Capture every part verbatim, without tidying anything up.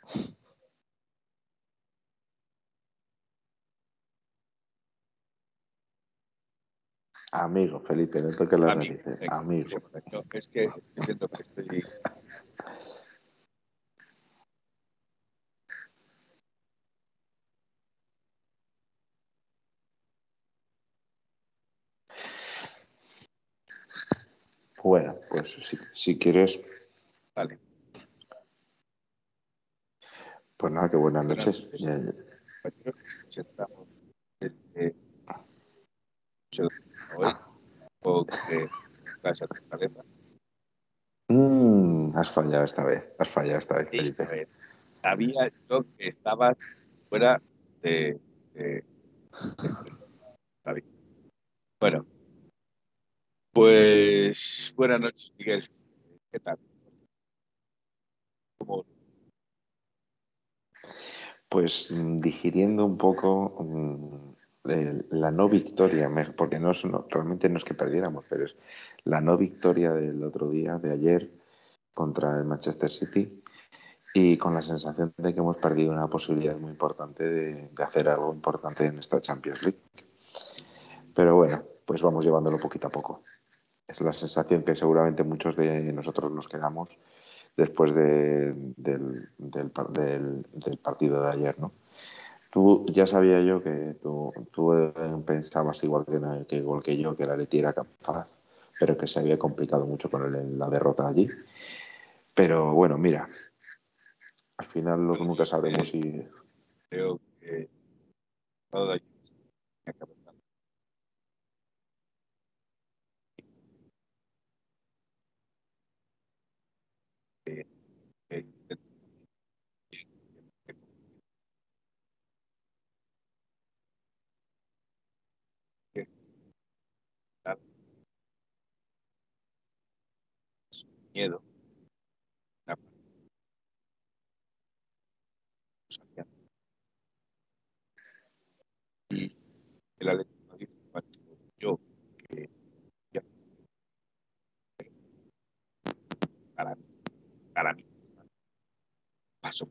Amigo, Felipe, no toques las Amigo, narices. venga, Amigo. no, es que estoy viendo que estoy... Bueno, pues si, si quieres, Vale. pues nada, que buenas Buenas noches. noches. Ya- ya- Compañeros, presentamos este hoy con que casa de cabeza. Mm, has fallado esta vez, has fallado esta vez, Felipe. Esta vez sabía yo que estabas fuera de, de, de David. Bueno, pues buenas noches, Miguel. ¿Qué tal? ¿Cómo? Pues mm, digiriendo un poco mm, eh, la no victoria, me- porque no, es- no- realmente no es que perdiéramos, pero es la no victoria del otro día, de ayer, contra el Manchester City, y con la sensación de que hemos perdido una posibilidad muy importante de, de hacer algo importante en esta Champions League. Pero bueno, pues vamos llevándolo poquito a poco. Es la sensación que seguramente muchos de nosotros nos quedamos después de- del, del par- del- del partido de ayer, ¿no? Tú ya sabía yo que tú, tú eh, pensabas igual que, na- que igual que yo que la Leti era capaz, pero que se había complicado mucho con el- la derrota allí. Pero bueno, mira, al final lo que nunca sabremos si Creo que todo allí me acaba de, de, de, de, dar miedo. Una cosa, y el Atlético de Madrid, yo, que ya, para mí, para mí, paso.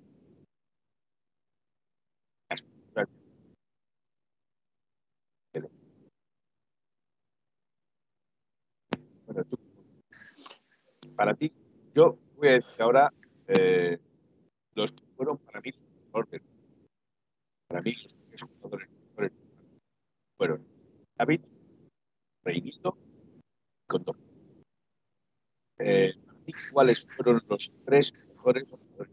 Bueno, tú, para ti, yo voy a decir ahora eh, los que fueron para mí los mejores, para mí los tres jugadores mejores fueron David, Reinildo y Condor. Eh, para ti, ¿cuáles fueron los tres mejores jugadores?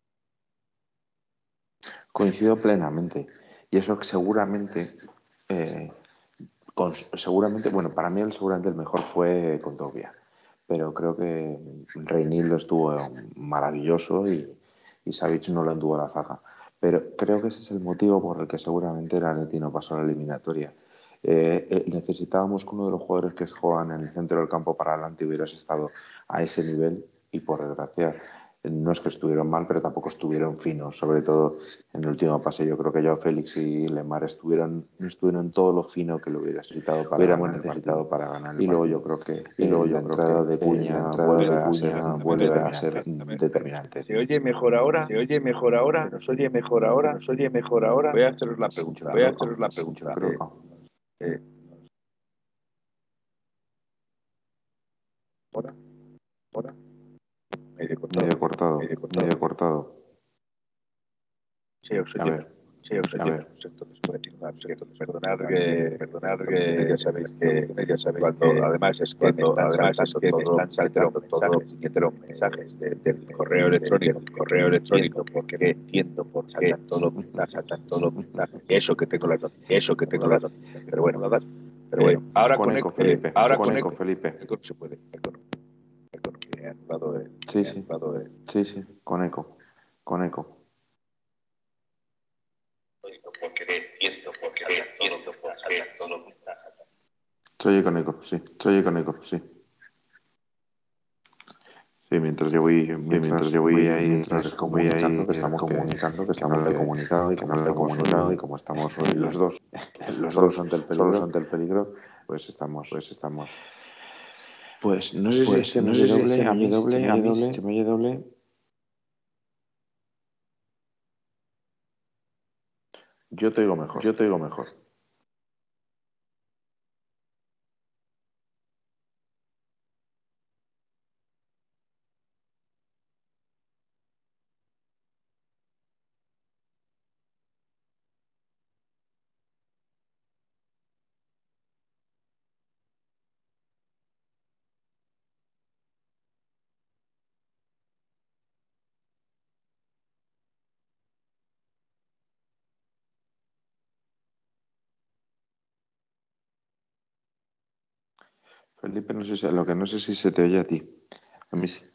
coincido plenamente. Y eso que seguramente, eh, con- seguramente, bueno, para mí el, seguramente el mejor fue Condovia, pero creo que Reinildo estuvo maravilloso y, y Savic no lo anduvo a la zaga. Pero creo que ese es el motivo por el que seguramente el Atleti no pasó a la eliminatoria. Eh, eh, necesitábamos que uno de los jugadores que juegan en el centro del campo para adelante hubieras estado a ese nivel y por desgracia no es que estuvieron mal, pero tampoco estuvieron finos, sobre todo en el último pase. Yo creo que Joao Félix y Lemar estuvieron, no estuvieron todo lo fino que lo hubiera necesitado para Hubiéramos ganar el necesitado partido. para ganar el Y luego partido. yo creo que Y luego eh, la yo creo entrada de que eh, la Cuña entrada vuelve de a ser, Cuña vuelve a determinante. ser determinante. ¿Se oye mejor ahora? ¿Se oye mejor ahora? ¿Nos oye mejor ahora? ¿Nos oye mejor ahora? Voy a haceros la pregunta. Yo Voy a creo, haceros la yo pregunta. creo, Eh, eh, ¿Ahora? ¿Ahora? Medio cortado. medio cortado, Medio cortado. medio cortado. Sí, os A oye. ver, Sí, os a oye. ver. Entonces, pues, entonces, perdonar que, perdonar que ya sabéis que, ya sabéis cuando, que, además es que cuando, me además es que me están saltando todos los mensajes de, del correo electrónico, del correo electrónico, porque no entiendo por qué todo saltan todos los mensajes. Eso que tengo la eso que tengo la pero bueno, pero bueno, Eh, ahora con eco, conecto, eh, Felipe. ahora Con eco, conecto, Felipe. eco no se puede, eco no, eco no, que he anulado el, Sí, he sí. anulado el, Sí, sí, con eco. Con eco. porque entiendo, porque entiendo, porque todo lo Se oye con eco, sí. Se oye con eco, sí. Sí, mientras yo voy, mientras, mientras yo voy, voy ahí mientras voy comunicando ahí que estamos comunicando que que, que no estamos lo he que, comunicado y que como no lo he estamos comunicado hoy, y como estamos hoy los dos, los solos dos ante el solos peligro, ante el peligro, pues estamos, pues estamos. pues no sé si Pues se me no oye sé si doble, se a me oye mí, se me doble, a oye mí doble. se me oye doble. Yo te digo mejor, yo te digo mejor. Felipe, no sé si, lo que no sé si se te oye a ti. A mí sí.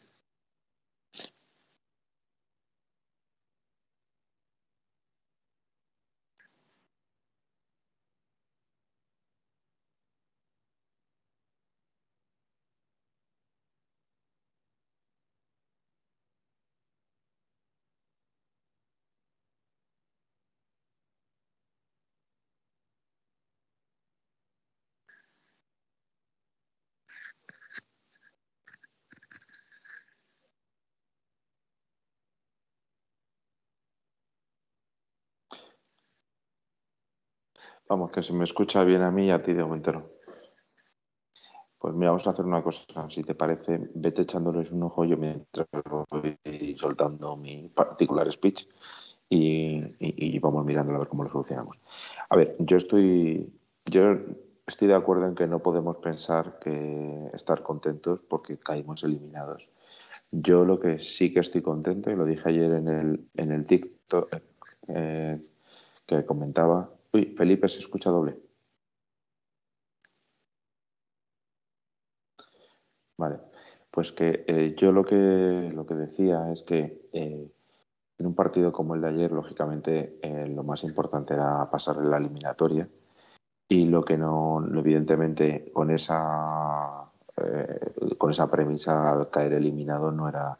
Vamos, que se me escucha bien a mí y a ti de momento no. Pues mira, vamos a hacer una cosa. Si te parece, vete echándoles un ojo yo mientras voy soltando mi particular speech y, y- y vamos mirando a ver cómo lo solucionamos. A ver, yo estoy, yo estoy de acuerdo en que no podemos pensar que estar contentos porque caímos eliminados. Yo lo que sí que estoy contento, y lo dije ayer en el, en el TikTok eh, que comentaba. Uy, Felipe, se escucha doble. Vale, pues que eh, yo lo que lo que decía es que eh, en un partido como el de ayer, lógicamente eh, lo más importante era pasar la eliminatoria y lo que no, evidentemente, con esa eh, con esa premisa caer eliminado no era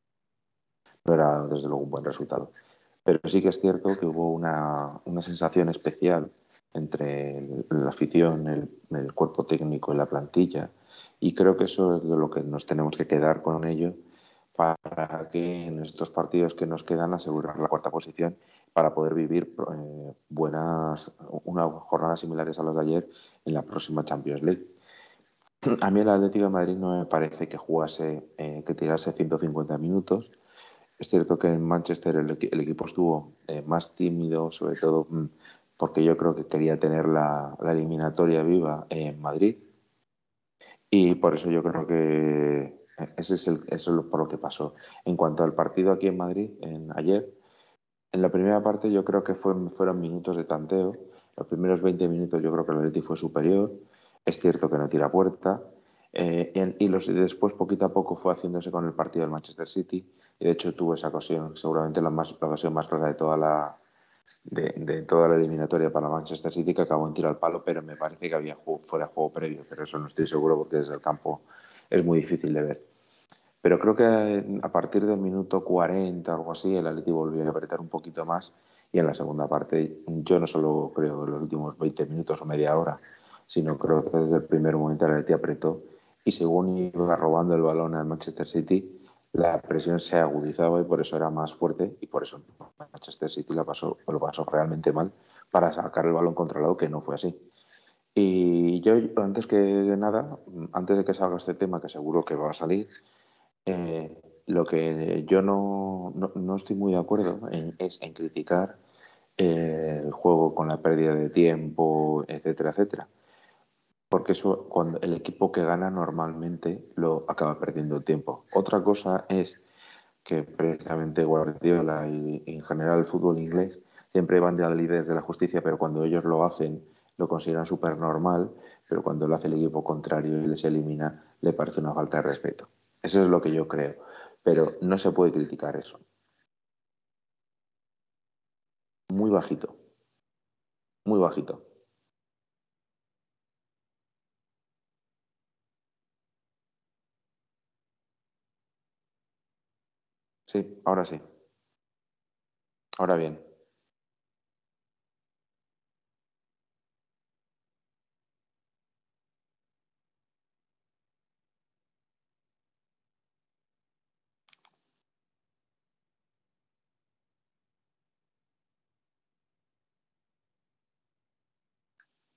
no era desde luego un buen resultado. Pero sí que es cierto que hubo una, una sensación especial entre el- la afición, el, el cuerpo técnico y la plantilla. Y creo que eso es de lo que nos tenemos que quedar con ello para que en estos partidos que nos quedan asegurar la cuarta posición para poder vivir eh, buenas, unas jornadas similares a las de ayer en la próxima Champions League. A mí el Atlético de Madrid no me parece que jugase, eh, que tirase ciento cincuenta minutos. Es cierto que en Manchester el, equi- el equipo estuvo eh, más tímido, sobre todo mm, porque yo creo que quería tener la, la eliminatoria viva en Madrid y por eso yo creo que eh, ese es el, eso es lo- por lo que pasó. En cuanto al partido aquí en Madrid, en, ayer, en la primera parte yo creo que fue, fueron minutos de tanteo. Los primeros veinte minutos yo creo que el Atleti fue superior. Es cierto que no tira a puerta. Eh, y, en- y los, y después, poquito a poco, fue haciéndose con el partido del Manchester City. Y de hecho tuvo esa ocasión, seguramente la, más, la ocasión más clara de toda la, de, de toda la eliminatoria para Manchester City, que acabó en tiro al palo, pero me parece que había juego, fuera de juego previo. Pero eso no estoy seguro porque desde el campo es muy difícil de ver. Pero creo que a partir del minuto cuarenta o algo así, el Atleti volvió a apretar un poquito más y en la segunda parte, yo no solo creo en los últimos veinte minutos o media hora, sino creo que desde el primer momento el Atleti apretó y según iba robando el balón al Manchester City, la presión se agudizaba y por eso era más fuerte y por eso Manchester City la pasó, lo pasó realmente mal para sacar el balón controlado, que no fue así. Y yo, antes que nada, antes de que salga este tema, que seguro que va a salir, eh, lo que yo no, no, no estoy muy de acuerdo en- es en criticar eh, el juego con la pérdida de tiempo, etcétera, etcétera. Porque eso, cuando el equipo que gana normalmente lo acaba perdiendo tiempo. Otra cosa es que precisamente Guardiola y, y en general el fútbol inglés siempre van de la líderes de la justicia, pero cuando ellos lo hacen lo consideran súper normal, pero cuando lo hace el equipo contrario y les elimina, le parece una falta de respeto. Eso es lo que yo creo, pero no se puede criticar eso. Muy bajito, muy bajito. Sí, ahora sí, ahora bien.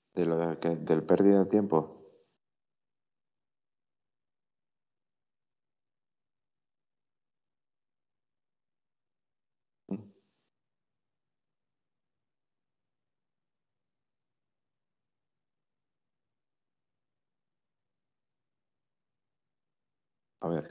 de lo del, que- del pérdida de tiempo. Mm. A ver.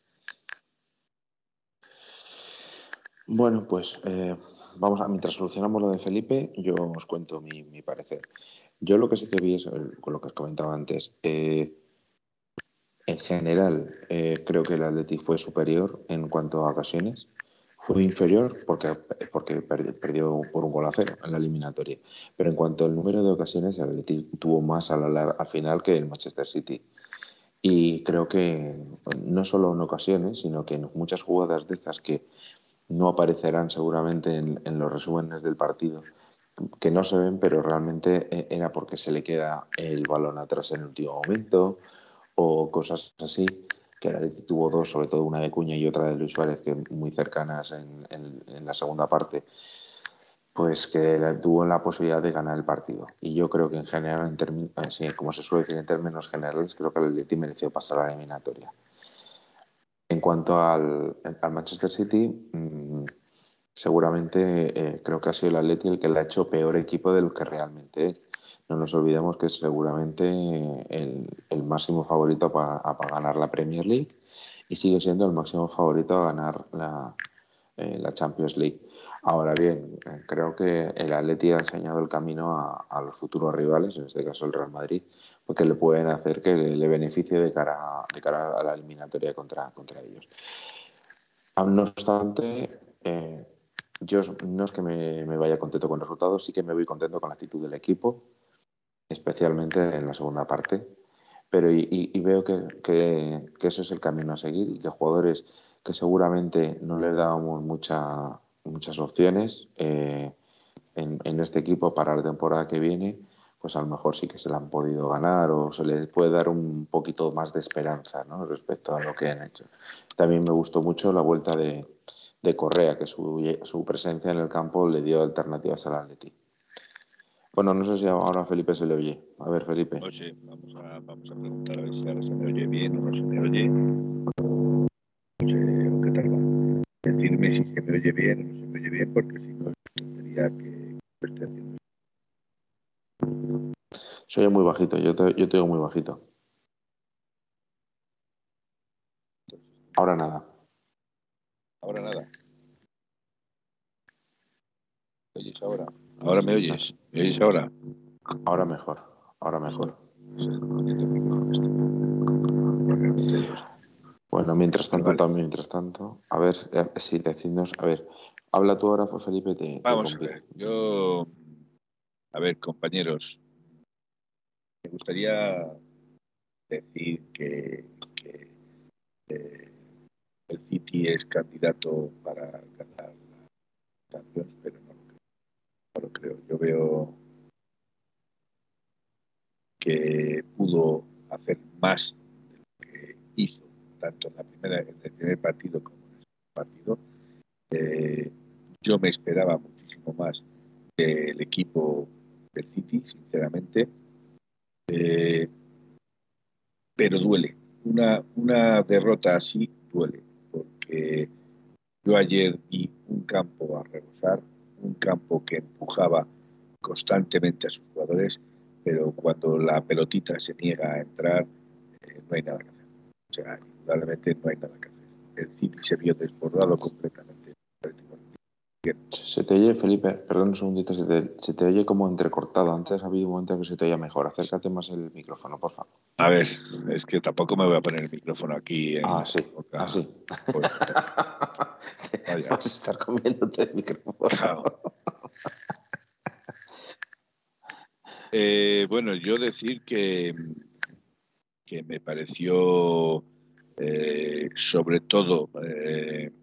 Bueno, pues eh, vamos a, mientras solucionamos lo de Felipe, yo os cuento mi, mi parecer. Yo lo que sí que vi es, el- con lo que os comentaba antes, eh, en general eh, creo que el Atleti fue superior en cuanto a ocasiones. Fue inferior porque, porque perdi- perdió por un gol a cero en la eliminatoria. Pero en cuanto al número de ocasiones, el Atleti tuvo más a la lar- al final que el Manchester City. Y creo que no solo en ocasiones, sino que en muchas jugadas de estas que no aparecerán seguramente en, en los resúmenes del partido, que no se ven, pero realmente eh, era porque se le queda el balón atrás en el último momento o cosas así, que el Atleti tuvo dos, sobre todo una de Cuña y otra de Luis Suárez, que muy cercanas en, en- en la segunda parte, pues que la- tuvo la posibilidad de ganar el partido. Y yo creo que en general, en términos, sí, como se suele decir en términos generales, creo que el Atleti mereció pasar a la eliminatoria. En cuanto al, al Manchester City, mmm, seguramente eh, creo que ha sido el Atleti el que le ha hecho peor equipo de lo que realmente es. No nos olvidemos que es seguramente el, el máximo favorito para, para ganar la Premier League y sigue siendo el máximo favorito a ganar la, eh, la Champions League. Ahora bien, eh, creo que el Atleti ha enseñado el camino a, a los futuros rivales, en este caso el Real Madrid, porque le pueden hacer que le, le beneficie de cara, de cara a la eliminatoria contra, contra ellos. No obstante, eh, yo no es que me, me vaya contento con el resultado, sí que me voy contento con la actitud del equipo, especialmente en la segunda parte. Pero y, y- y veo que, que, que eso es el camino a seguir y que jugadores que seguramente no les dábamos mucha, muchas opciones eh, en, en este equipo para la temporada que viene, pues a lo mejor sí que se la han podido ganar o se les puede dar un poquito más de esperanza, ¿no? Respecto a lo que han hecho. También me gustó mucho la vuelta de, de Correa, que su, su presencia en el campo le dio alternativas al Atleti. Bueno, no sé si ahora a Felipe se le oye. A ver, Felipe. Oye, vamos a, vamos a preguntar a ver si ahora se me oye bien o no se me oye, no sé, o qué tal va. Decirme si se me oye bien o no se me oye bien, porque si no, tendría que esté haciendo. Se oye muy bajito, yo te, yo te oigo muy bajito. Ahora nada. Ahora nada. ¿Me oyes ahora? ¿Ahora me No, oyes? ¿Me oyes ahora? ahora mejor, ahora mejor. Mejor. Es el maldito micrófono este. Realmente no sé. Bueno, mientras Vale, tanto, vale. también, mientras tanto, a ver, eh, sí, decidnos, a ver, habla tú ahora, pues Felipe, te, te Vamos a convido. ver. Yo, a ver, compañeros, me gustaría decir que, que eh, el City es candidato para ganar la Champions, pero no lo creo. No lo creo. Yo veo que pudo hacer más de lo que hizo, tanto en la primera, en el primer partido como en el segundo partido. Eh, yo me esperaba muchísimo más del equipo del City, sinceramente, eh, pero duele. Una, una derrota así duele, porque yo ayer vi un campo a rebosar, un campo que empujaba constantemente a sus jugadores, pero cuando la pelotita se niega a entrar, eh, no hay nada que hacer. O sea, indudablemente no hay nada que hacer. El City se vio desbordado completamente. Se, se te oye, Felipe, perdón un segundito, se te, se te oye como entrecortado. Antes ha habido un momento que se te oía mejor. Acércate más el micrófono, por favor. A ver, es que tampoco me voy a poner el micrófono aquí en Ah, la sí, boca. así. Pues, vaya, Vas a estar comiéndote el micrófono. claro. Eh, bueno, yo decir que, que me pareció eh, sobre todo, eh,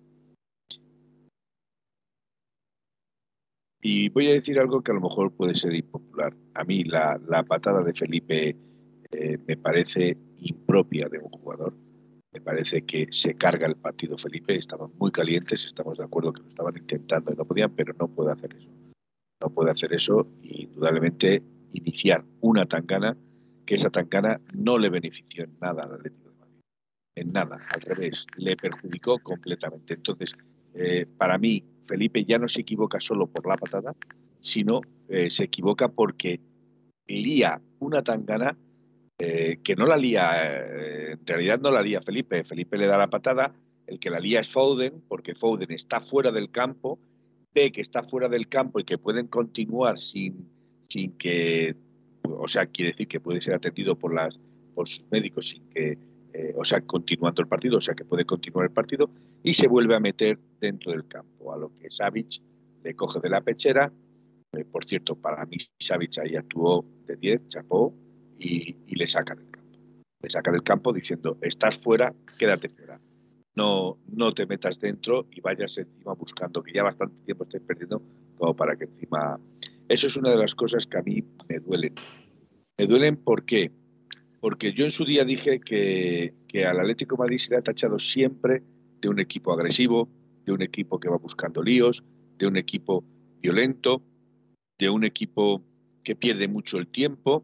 y voy a decir algo que a lo mejor puede ser impopular. A mí la, la patada de Felipe eh, me parece impropia de un jugador. Me parece que se carga el partido Felipe. Estaban muy calientes, estamos de acuerdo que lo estaban intentando y no podían, pero no puede hacer eso. No puede hacer eso y indudablemente iniciar una tangana, que esa tangana no le benefició en nada al Atlético de Madrid. En nada, al revés, le perjudicó completamente. Entonces, eh, para mí, Felipe ya no se equivoca solo por la patada, sino eh, se equivoca porque lía una tangana eh, que no la lía, eh, en realidad no la lía Felipe. Felipe le da la patada, el que la lía es Foden, porque Foden está fuera del campo, ve que está fuera del campo y que pueden continuar sin, sin que, o sea, quiere decir que puede ser atendido por, las, por sus médicos sin que, eh, o sea, continuando el partido, o sea, que puede continuar el partido, y se vuelve a meter dentro del campo, a lo que Savic le coge de la pechera. Eh, por cierto, para mí Savic ahí actuó de diez, chapó, y, y le saca del campo. Le saca del campo diciendo, estás fuera, quédate fuera. No, no te metas dentro y vayas encima buscando, que ya bastante tiempo estés perdiendo como para que encima... Eso es una de las cosas que a mí me duelen. Me duelen ¿por qué? Porque yo en su día dije que, que al Atlético de Madrid se le ha tachado siempre de un equipo agresivo, de un equipo que va buscando líos, de un equipo violento, de un equipo que pierde mucho el tiempo,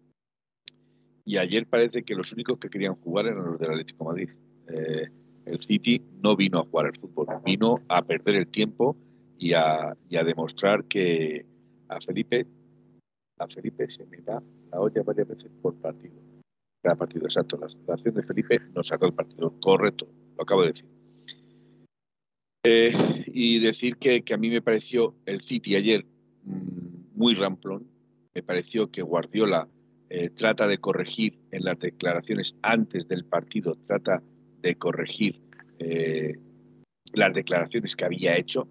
y ayer parece que los únicos que querían jugar eran los del Atlético de Madrid. Eh, el City no vino a jugar al fútbol, vino a perder el tiempo y a, y a demostrar que a Felipe, a Felipe se me da la olla varias veces por partido. Cada partido, exacto. La situación de Felipe nos sacó el partido, correcto, lo acabo de decir. Eh, y decir que, que a mí me pareció el City ayer mmm, muy ramplón. Me pareció que Guardiola eh, trata de corregir en las declaraciones antes del partido, trata de corregir eh, las declaraciones que había hecho,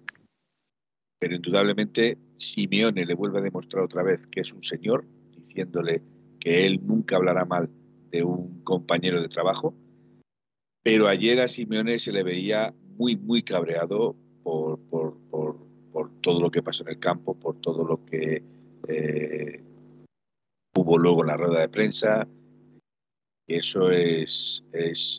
pero indudablemente Simeone le vuelve a demostrar otra vez que es un señor, diciéndole que él nunca hablará mal de un compañero de trabajo, pero ayer a Simeone se le veía muy, muy cabreado por, por, por, por todo lo que pasó en el campo, por todo lo que eh, hubo luego en la rueda de prensa. Y eso es, es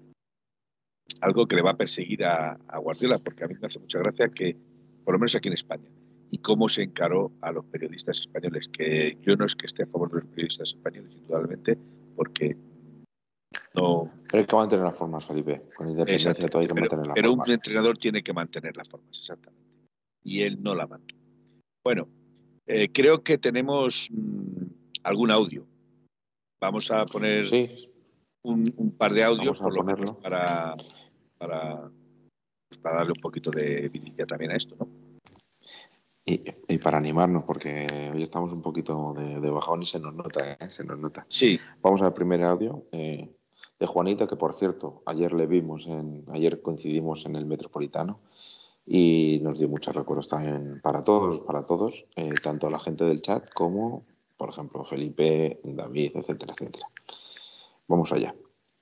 algo que le va a perseguir a, a Guardiola, porque a mí me hace mucha gracia que, por lo menos aquí en España, y cómo se encaró a los periodistas españoles, que yo no es que esté a favor de los periodistas españoles, indudablemente, porque no... Pero hay que mantener las formas, Felipe. Con independencia de todo hay Exactamente, que pero, mantener las pero un formas. entrenador tiene que mantener las formas, exactamente. Y él no la mantuvo. Bueno, eh, creo que tenemos mmm, algún audio. Vamos a poner Sí, un, un par de audios, vamos a por lo menos, ponerlo. para, para, para darle un poquito de vidilla también a esto, ¿no? Y, y para animarnos, porque hoy estamos un poquito de, de bajón y se nos nota, ¿eh? Se nos nota. Sí. Vamos al primer audio eh, de Juanita, que por cierto, ayer le vimos, en, ayer coincidimos en el Metropolitano y nos dio muchos recuerdos también para todos, para todos, eh, tanto la gente del chat como, por ejemplo, Felipe, David, etcétera, etcétera. Vamos allá.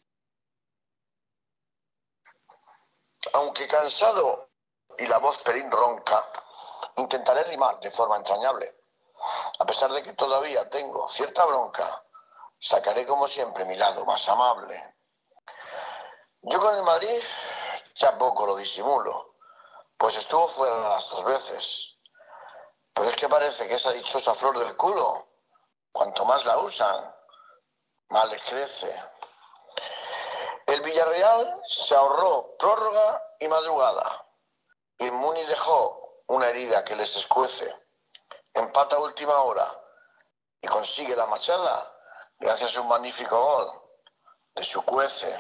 Aunque cansado y la voz pelín ronca, intentaré rimar de forma entrañable. A pesar de que todavía tengo cierta bronca, sacaré como siempre mi lado más amable. Yo con el Madrid ya poco lo disimulo, pues estuvo fuera las dos veces. Pero es que parece que esa dichosa flor del culo, cuanto más la usan, más les crece. El Villarreal se ahorró prórroga y madrugada. Y Muni dejó una herida que les escuece. Empata a última hora y consigue la machada gracias a un magnífico gol de su cuece.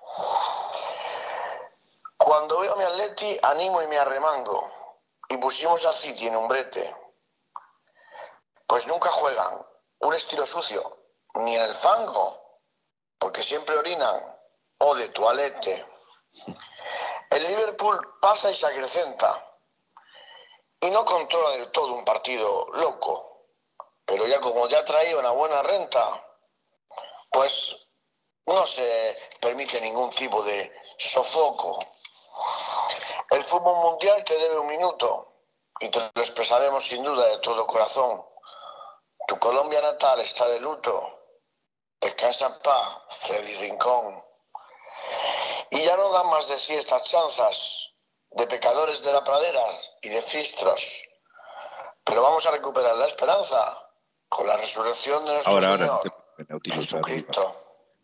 Cuando veo a mi Atleti animo y me arremango y pusimos al City en un brete. Pues nunca juegan un estilo sucio ni en el fango, porque siempre orinan o de toalete. El Liverpool pasa y se acrecenta y no controla del todo un partido loco, pero ya como ya traía una buena renta, pues no se permite ningún tipo de sofoco. El fútbol mundial te debe un minuto y te lo expresaremos sin duda de todo corazón. Tu Colombia natal está de luto. Descansa en paz, Freddy Rincón. Y ya no dan más de sí estas chanzas de pecadores de la pradera y de fistros. Pero vamos a recuperar la esperanza, con la resurrección de nuestro Ahora, ahora, no Señor te preocupes, Nautilus, Jesucristo.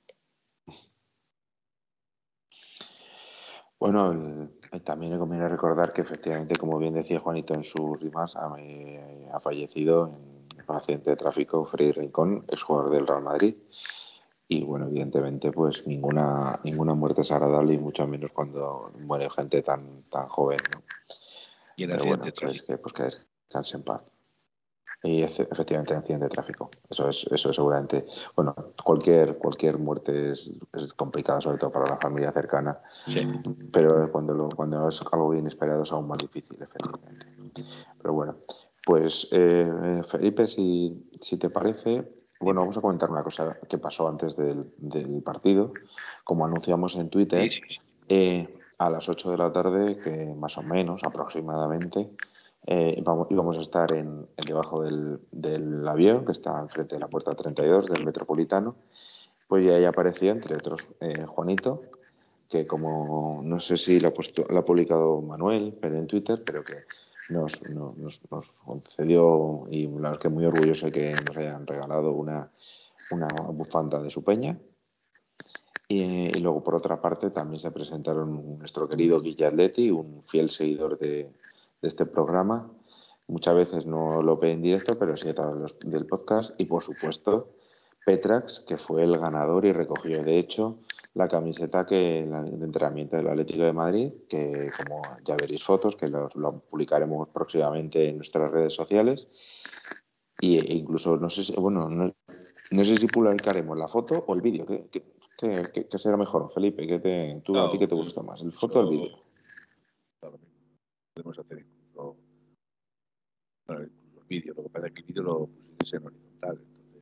Bueno, el- también me conviene recordar que efectivamente, como bien decía Juanito en sus rimas, ha, eh, ha fallecido en un accidente de tráfico Freddy Rincón, exjugador del Real Madrid. Y bueno, evidentemente, pues ninguna, ninguna muerte es agradable y mucho menos cuando muere gente tan, tan joven, ¿no? y en Pero accidente bueno, de pues tráfico. que, pues que descanse en paz. Y efe- efectivamente, accidente de tráfico. Eso es, eso es seguramente. Bueno, cualquier, cualquier muerte es, es complicada, sobre todo para la familia cercana. Sí. Pero cuando, lo, cuando es algo inesperado es aún más difícil, efectivamente. Pero bueno, pues eh, Felipe, si, si te parece, bueno, vamos a comentar una cosa que pasó antes del, del partido. Como anunciamos en Sí, Twitter, sí, sí. eh, a las ocho de la tarde, que más o menos aproximadamente, eh, vamos, íbamos a estar en, en debajo del, del avión, que está enfrente de la puerta treinta y dos del Metropolitano. Pues ya ahí aparecía, entre otros, eh, Juanito, que como no sé si lo ha, puesto, lo ha publicado Manuel, pero en Twitter, pero que nos, nos, nos, nos concedió, y la verdad es que muy orgulloso de que nos hayan regalado una, una bufanda de su peña. Y, y luego, por otra parte, también se presentaron nuestro querido Guille Atleti, un fiel seguidor de, de este programa. Muchas veces no lo ve en directo, pero sí a través los- del podcast. Y, por supuesto, Petrax, que fue el ganador y recogió, de hecho, la camiseta que la, de entrenamiento del Atlético de Madrid, que como ya veréis fotos, que lo, lo publicaremos próximamente en nuestras redes sociales. Y, e incluso, no sé si, bueno, no, no sé si publicaremos la foto o el vídeo. ¿Qué, qué, qué- qué- qué será mejor, Felipe? ¿Qué te, tú, ¿A ti No, qué te gusta más, el foto o el eso vídeo? podemos hacer incluso, bueno, incluso el vídeo. Lo que pasa es que el vídeo lo pusiste en horizontal. Entonces,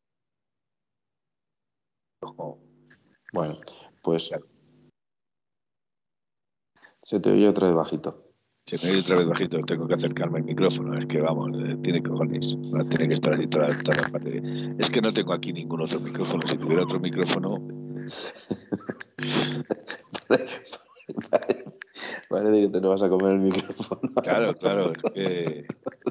ojo, Bueno, pues claro, se te oye otra vez bajito. se me oye otra vez bajito, tengo que acercarme al micrófono. Es que vamos, eh, tiene cojones. No tiene que estar así toda, toda la parte. de- Es que no tengo aquí ningún otro micrófono. Si tuviera otro micrófono, Parece que te lo vas a comer el micrófono. claro, claro, es que.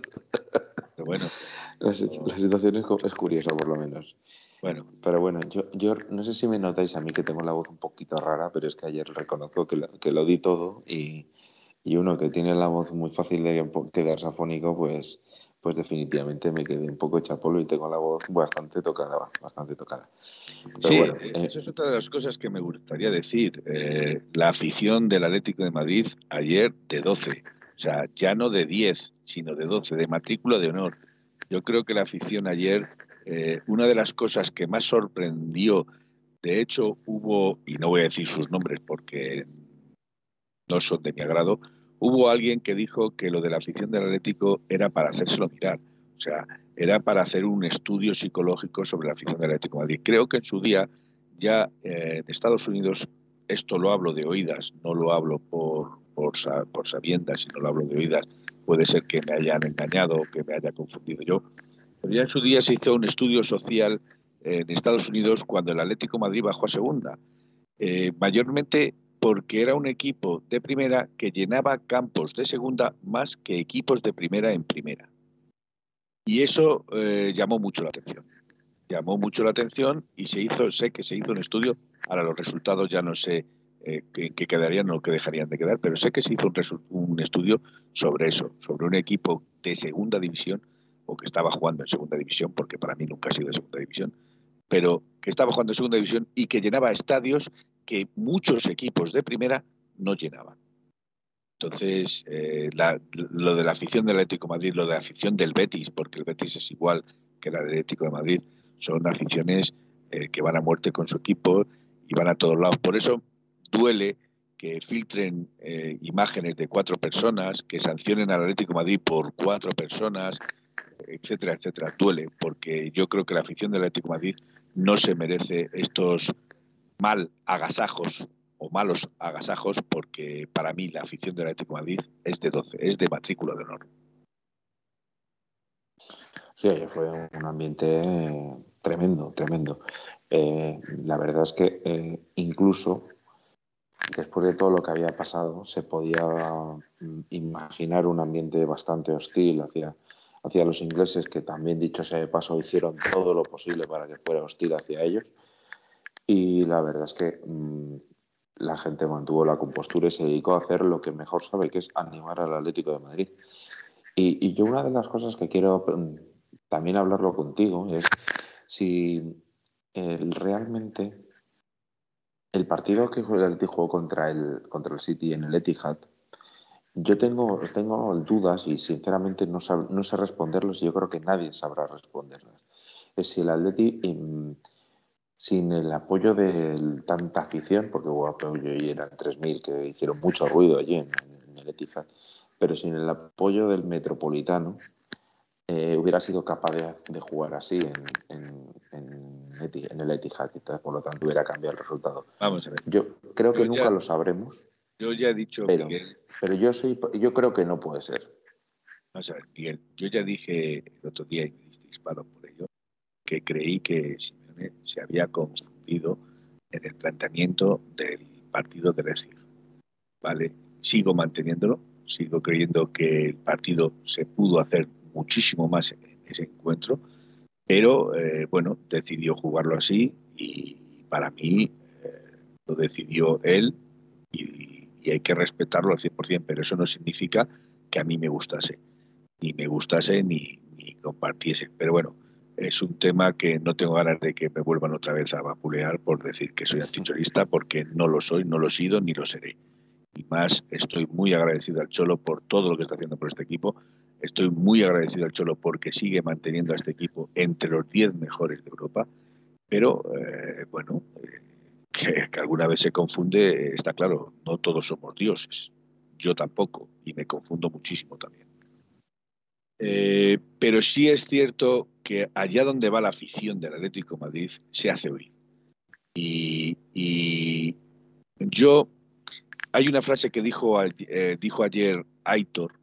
Pero bueno, La, si- la no, situación es, cu- es curiosa, por lo menos. bueno, Pero bueno, yo, yo no sé si me notáis a mí que tengo la voz un poquito rara, pero es que ayer reconozco que lo, que lo di todo y, y uno que tiene la voz muy fácil de quedarse afónico, pues, pues definitivamente me quedé un poco hecha polvo y tengo la voz bastante tocada, bastante tocada. Pero sí, bueno, eh, eh, eso es otra de las cosas que me gustaría decir. Eh, la afición del Atlético de Madrid ayer de doce, o sea, ya no de diez, sino de doce, de matrícula de honor. Yo creo que la afición ayer, eh, una de las cosas que más sorprendió, de hecho hubo, y no voy a decir sus nombres porque no son de mi agrado, hubo alguien que dijo que lo de la afición del Atlético era para hacérselo mirar. O sea, era para hacer un estudio psicológico sobre la afición del Atlético de Madrid. Creo que en su día ya eh, en Estados Unidos, esto lo hablo de oídas, no lo hablo por, por, por sabiendas, sino lo hablo de oídas. Puede ser que me hayan engañado o que me haya confundido yo. Pero ya en su día se hizo un estudio social en Estados Unidos cuando el Atlético de Madrid bajó a segunda. Eh, mayormente porque era un equipo de primera que llenaba campos de segunda más que equipos de primera en primera. Y eso eh, llamó mucho la atención. Llamó mucho la atención y se hizo, sé que se hizo un estudio, ahora los resultados ya no sé eh, qué, qué quedarían o qué dejarían de quedar, pero sé que se hizo un, un estudio sobre eso, sobre un equipo de segunda división o que estaba jugando en segunda división, porque para mí nunca ha sido de segunda división, pero que estaba jugando en segunda división y que llenaba estadios que muchos equipos de primera no llenaban. Entonces, eh, la, lo de la afición del Atlético de Madrid, lo de la afición del Betis, porque el Betis es igual que la del Atlético de Madrid, son aficiones eh, que van a muerte con su equipo y van a todos lados. Por eso duele que filtren eh, imágenes de cuatro personas, que sancionen al Atlético de Madrid por cuatro personas, etcétera, etcétera. Duele, porque yo creo que la afición del Atlético de Madrid no se merece estos mal agasajos o malos agasajos, porque para mí la afición del Atlético de Madrid es de doce, es de matrícula de honor. sí, ayer fue un ambiente eh, tremendo, tremendo. Eh, la verdad es que eh, incluso después de todo lo que había pasado, se podía mm, imaginar un ambiente bastante hostil hacia, hacia los ingleses, que también, dicho sea de paso, hicieron todo lo posible para que fuera hostil hacia ellos. Y la verdad es que mmm, la gente mantuvo la compostura y se dedicó a hacer lo que mejor sabe, que es animar al Atlético de Madrid. Y, y yo una de las cosas que quiero mm, también hablarlo contigo es si eh, realmente el partido que el Atlético jugó contra el, contra el City en el Etihad, yo tengo, tengo dudas y sinceramente no, sab, no sé responderlos y yo creo que nadie sabrá responderlas. Es si el Atleti, eh, sin el apoyo de tanta afición, porque hubo apoyo y eran tres mil que hicieron mucho ruido allí en, en el Etihad, pero sin el apoyo del Metropolitano, eh, hubiera sido capaz de, de jugar así en, en, en, Eti, en el Etihad, y tal, por lo tanto hubiera cambiado el resultado. Vamos a ver. Yo creo Yo que ya, nunca lo sabremos, yo ya he dicho, pero, Miguel, pero yo, soy, yo creo que no puede ser. vamos a ver, Miguel, yo ya dije el otro día y me disteis palo por ello, que creí que Simeone se había confundido en el planteamiento del partido de Leipzig. ¿Vale? Sigo manteniéndolo, sigo creyendo que el partido se pudo hacer muchísimo más en ese encuentro, pero eh, bueno, decidió jugarlo así y para mí eh, lo decidió él y, y hay que respetarlo al cien por ciento, pero eso no significa que a mí me gustase, ni me gustase ni, ni compartiese. Pero bueno, es un tema que no tengo ganas de que me vuelvan otra vez a vapulear por decir que soy antichorista, porque no lo soy, no lo he sido ni lo seré. Y más, estoy muy agradecido al Cholo por todo lo que está haciendo por este equipo. Estoy muy agradecido al Cholo porque sigue manteniendo a este equipo entre los diez mejores de Europa. Pero, eh, bueno, eh, que, que alguna vez se confunde, está claro, no todos somos dioses. Yo tampoco, y me confundo muchísimo también. Eh, pero sí es cierto que allá donde va la afición del Atlético de Madrid se hace oír. Y, y yo, hay una frase que dijo, eh, dijo ayer Aitor,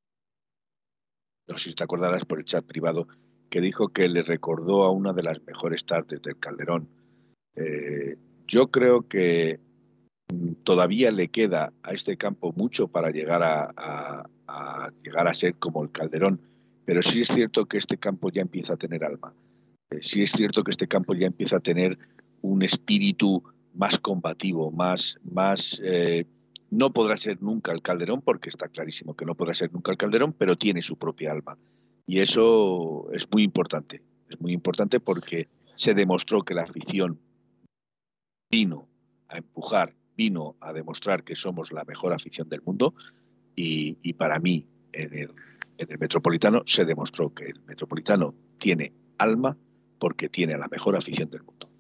no sé si te acordarás por el chat privado, que dijo que le recordó a una de las mejores tardes del Calderón. Eh, yo creo que todavía le queda a este campo mucho para llegar a, a, a llegar a ser como el Calderón, pero sí es cierto que este campo ya empieza a tener alma. Eh, sí es cierto que este campo ya empieza a tener un espíritu más combativo, más, más eh, no podrá ser nunca el Calderón, porque está clarísimo que no podrá ser nunca el Calderón, pero tiene su propia alma. Y eso es muy importante. Es muy importante porque se demostró que la afición vino a empujar, vino a demostrar que somos la mejor afición del mundo y, y para mí en el, en el Metropolitano se demostró que el Metropolitano tiene alma porque tiene la mejor afición del mundo.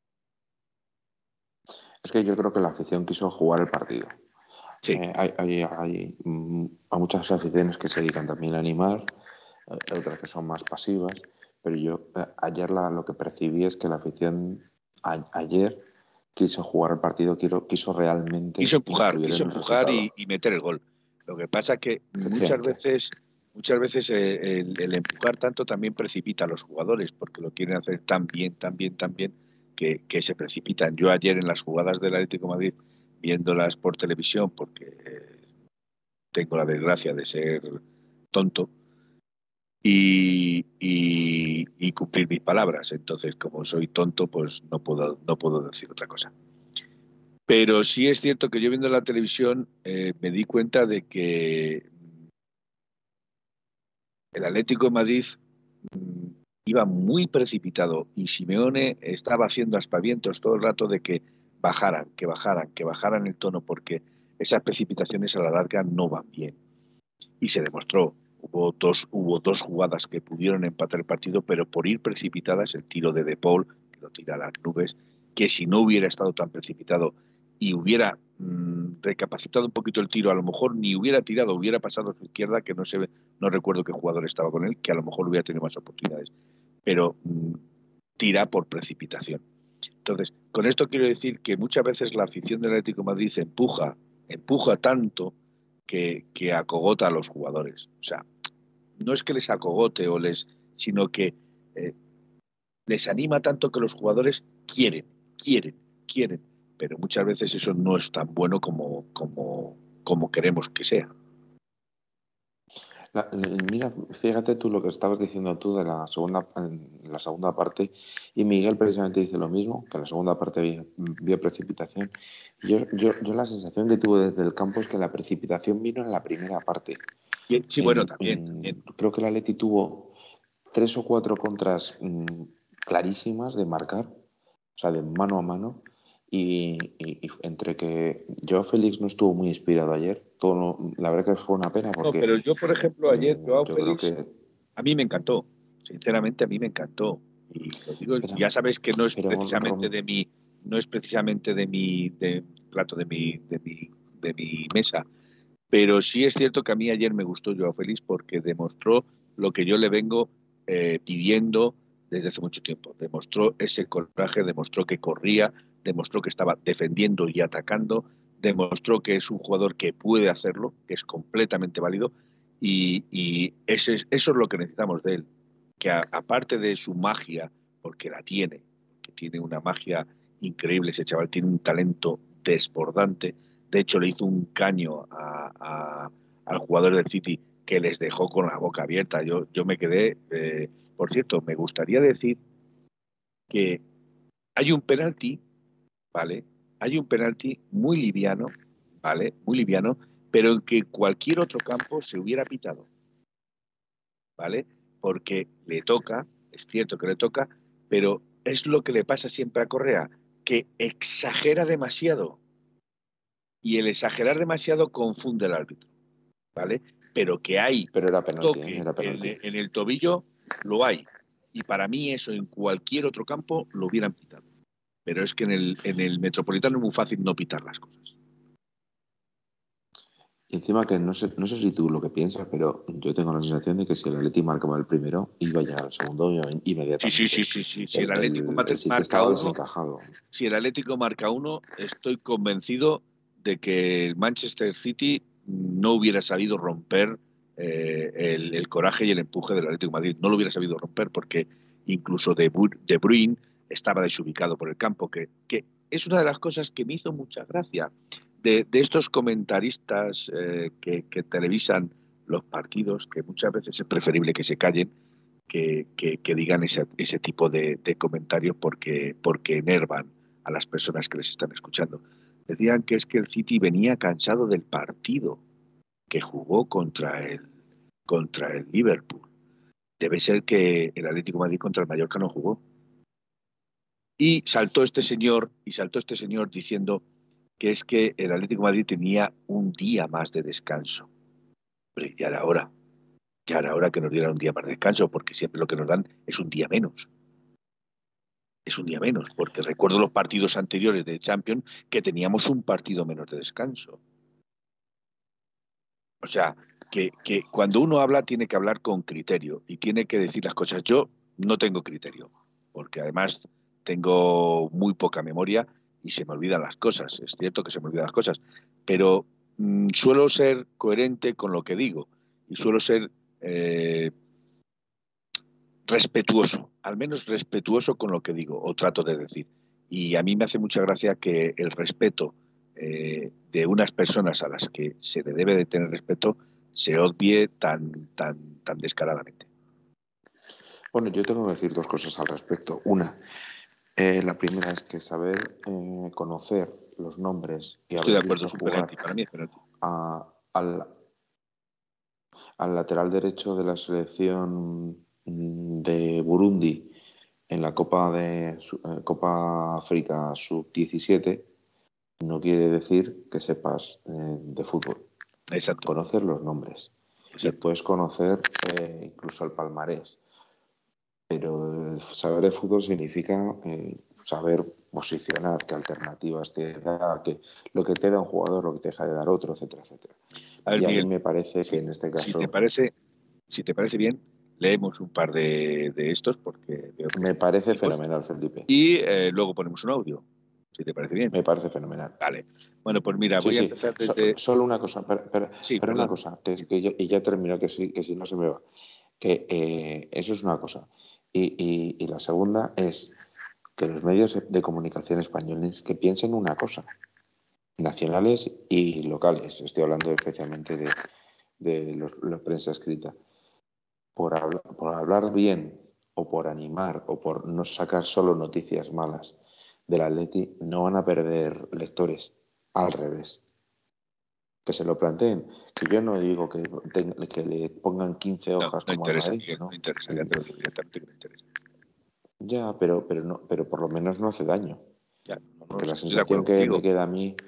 Es que yo creo que la afición quiso jugar el partido. Sí. Eh, hay, hay, hay, mm, hay muchas aficiones que se dedican también a animar, eh, otras que son más pasivas, pero yo eh, ayer la, lo que percibí es que la afición a, ayer quiso jugar el partido, quiso, quiso realmente quiso empujar, influir quiso en el empujar resultado. y, y meter el gol. Lo que pasa es que muchas veces, muchas veces eh, el, el empujar tanto también precipita a los jugadores, porque lo quieren hacer tan bien, tan bien, tan bien, que, que se precipitan. Yo ayer en las jugadas del Atlético de Madrid, viéndolas por televisión, porque eh, tengo la desgracia de ser tonto, y, y, y cumplir mis palabras. Entonces, como soy tonto, pues no puedo, no puedo decir otra cosa. Pero sí es cierto que yo viendo la televisión eh, me di cuenta de que el Atlético de Madrid mmm, iba muy precipitado y Simeone estaba haciendo aspavientos todo el rato de que bajaran, que bajaran, que bajaran el tono, porque esas precipitaciones a la larga no van bien. Y se demostró. Hubo dos, hubo dos jugadas que pudieron empatar el partido, pero por ir precipitadas, el tiro de De Paul, que lo tira a las nubes, que si no hubiera estado tan precipitado y hubiera mmm, recapacitado un poquito el tiro, a lo mejor ni hubiera tirado, hubiera pasado a su izquierda, que no se ve, no recuerdo qué jugador estaba con él, que a lo mejor hubiera tenido más oportunidades. Pero mmm, tira por precipitación. Entonces, con esto quiero decir que muchas veces la afición del Atlético de Madrid se empuja, empuja tanto que, que acogota a los jugadores. O sea, no es que les acogote o les, sino que eh, les anima tanto que los jugadores quieren, quieren, quieren, pero muchas veces eso no es tan bueno como, como, como queremos que sea. La- mira, fíjate tú lo que estabas diciendo tú de la segunda, en la segunda parte, y Miguel precisamente dice lo mismo, que en la segunda parte había, había precipitación. Yo, yo, yo la sensación que tuve desde el campo es que la precipitación vino en la primera parte. Y- sí, bueno, En- también, también. en- creo que el Atleti tuvo tres o cuatro contras mm, clarísimas de marcar, o sea, de mano a mano, y, y- y entre que Joao Félix no estuvo muy inspirado ayer, todo lo- la verdad que fue una pena No, porque pero yo, por ejemplo, ayer, mm, Joao yo creo Félix, que a mí me encantó. Sinceramente, a mí me encantó. Y lo digo, pero, ya sabes que no es pero precisamente Rom- de mi, no es precisamente de mi, de plato de mi, de mi, de mi mesa. Pero sí es cierto que a mí ayer me gustó Joao Félix porque demostró lo que yo le vengo eh, pidiendo desde hace mucho tiempo. Demostró ese coraje, demostró que corría, demostró que estaba defendiendo y atacando, demostró que es un jugador que puede hacerlo, que es completamente válido y, y ese es- eso es lo que necesitamos de él. Que a- aparte de su magia, porque la tiene, que tiene una magia increíble, ese chaval tiene un talento desbordante. De hecho, le hizo un caño a, a, al jugador del City que les dejó con la boca abierta. Yo, yo me quedé. Eh, por cierto, me gustaría decir que hay un penalti, ¿vale? Hay un penalti muy liviano, ¿vale? Muy liviano, pero en que cualquier otro campo se hubiera pitado, ¿vale? Porque le toca, es cierto que le toca, pero es lo que le pasa siempre a Correa, que exagera demasiado y el exagerar demasiado confunde al árbitro, ¿vale? Pero que hay pero era penalti, ¿eh? toque Era en, penalti. en el tobillo, lo hay. Y para mí eso en cualquier otro campo lo hubieran pitado. Pero es que en el, en el Metropolitano es muy fácil no pitar las cosas. Y encima que no sé, no sé si tú lo que piensas, pero yo tengo la sensación de que si el Atleti marcaba el primero, iba a llegar al segundo Sí, sí, inmediatamente. sí, sí, sí. Si el El, Atlético el, el City marca estaba uno, desencajado. si el Atlético marca uno, estoy convencido de que el Manchester City no hubiera sabido romper eh, el, el coraje y el empuje del Atlético de Madrid. No lo hubiera sabido romper porque incluso De, Bu- De Bruyne estaba desubicado por el campo, que, que es una de las cosas que me hizo mucha gracia de, de estos comentaristas eh, que, que televisan los partidos, que muchas veces es preferible que se callen que, que, que digan ese, ese tipo de, de comentarios porque, porque enervan a las personas que les están escuchando. Decían que es que el City venía cansado del partido que jugó contra el, contra el Liverpool. Debe ser que el Atlético de Madrid contra el Mallorca no jugó. Y saltó este señor, y saltó este señor diciendo que es que el Atlético de Madrid tenía un día más de descanso. Pero ya era hora, ya era hora que nos dieran un día más de descanso, porque siempre lo que nos dan es un día menos. Es un día menos, porque recuerdo los partidos anteriores de Champions que teníamos un partido menos de descanso. O sea, que, que cuando uno habla tiene que hablar con criterio y tiene que decir las cosas. Yo no tengo criterio, porque además tengo muy poca memoria y se me olvidan las cosas. Es cierto que se me olvidan las cosas, pero mmm, suelo ser coherente con lo que digo y suelo ser eh, respetuoso, al menos respetuoso con lo que digo o trato de decir. Y a mí me hace mucha gracia que el respeto eh, de unas personas a las que se le debe de tener respeto se obvie tan, tan, tan descaradamente. Bueno, yo tengo que decir dos cosas al respecto. Una, eh, la primera es que saber eh, conocer los nombres y Estoy de haber acuerdo, visto es un jugar penalti, para mí es penalti. a, al, al lateral derecho de la selección mm, de Burundi en la Copa de Su- eh, Copa África sub diecisiete no quiere decir que sepas eh, de fútbol. Exacto, Conocer los nombres y exacto. puedes conocer eh, incluso el palmarés, pero eh, saber de fútbol significa eh, saber posicionar, qué alternativas te da, que, lo que te da un jugador, lo que te deja de dar otro, etcétera, etcétera. A ver, Y a mí Miguel, me parece que si, en este si te caso parece, si te parece bien, leemos un par de, de estos porque veo que me estamos parece activos fenomenal, Felipe. y eh, luego ponemos un audio, si te parece bien. Me parece fenomenal. Vale. Bueno, pues mira, Sí, voy a sí. empezar So- desde... solo una cosa, pero, pero- Sí, pero una perdón. cosa, que, que yo- y ya termino, que si, que si no se me va. Que eh, eso es una cosa. Y, y- y la segunda es que los medios de comunicación españoles que piensen una cosa, nacionales y locales. Estoy hablando especialmente de, de los, la prensa escrita. Por, habla, por hablar bien o por animar o por no sacar solo noticias malas del Atleti, no van a perder lectores. Al revés. Que se lo planteen. Que yo no digo que, te, que le pongan quince No, hojas no como al interesa, Madrid. Miguel, ¿No? no interesa, ya te lo digo directamente que no interesa. Ya, pero, pero, no, pero por lo menos no hace daño. Ya, no, no, Porque la estoy de sensación acuerdo que contigo. me queda a mí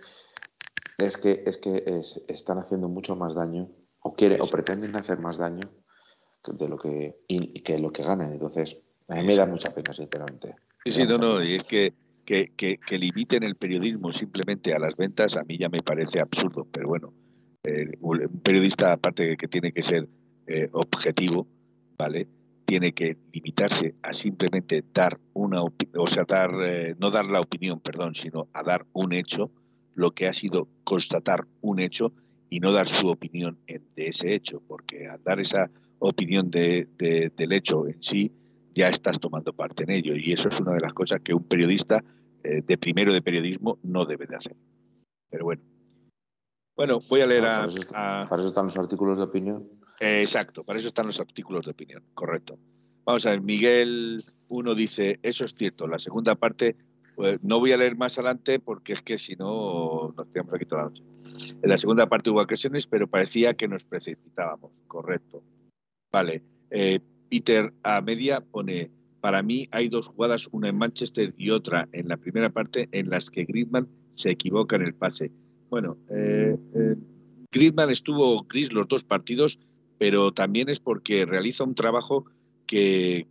es que, es que es, están haciendo mucho más daño o, quiere, Sí, o sí. pretenden hacer más daño de lo que, y, que lo que ganan. Entonces, a mí me Sí, da sí. mucha pena, sinceramente. Sí, Me da sí, no, mucha no, pena. y es que, que, que, que limiten el periodismo simplemente a las ventas, a mí ya me parece absurdo, pero bueno, eh, un periodista, aparte de que tiene que ser eh, objetivo, ¿vale? Tiene que limitarse a simplemente dar una opinión, o sea, dar, eh, no dar la opinión, perdón, sino a dar un hecho, lo que ha sido constatar un hecho y no dar su opinión en, de ese hecho, porque al dar esa opinión de, de, del hecho en sí, ya estás tomando parte en ello. Y eso es una de las cosas que un periodista eh, de primero de periodismo no debe de hacer. Pero bueno. Bueno, voy a leer Claro, a... para, eso, a... para eso están los artículos de opinión. Eh, exacto, para eso están los artículos de opinión, correcto. Vamos a ver, Miguel uno dice, eso es cierto, la segunda parte, pues, no voy a leer más adelante porque es que si no nos quedamos aquí toda la noche. En la segunda parte hubo agresiones, pero parecía que nos precipitábamos, correcto. Vale, eh, Peter a media pone, para mí hay dos jugadas, una en Manchester y otra en la primera parte en las que Griezmann se equivoca en el pase. Bueno, eh, eh, Griezmann estuvo gris los dos partidos, pero también es porque realiza un trabajo que,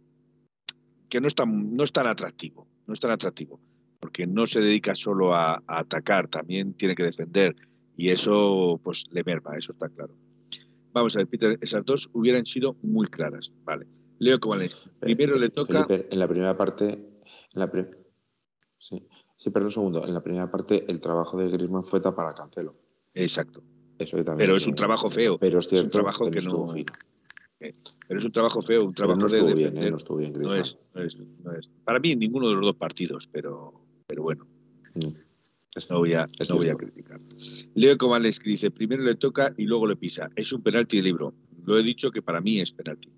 que no, es tan, no es tan atractivo, no es tan atractivo, porque no se dedica solo a, a atacar, también tiene que defender y eso pues le merma, eso está claro. Vamos a ver, Peter, esas dos hubieran sido muy claras. Vale. Leo Kowalski. Primero le toca. Felipe, en la primera parte, en la pri- sí, sí, perdón un segundo. En la primera parte, el trabajo de Griezmann fue tapar a Cancelo. Exacto. Eso también Pero hay es un que trabajo tenerlo. feo. Pero es Es un cierto trabajo que no que estuvo no. fino. eh, pero es un trabajo feo, un Pero no trabajo de estuvo bien, ¿eh? No defender. estuvo bien No Griezmann. es, no es, no es. Para mí, en ninguno de los dos partidos, pero, pero bueno. No. Es, No voy a, es no voy a cierto. criticar. Leo Kowalski dice: primero le toca y luego le pisa. Es un penalti de libro. Lo he dicho que para mí es penalti.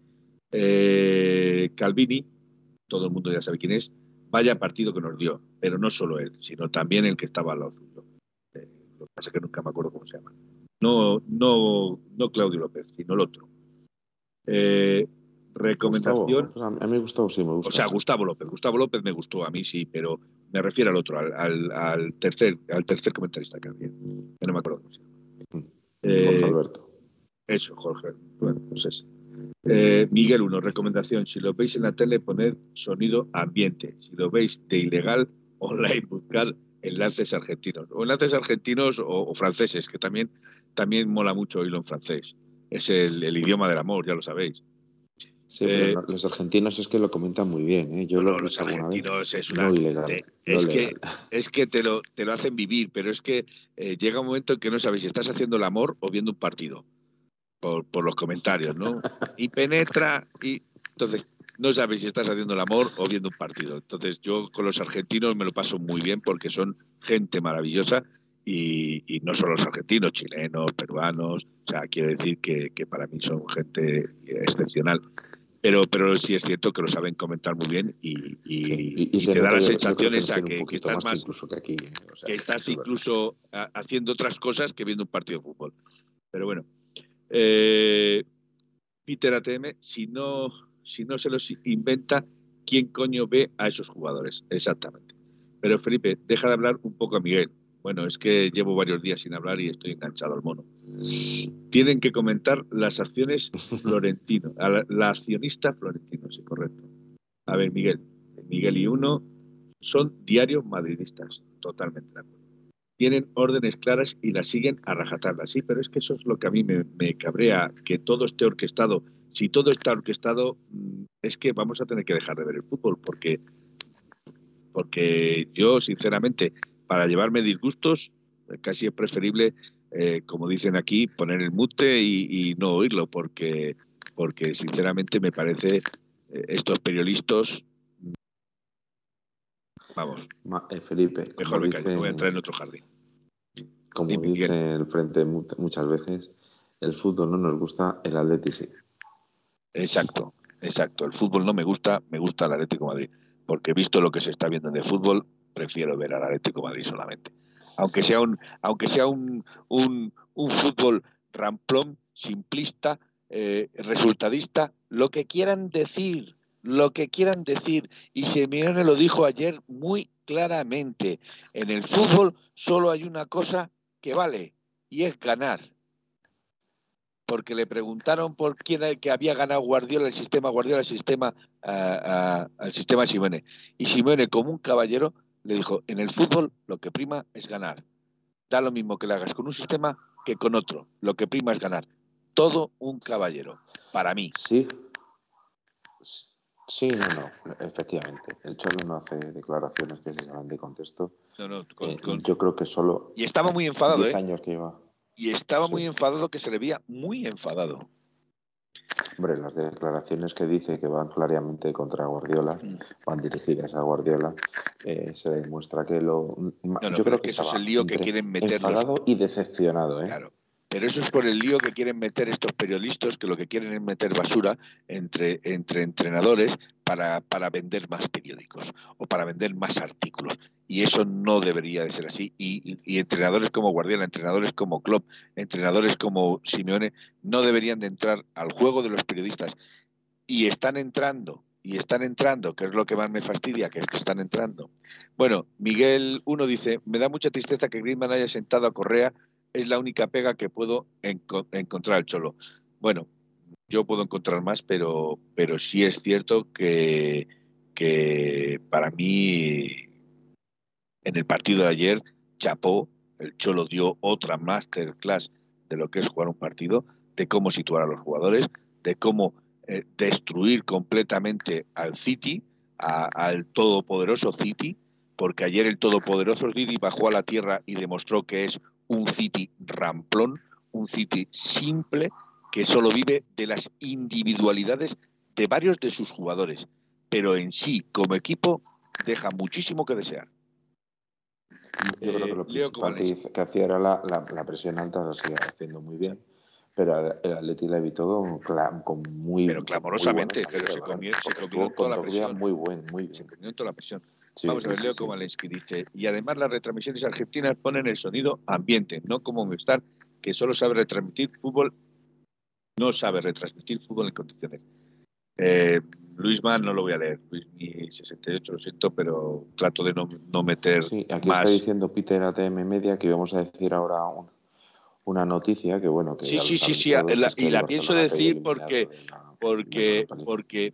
Eh, Calvini, todo el mundo ya sabe quién es, vaya partido que nos dio, pero no solo él, sino también el que estaba al lado suyo. Eh, lo que pasa es que nunca me acuerdo cómo se llama. No, no, no Claudio López, sino el otro. Eh, Gustavo, recomendación, pues a, mí, a mí Gustavo sí me o gusta. sea, Gustavo López. Gustavo López me gustó, a mí sí, pero me refiero al otro, al, al, al tercer, al tercer comentarista que había. Que no me acuerdo cómo se llama. Jorge Eh, Alberto. eso, Jorge. Bueno, pues ese. Eh, Miguel uno, recomendación, si lo veis en la tele, poner sonido ambiente. Si lo veis de ilegal, online, buscar enlaces argentinos. O enlaces argentinos o, o franceses, que también, también mola mucho oírlo en francés. Es el, el idioma del amor, ya lo sabéis. Sí, pero Eh, no, los argentinos es que lo comentan muy bien, ¿eh? Yo no, lo no, he los visto alguna vez. argentinos es una... No ilegal, te- no es que, legal. es que te lo, te lo hacen vivir, pero es que eh, llega un momento en que no sabes si estás haciendo el amor o viendo un partido. Por, por los comentarios, ¿no? Y penetra y entonces no sabes si estás haciendo el amor o viendo un partido. Entonces yo con los argentinos me lo paso muy bien porque son gente maravillosa y, y no solo los argentinos, chilenos, peruanos, o sea, quiero decir que, que para mí son gente excepcional. Pero, pero sí es cierto que lo saben comentar muy bien y, Sí, y, y, y y se te da nota, la yo, yo creo sensación que nos esa quiere un que, que poquito estás más que más, incluso que aquí, ¿eh? O sea, que eso estás es verdad. incluso a, haciendo otras cosas que viendo un partido de fútbol. Pero bueno, eh, Peter A T M, si no, si no se los inventa, ¿quién coño ve a esos jugadores? Exactamente. Pero Felipe, deja de hablar un poco a Miguel. Bueno, es que llevo varios días sin hablar y estoy enganchado al mono. Tienen que comentar las acciones Florentino, a la, la accionista Florentino, sí, correcto. A ver, Miguel, Miguel y uno son diarios madridistas, totalmente de acuerdo. Tienen órdenes claras y las siguen a rajatabla, sí, pero es que eso es lo que a mí me, me cabrea, que todo esté orquestado. Si todo está orquestado, es que vamos a tener que dejar de ver el fútbol, porque, porque yo, sinceramente, para llevarme disgustos, casi es preferible, eh, como dicen aquí, poner el mute y, y no oírlo, porque, porque sinceramente me parece eh, estos periodistas, vamos, Ma- eh, Felipe, mejor como me callo, no voy a dice, entrar en otro jardín. como Dime, Miguel. dice el frente mu- muchas veces, el fútbol no nos gusta, el Atleti sí. Exacto, exacto. El fútbol no me gusta, me gusta el Atlético de Madrid. Porque visto lo que se está viendo de fútbol, prefiero ver al Atlético de Madrid solamente. Aunque sea un, aunque sea un, un, un fútbol ramplón, simplista, eh, resultadista, lo que quieran decir, lo que quieran decir. Y Simeone lo dijo ayer muy claramente. En el fútbol solo hay una cosa que vale, y es ganar. Porque le preguntaron por quién era el que había ganado Guardiola, el sistema Guardiola, el sistema, uh, uh, el sistema Simeone. Y Simeone, como un caballero, le dijo, en el fútbol lo que prima es ganar. Da lo mismo que le hagas con un sistema que con otro. Lo que prima es ganar. Todo un caballero, para mí. Sí, sí, no, no, efectivamente. El Cholo no hace declaraciones que se salen de contexto. No, no, con, eh, con... Yo creo que solo y estaba muy enfadado, diez ¿eh? años que lleva. Y estaba Sí. muy enfadado, que se le veía muy enfadado. Hombre, las declaraciones que dice que van claramente contra Guardiola, mm. van dirigidas a Guardiola, eh, se demuestra que lo... No, no, yo creo es que, que eso estaba es el lío entre que quieren meter enfadado los... y decepcionado, ¿eh? Claro. Pero eso es por el lío que quieren meter estos periodistas, que lo que quieren es meter basura entre, entre entrenadores para, para vender más periódicos o para vender más artículos. Y eso no debería de ser así. Y, y entrenadores como Guardiola, entrenadores como Klopp, entrenadores como Simeone, no deberían de entrar al juego de los periodistas. Y están entrando, y están entrando, que es lo que más me fastidia, que es que están entrando. Bueno, Miguel uno dice, me da mucha tristeza que Griezmann haya sentado a Correa, es la única pega que puedo enco- encontrar al Cholo. Bueno, yo puedo encontrar más, pero, pero sí es cierto que, que para mí en el partido de ayer, chapó, el Cholo dio otra masterclass de lo que es jugar un partido, de cómo situar a los jugadores, de cómo eh, destruir completamente al City, a, al todopoderoso City, porque ayer el todopoderoso City bajó a la tierra y demostró que es un City ramplón, un City simple, que solo vive de las individualidades de varios de sus jugadores, pero en sí, como equipo, deja muchísimo que desear. Yo eh, creo que lo principal que, hizo, que hacía era la, la, la presión alta, lo sigue haciendo muy bien. Sí. Pero el Atleti la evitó con, con muy pero clamorosamente, muy pero se comió, se comió toda la presión. Muy buen, muy bien. Se comió toda la presión. Sí, Vamos sí, a ver, sí, Leo sí, Komalenski sí. dice, y además las retransmisiones argentinas ponen el sonido ambiente, no como Movistar, que solo sabe retransmitir fútbol, no sabe retransmitir fútbol en condiciones. Eh, Luis Mann no lo voy a leer, Luis mi sesenta y ocho, lo siento, pero trato de no, no meter sí, aquí más. está diciendo Peter A T M Media que íbamos a decir ahora un, una noticia que bueno, que sí, ya sí, lo sí, sabéis sí, todos, la, que es que y el la Barcelona pienso decir porque, de la, porque, de porque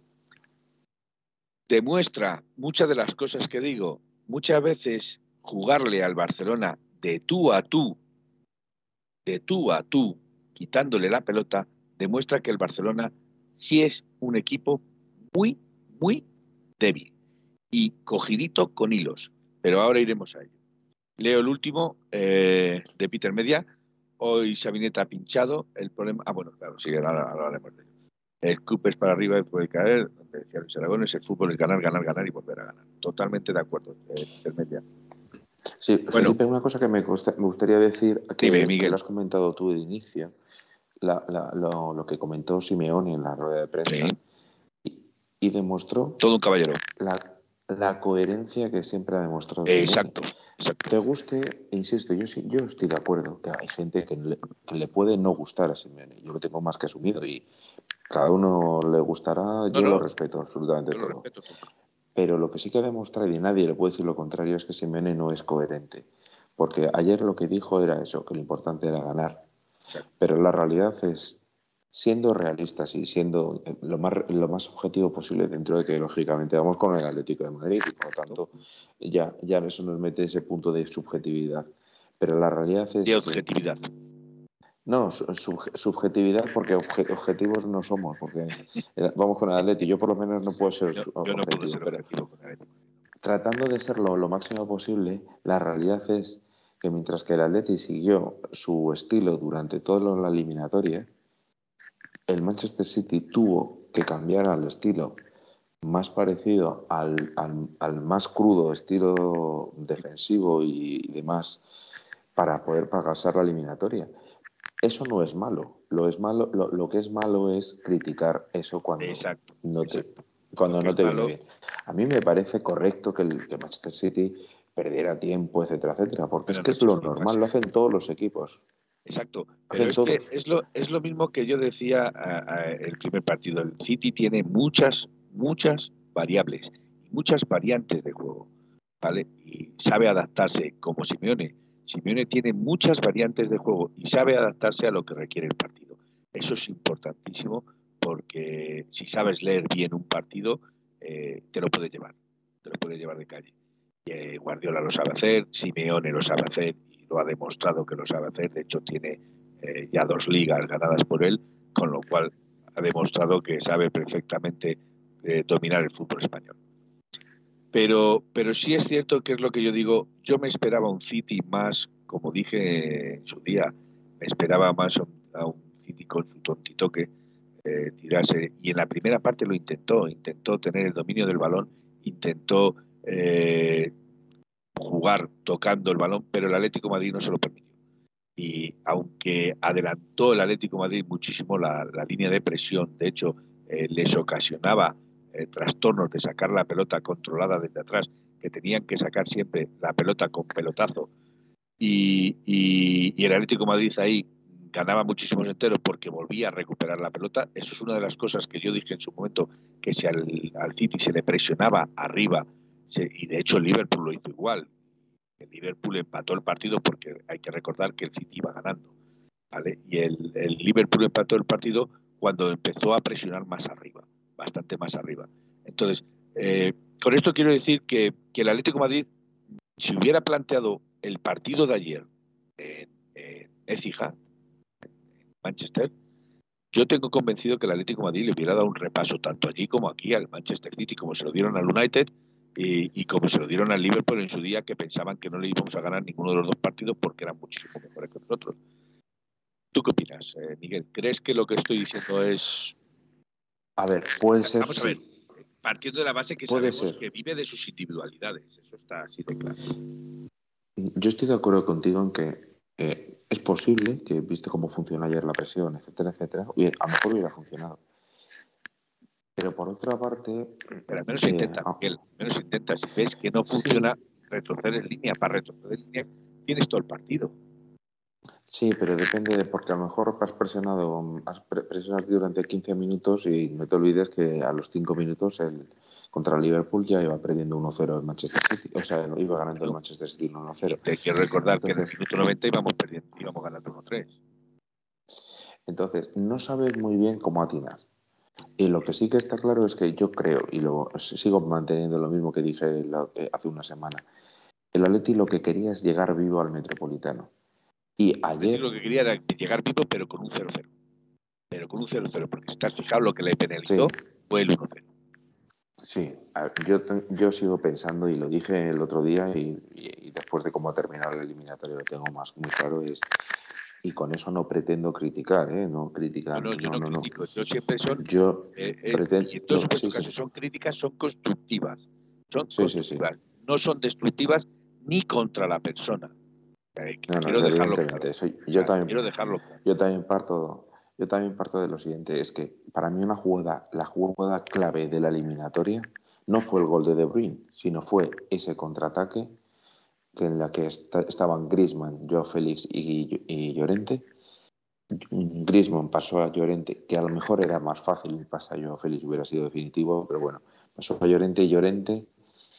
demuestra muchas de las cosas que digo. Muchas veces jugarle al Barcelona de tú a tú, de tú a tú, quitándole la pelota, demuestra que el Barcelona sí es un equipo muy, muy débil y cogidito con hilos. Pero ahora iremos a ello. Leo el último eh, de Peter Media. Hoy Sabineta ha pinchado. El problema. Ah, bueno, claro, sí, ahora, ahora haremos de ello. El club es para arriba y puede caer. Donde decía Luis Aragones, el fútbol es ganar, ganar, ganar y volver a ganar. Totalmente de acuerdo, eh, Peter Media. Sí, bueno, Felipe, una cosa que me, gusta, me gustaría decir, que, dime, Miguel. que lo has comentado tú de inicio, la, la, lo, lo que comentó Simeone en la rueda de prensa, sí. y, y demostró todo un caballero. La, la coherencia que siempre ha demostrado eh, exacto, exacto. Te guste, insisto, yo, yo estoy de acuerdo que hay gente que le, que le puede no gustar a Simeone, yo lo tengo más que asumido y cada uno le gustará, no, yo no, lo respeto absolutamente yo todo. Lo respeto todo. Pero lo que sí que ha demostrado, y nadie le puede decir lo contrario, es que Simeone no es coherente. Porque ayer lo que dijo era eso, que lo importante era ganar. Exacto. Pero la realidad es, siendo realistas y siendo lo más, lo más objetivo posible, dentro de que lógicamente vamos con el Atlético de Madrid y por lo tanto ya, ya eso nos mete ese punto de subjetividad. Pero la realidad es... De objetividad. Que, no, sub, subjetividad porque obje, objetivos no somos, porque vamos con el Atleti. Yo por lo menos no puedo ser yo, objetivo. Yo no puedo ser pero objetivo con el Atleti. Tratando de serlo lo máximo posible, la realidad es que mientras que el Atleti siguió su estilo durante toda la eliminatoria, el Manchester City tuvo que cambiar al estilo más parecido al, al, al más crudo estilo defensivo y, y demás para poder pasar la eliminatoria. eso no es malo. Lo, es malo lo, lo que es malo es criticar eso cuando Exacto, no te, exacto. cuando Lo que no es te viene malo, bien. A mí me parece correcto que el que Manchester City perdiera tiempo, etcétera, etcétera, porque es buenas que es noches, lo Felipe. normal, lo hacen todos los equipos. Exacto, pero Hacen es que todos. es lo, es lo mismo que yo decía a, a el primer partido. El City tiene muchas, muchas variables, muchas variantes de juego, ¿vale? Y sabe adaptarse como Simeone. Simeone tiene muchas variantes de juego y sabe adaptarse a lo que requiere el partido. Eso es importantísimo porque si sabes leer bien un partido, eh, te lo puede llevar, te lo puede llevar de calle. Eh, Guardiola lo sabe hacer, Simeone lo sabe hacer y lo ha demostrado que lo sabe hacer. De hecho, tiene eh, ya dos ligas ganadas por él, con lo cual ha demostrado que sabe perfectamente eh, dominar el fútbol español. Pero, pero sí es cierto que es lo que yo digo, yo me esperaba un City más, como dije en su día, me esperaba más a un, a un City con su tontito que eh, tirarse, y en la primera parte lo intentó, intentó tener el dominio del balón, intentó eh, jugar tocando el balón, pero el Atlético de Madrid no se lo permitió. Y aunque adelantó el Atlético de Madrid muchísimo la, la línea de presión, de hecho eh, les ocasionaba eh, trastornos de sacar la pelota controlada desde atrás, que tenían que sacar siempre la pelota con pelotazo, y, y, y el Atlético de Madrid ahí ganaba muchísimos enteros porque volvía a recuperar la pelota. Eso es una de las cosas que yo dije en su momento, que si al, al City se le presionaba arriba, se, y de hecho el Liverpool lo hizo igual. El Liverpool empató el partido porque hay que recordar que el City iba ganando, ¿vale? Y el, el Liverpool empató el partido cuando empezó a presionar más arriba, bastante más arriba. Entonces, eh, con esto quiero decir que, que el Atlético de Madrid, si hubiera planteado el partido de ayer en, en Écija, en Manchester, yo tengo convencido que el Atlético de Madrid le hubiera dado un repaso tanto allí como aquí al Manchester City, como se lo dieron al United y, y como se lo dieron al Liverpool en su día, que pensaban que no le íbamos a ganar ninguno de los dos partidos porque eran muchísimo mejores que nosotros. ¿Tú qué opinas, eh, Miguel? ¿Crees que lo que estoy diciendo es... A ver, puede ser, Vamos a ver, sí. partiendo de la base que Puede sabemos ser. que vive de sus individualidades, eso está así de claro. Yo estoy de acuerdo contigo en que eh, es posible que, viste cómo funciona ayer la presión, etcétera, etcétera, hubiera- a lo mejor hubiera funcionado. Pero por otra parte, Pero al menos se eh, intenta, ah, Miguel, al menos se intenta. Si ves que no sí, funciona, retroceder en línea. Para retroceder en línea tienes todo el partido. sí, pero depende de, porque a lo mejor has presionado, has pre- presionado durante quince minutos y no te olvides que a los cinco minutos el, contra el Liverpool ya iba perdiendo uno cero el Manchester City, o sea, iba ganando el Bueno, Manchester City uno y cero. te quiero recordar que en el Entonces, minuto noventa íbamos perdiendo, íbamos ganando uno tres. entonces, no sabes muy bien cómo atinar. Y lo que sí que está claro es que yo creo, y lo sigo manteniendo lo mismo que dije la- eh, hace una semana, el Atleti lo que quería es llegar vivo al Metropolitano. Y El Betis ayer, lo que quería era llegar vivo, pero con un cero cero. Pero con un cero cero, porque si te has fijado, lo que le penalizó sí, fue el uno cero. sí, a ver, yo, te- yo sigo pensando, y lo dije el otro día, y, y- y después de cómo ha terminado el eliminatorio lo tengo más muy claro, es, y con eso no pretendo criticar, ¿eh? No No, criticar, no, yo no, no no, no. critico. Yo siempre son, Yo eh, eh, y en todo pretendo, supuesto sí, sí, caso, son críticas, son constructivas. Son sí, sí, sí. constructivas. No son destructivas ni contra la persona. Eh, No, no, quiero dejarlo claro. evidentemente. Eso, O yo sea, también, quiero dejarlo claro. yo también parto, yo también parto de lo siguiente, es que para mí una jugada, la jugada clave de la eliminatoria no fue el gol de De Bruyne, sino fue ese contraataque que en la que esta- estaban Griezmann, Joao Félix y, y Llorente. Griezmann pasó a Llorente, que a lo mejor era más fácil el pase a Joao Félix, hubiera sido definitivo, pero bueno, pasó a Llorente y Llorente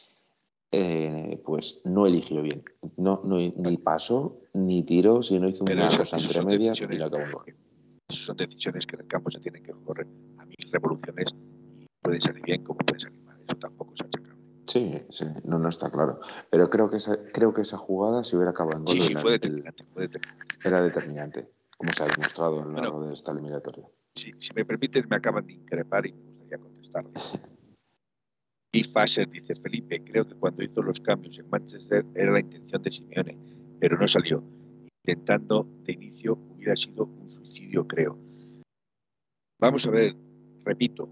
eh, pues no eligió bien. No, no, ni pasó, ni tiró, sino hizo Pero una eso, cosa eso entre son medias y decisiones, la acabó en gol. eso son decisiones que en el campo se tienen que correr. A mí revoluciones pueden salir bien como pueden salir mal. Eso tampoco es achacable. Sí, sí, no, no está claro. Pero creo que esa, creo que esa jugada, si hubiera acabado en Sí, gol, sí, era, fue el- determinante, fue determinante. era determinante, como se ha demostrado a lo Bueno, largo de esta eliminatoria. si, si me permites, me acaban de increpar y me gustaría contestarle. Y Fasher dice: Felipe, creo que cuando hizo los cambios en Manchester era la intención de Simeone, pero no salió. Intentando de inicio hubiera sido un suicidio, creo. Vamos a ver, repito,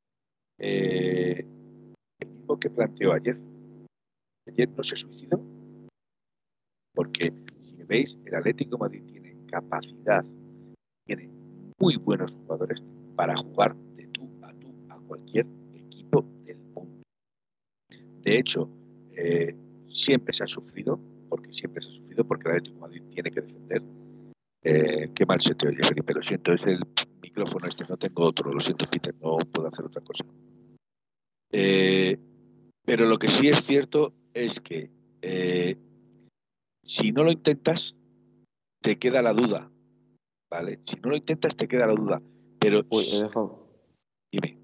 eh, el mismo que planteó ayer. Ayer no se suicidó, porque si me veis, el Atlético de Madrid tiene capacidad tiene muy buenos jugadores para jugar de tú a tú a cualquier equipo del mundo. De hecho, eh, siempre se ha sufrido, porque siempre se ha sufrido, porque el Atlético de Madrid tiene que defender. Eh, qué mal se te oye, Felipe, lo siento, es el micrófono este, no tengo otro, lo siento, Peter, no puedo hacer otra cosa. Eh, pero lo que sí es cierto es que eh, si no lo intentas, te queda la duda, ¿vale? Si no lo intentas, te queda la duda. Pero, Uy, he dejado. dime,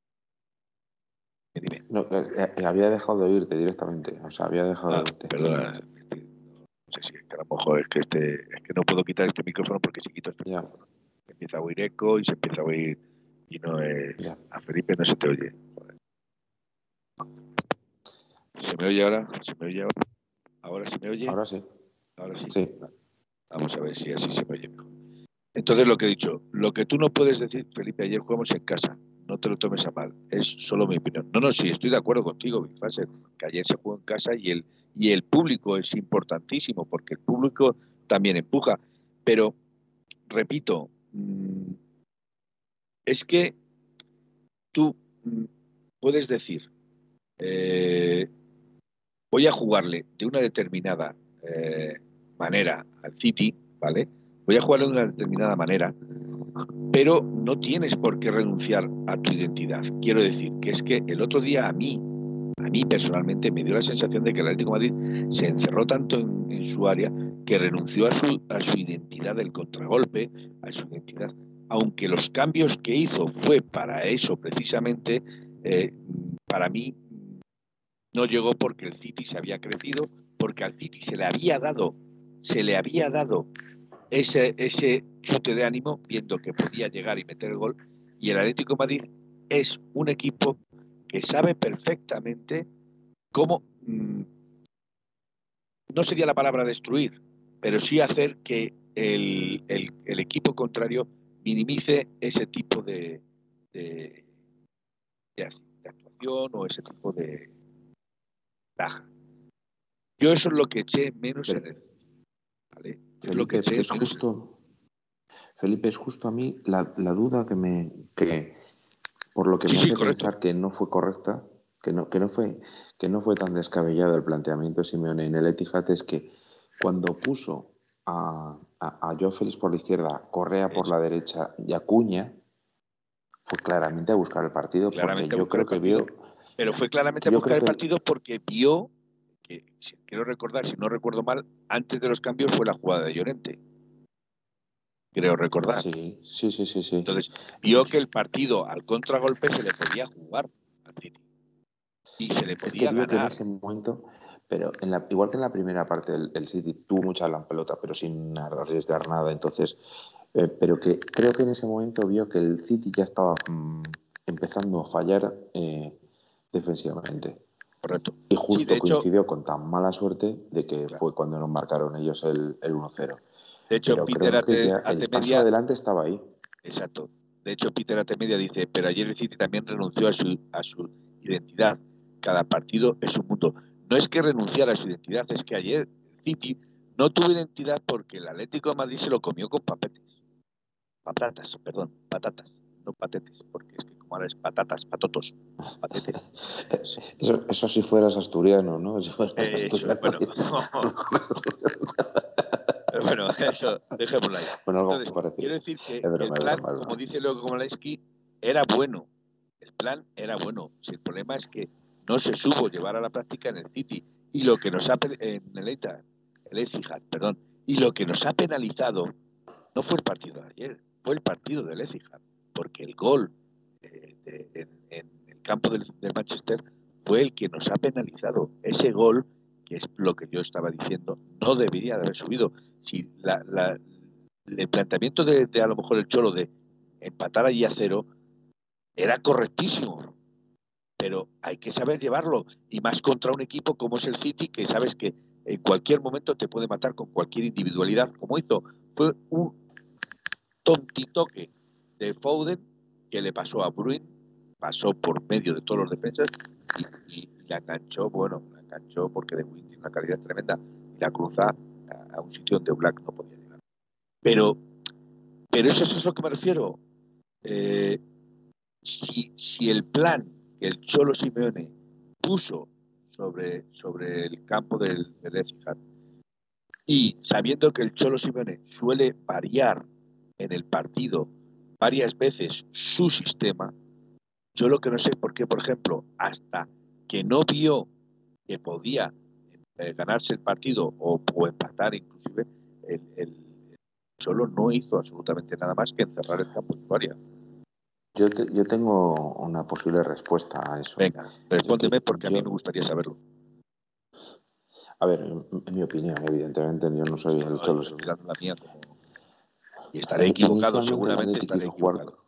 dime. No, eh, eh, había dejado de oírte directamente. O sea, había dejado Ah, de oírte. perdona, no sé si es que a lo mejor es que, este, es que no puedo quitar este micrófono porque si quito este Ya, micrófono empieza a oír eco y se empieza a oír y no es... ya. A Felipe no se te oye. Joder. ¿Se me oye ahora? ¿Se me oye ahora? ¿Ahora se me oye? Ahora sí. Ahora sí. Sí. Vamos a ver si así se me oye mejor. Entonces, lo que he dicho, lo que tú no puedes decir, Felipe, ayer jugamos en casa, no te lo tomes a mal, es solo mi opinión. No, no, sí, estoy de acuerdo contigo, Big Fraser, que ayer se jugó en casa y el, y el público es importantísimo, porque el público también empuja. Pero, repito, mmm, es que tú mmm, puedes decir, eh, voy a jugarle de una determinada eh, manera al City, ¿vale? Voy a jugarle de una determinada manera, pero no tienes por qué renunciar a tu identidad. Quiero decir que es que el otro día a mí, a mí personalmente me dio la sensación de que el Atlético de Madrid se encerró tanto en, en su área que renunció a su, a su identidad del contragolpe, a su identidad, aunque los cambios que hizo fue para eso precisamente, eh, para mí no llegó porque el City se había crecido, porque al City se le había dado, se le había dado ese, ese chute de ánimo, viendo que podía llegar y meter el gol. Y el Atlético de Madrid es un equipo que sabe perfectamente cómo, mmm, no sería la palabra destruir, pero sí hacer que el, el, el equipo contrario minimice ese tipo de, de, de, de actuación o ese tipo de ventaja. Yo eso es lo que eché menos Pero, en el... ¿vale? Es lo que Felipe, eché es menos en el... justo. Felipe, es justo a mí la, la duda que me. Que, por lo que Sí, me sí, hace correcto. pensar que no fue correcta, que no, que no fue, que no fue tan descabellado el planteamiento de Simeone en el Etihad, es que cuando puso a, a, a Joao Félix por la izquierda, Correa por Eso. la derecha y Acuña, fue claramente a buscar el partido, porque Claramente a yo buscar creo el que partido. vio, Pero fue claramente que a yo buscar creo el que el, partido porque vio, que si quiero recordar, si no recuerdo mal, antes de los cambios fue la jugada de Llorente, creo recordar. sí, sí, sí, sí, sí. Entonces, vio que el partido al contragolpe se le podía jugar al City y se le Es que podía vio que en ganar. ese momento, pero en la, igual que en la primera parte el, el City tuvo mucha la pelota, pero sin arriesgar nada, entonces, eh, pero que creo que en ese momento vio que el City ya estaba mm, empezando a fallar eh, defensivamente. Correcto. Y Sí, de justo hecho, coincidió con tan mala suerte de que claro. fue cuando nos marcaron ellos el, el uno cero. De hecho, Pero Peter creo que Ate, ya el paso Atemedia, adelante estaba ahí. exacto. De hecho, Peter Atemedia dice, pero ayer el City también renunció a su, a su identidad. Cada partido es un mundo. No es que renunciara a su identidad, es que ayer el City no tuvo identidad porque el Atlético de Madrid se lo comió con papetes. Patatas, perdón, patatas, no patetes, porque es que como ahora es patatas, patotos, patetes. Eso, eso si fueras asturiano, ¿no? Si fueras Eh, eso, asturiano. bueno, bueno, eso, dejémoslo ahí. Bueno, algo Entonces, quiero parecido. decir que, Es que el broma, es plan, broma, es como broma. dice Leo Komaleski, era bueno. El plan era bueno. Si el problema es que no se supo llevar a la práctica en el City y lo que nos ha en el Etihad, el Etihad, perdón, y lo que nos ha penalizado no fue el partido de ayer, fue el partido del Etihad, porque el gol eh, de, en, en, el campo del, del Manchester fue el que nos ha penalizado. Ese gol, que es lo que yo estaba diciendo, no debería de haber subido. Si la, la, el planteamiento de, de a lo mejor el Cholo de empatar allí a cero era correctísimo, pero hay que saber llevarlo, y más contra un equipo como es el City, que sabes que en cualquier momento te puede matar con cualquier individualidad, como hizo. Fue un tontitoque de Foden que le pasó a Bruin, pasó por medio de todos los defensas y, y, y la enganchó, bueno, la enganchó porque De Bruyne tiene una calidad tremenda y la cruza a, a un sitio donde Black no podía llegar. Pero Pero eso, eso es lo que me refiero. Eh, si, si el plan que el Cholo Simeone puso sobre, sobre el campo del, del Etihad, y sabiendo que el Cholo Simeone suele variar en el partido varias veces su sistema, yo lo que no sé por qué, por ejemplo, hasta que no vio que podía eh, ganarse el partido o, o empatar inclusive, el, el, el Cholo no hizo absolutamente nada más que encerrar el campo en su área. Yo, te- yo tengo una posible respuesta a eso. Venga, Es respóndeme que porque a mí yo, me gustaría saberlo. a ver, en, en mi opinión, evidentemente, yo no soy No, el no, yo Cholo. estoy dando la mía como... Y estaré Eh, equivocado, inicialmente el seguramente Athletic estaré quiso jugar. equivocado.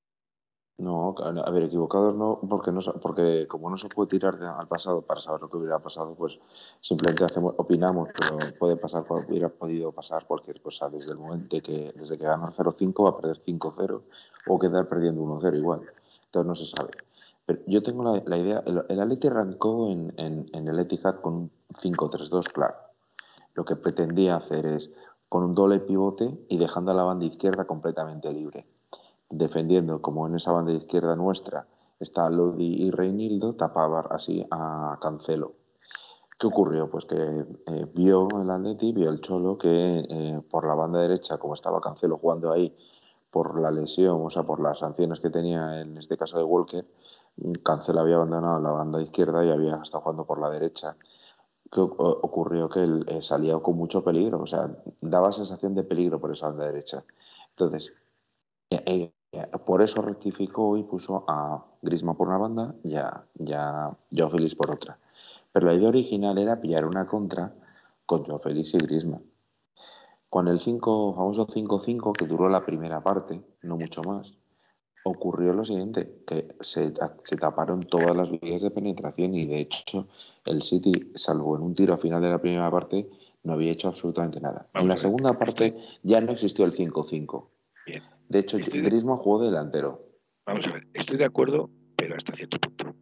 No, a ver, equivocados no, porque no, porque como no se puede tirar de- al pasado para saber lo que hubiera pasado, pues simplemente hacemos, opinamos, pero puede pasar, hubiera podido pasar cualquier cosa desde el momento de que, desde que ganó cero cinco va a perder cinco cero o quedar perdiendo uno cero igual. Entonces no se sabe. Pero yo tengo la, la idea, el, el Atleti arrancó en, en, en el Etihad con un cinco tres dos, claro. Lo que pretendía hacer es con un doble pivote y dejando a la banda izquierda completamente libre, defendiendo, como en esa banda izquierda nuestra está Lodi y Reinildo, tapaba así a Cancelo. ¿Qué ocurrió? Pues que eh, vio el Atleti, vio el Cholo que eh, por la banda derecha, como estaba Cancelo jugando ahí por la lesión, o sea, por las sanciones que tenía en este caso de Walker, Cancelo había abandonado la banda izquierda y había estado jugando por la derecha. ¿Qué ocurrió? Que él eh, salía con mucho peligro, o sea, daba sensación de peligro por esa banda derecha. Entonces, eh, eh, por eso rectificó y puso a Griezmann por una banda y a, y a Joao Félix por otra. Pero la idea original era pillar una contra con Joao Félix y Griezmann. Con el cinco, famoso cinco cinco, que duró la primera parte, no mucho más, ocurrió lo siguiente, que se, se taparon todas las vías de penetración y de hecho el City, salvo en un tiro a final de la primera parte, no había hecho absolutamente nada. En Vamos la a ver, segunda estoy parte ya no existió el cinco cinco. bien. De hecho, Estoy de, Griezmann jugó delantero. vamos a ver, estoy de acuerdo, pero hasta cierto punto.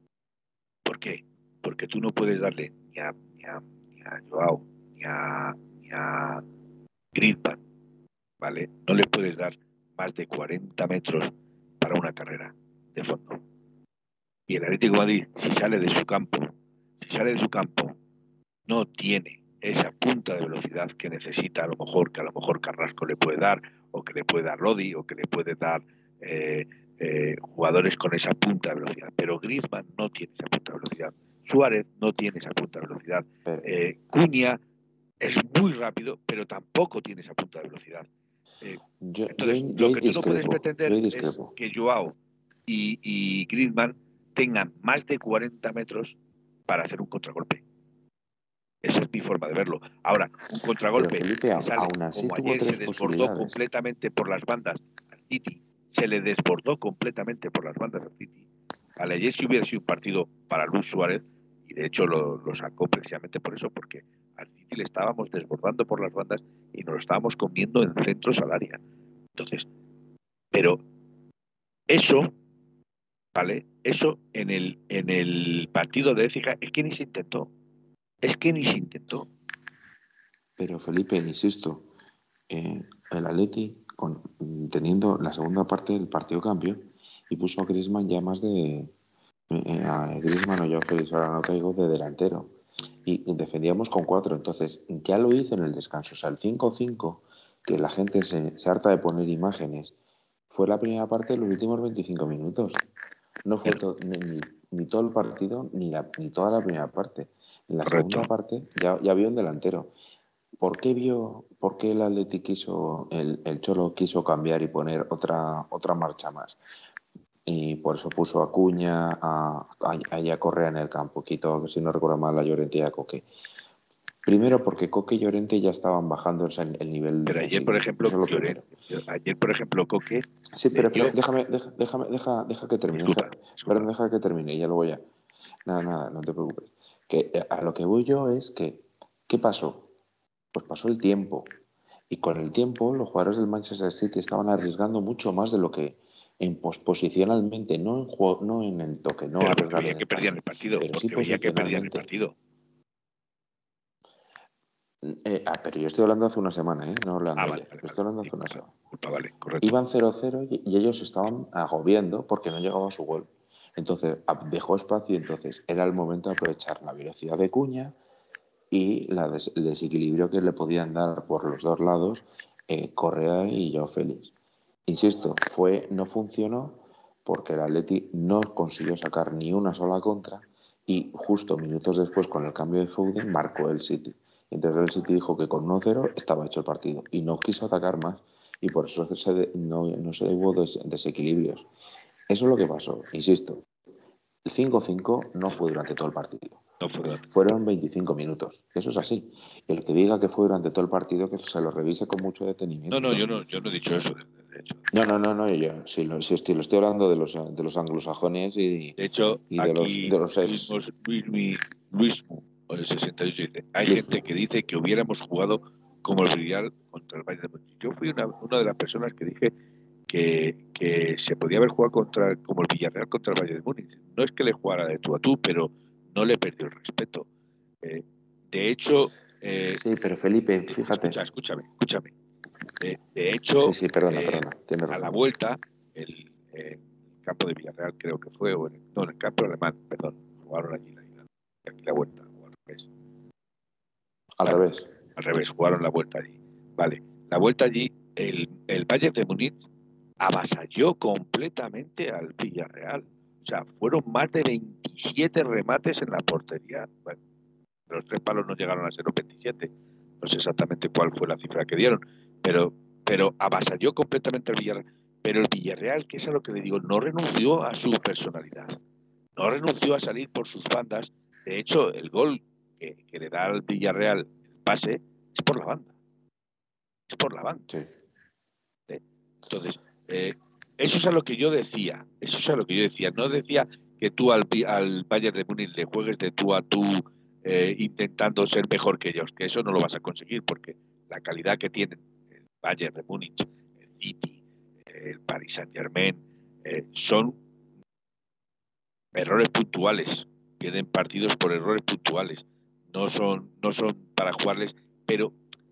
¿Por qué? Porque tú no puedes darle ni a, ni a, ni a Joao, ni a, ni a Griezmann, ¿vale? No le puedes dar más de cuarenta metros para una carrera de fondo. Y el Atlético de Madrid, si sale de su campo, si sale de su campo, no tiene esa punta de velocidad que necesita, a lo mejor, que a lo mejor Carrasco le puede dar, o que le puede dar Lodi, o que le puede dar eh, eh, jugadores con esa punta de velocidad. Pero Griezmann no tiene esa punta de velocidad. Suárez no tiene esa punta de velocidad. Pero Eh, Cunha es muy rápido, pero tampoco tiene esa punta de velocidad. Eh, yo, yo, entonces, yo lo ahí que tú no puedes discrepo, yo pretender ahí es discrepo. que Joao y, y Griezmann tengan más de cuarenta metros para hacer un contragolpe. Esa es mi forma de verlo. Ahora, un Pero contragolpe Felipe, que sale, aún así como tuvo ayer se tres desbordó posibilidades. completamente por las bandas al City, se le desbordó completamente por las bandas al City. Vale, ayer si hubiera sido un partido para Luis Suárez, y de hecho lo, lo sacó precisamente por eso, porque al City le estábamos desbordando por las bandas y nos lo estábamos comiendo en centros al área. Entonces, pero eso, ¿vale? Eso en el, en el partido de Écija es que ni se intentó. Es que ni se intentó. Pero Felipe, insisto, eh, el Atleti, con, teniendo la segunda parte del partido cambio, y puso a Griezmann ya más de... Eh, a Griezmann o yo, Félix, ahora no caigo, de delantero. Y, y defendíamos con cuatro, entonces ya lo hizo en el descanso. O sea, el cinco cinco, que la gente se, se harta de poner imágenes, fue la primera parte de los últimos veinticinco minutos. No fue to, ni, ni, todo el partido ni, la, ni toda la primera parte. En la Correcto. segunda parte ya, ya había un delantero. ¿Por qué vio, por qué el Atleti quiso, el, el Cholo quiso cambiar y poner otra, otra marcha más? Y por eso puso a Cuña, a, a, a Correa en el campo, quitó, si no recuerdo mal, a Llorente y a Coque. Primero porque Coque y Llorente ya estaban bajando, o sea, el nivel Pero ayer, defensivo. por ejemplo, Eso es lo primero. Llorente, ayer, por ejemplo, Coque Sí, le pero dio... déjame, deja, déjame, deja, deja que termine. Disculpa, Deja, disculpa. perdón, deja que termine y ya lo voy a... Nada, nada, no te preocupes. Que eh, a lo que voy yo es que, ¿qué pasó? Pues pasó el tiempo. Y con el tiempo los jugadores del Manchester City estaban arriesgando mucho más de lo que en posicionalmente, no en, juego, no en el toque, no Pero porque arriesgar veía en que el perdían pase, el partido, pero sí porque veía que perdían el posicionalmente. partido. Eh, ah, pero yo estoy hablando hace una semana, ¿eh? No hablando Ah, vale, ayer. vale, Yo vale. estoy hablando Sí, hace una culpa, semana. culpa, vale, correcto. Iban cero cero y, y ellos estaban agobiando porque no llegaba su gol. Entonces dejó espacio y entonces era el momento de aprovechar la velocidad de Cuña y la des el desequilibrio que le podían dar por los dos lados eh, Correa y Joao Félix. Insisto, fue, no funcionó porque el Atleti no consiguió sacar ni una sola contra y justo minutos después con el cambio de Foden marcó el City. Entonces el City dijo que con uno cero estaba hecho el partido y no quiso atacar más y por eso se de, no, no se hubo des, desequilibrios. Eso es lo que pasó, insisto. El cinco cinco no fue durante todo el partido. No fue durante. Fueron veinticinco minutos. Eso es así. El que diga que fue durante todo el partido, que se lo revise con mucho No, no, detenimiento. yo no, yo no he dicho eso, de, de hecho. No, no, no, no, yo sí, lo, sí estoy, lo estoy hablando de los, de los anglosajones y, De hecho, y de los, aquí de los ex. tuvimos Luis, Luis, Luis o el sesenta y ocho dice, hay Luis. gente que dice que hubiéramos jugado como el Villarreal contra el Bayern de Múnich. Yo fui una, una de las personas que dije que, que se podía haber jugado contra, como el Villarreal contra el Bayern de Múnich. No es que le jugara de tú a tú, pero no le perdió el respeto. Eh, de hecho... Eh, Sí, pero Felipe, fíjate. Escucha, escúchame, escúchame. De, de hecho, Sí, sí, perdona, eh, perdona, tienes a la razón. vuelta, el, eh, campo de Villarreal creo que fue, o en, no, en el campo alemán, perdón, jugaron allí la ida, y aquí la vuelta, o al revés. Al Claro, revés. al revés, jugaron la vuelta allí. Vale, la vuelta allí, el, el Bayern de Múnich avasalló completamente al Villarreal. O sea, fueron más de veintisiete remates en la portería. Bueno, los tres palos no llegaron a ser los veintisiete. No sé exactamente cuál fue la cifra que dieron, pero, pero avasalló completamente al Villarreal. Pero el Villarreal, que es a lo que le digo, no renunció a su personalidad, no renunció a salir por sus bandas. De hecho, el gol que, que le da al Villarreal el pase es por la banda. Es por la banda. Sí. ¿Eh? Entonces, eh, eso es a lo que yo decía. Eso es a lo que yo decía. No decía que tú al, al Bayern de Múnich le juegues de tú a tú eh, intentando ser mejor que ellos, que eso no lo vas a conseguir porque la calidad que tienen el Bayern de Múnich, el City, el Paris Saint Germain, eh, son errores puntuales, pierden partidos por errores puntuales, no son, no son para jugarles, pero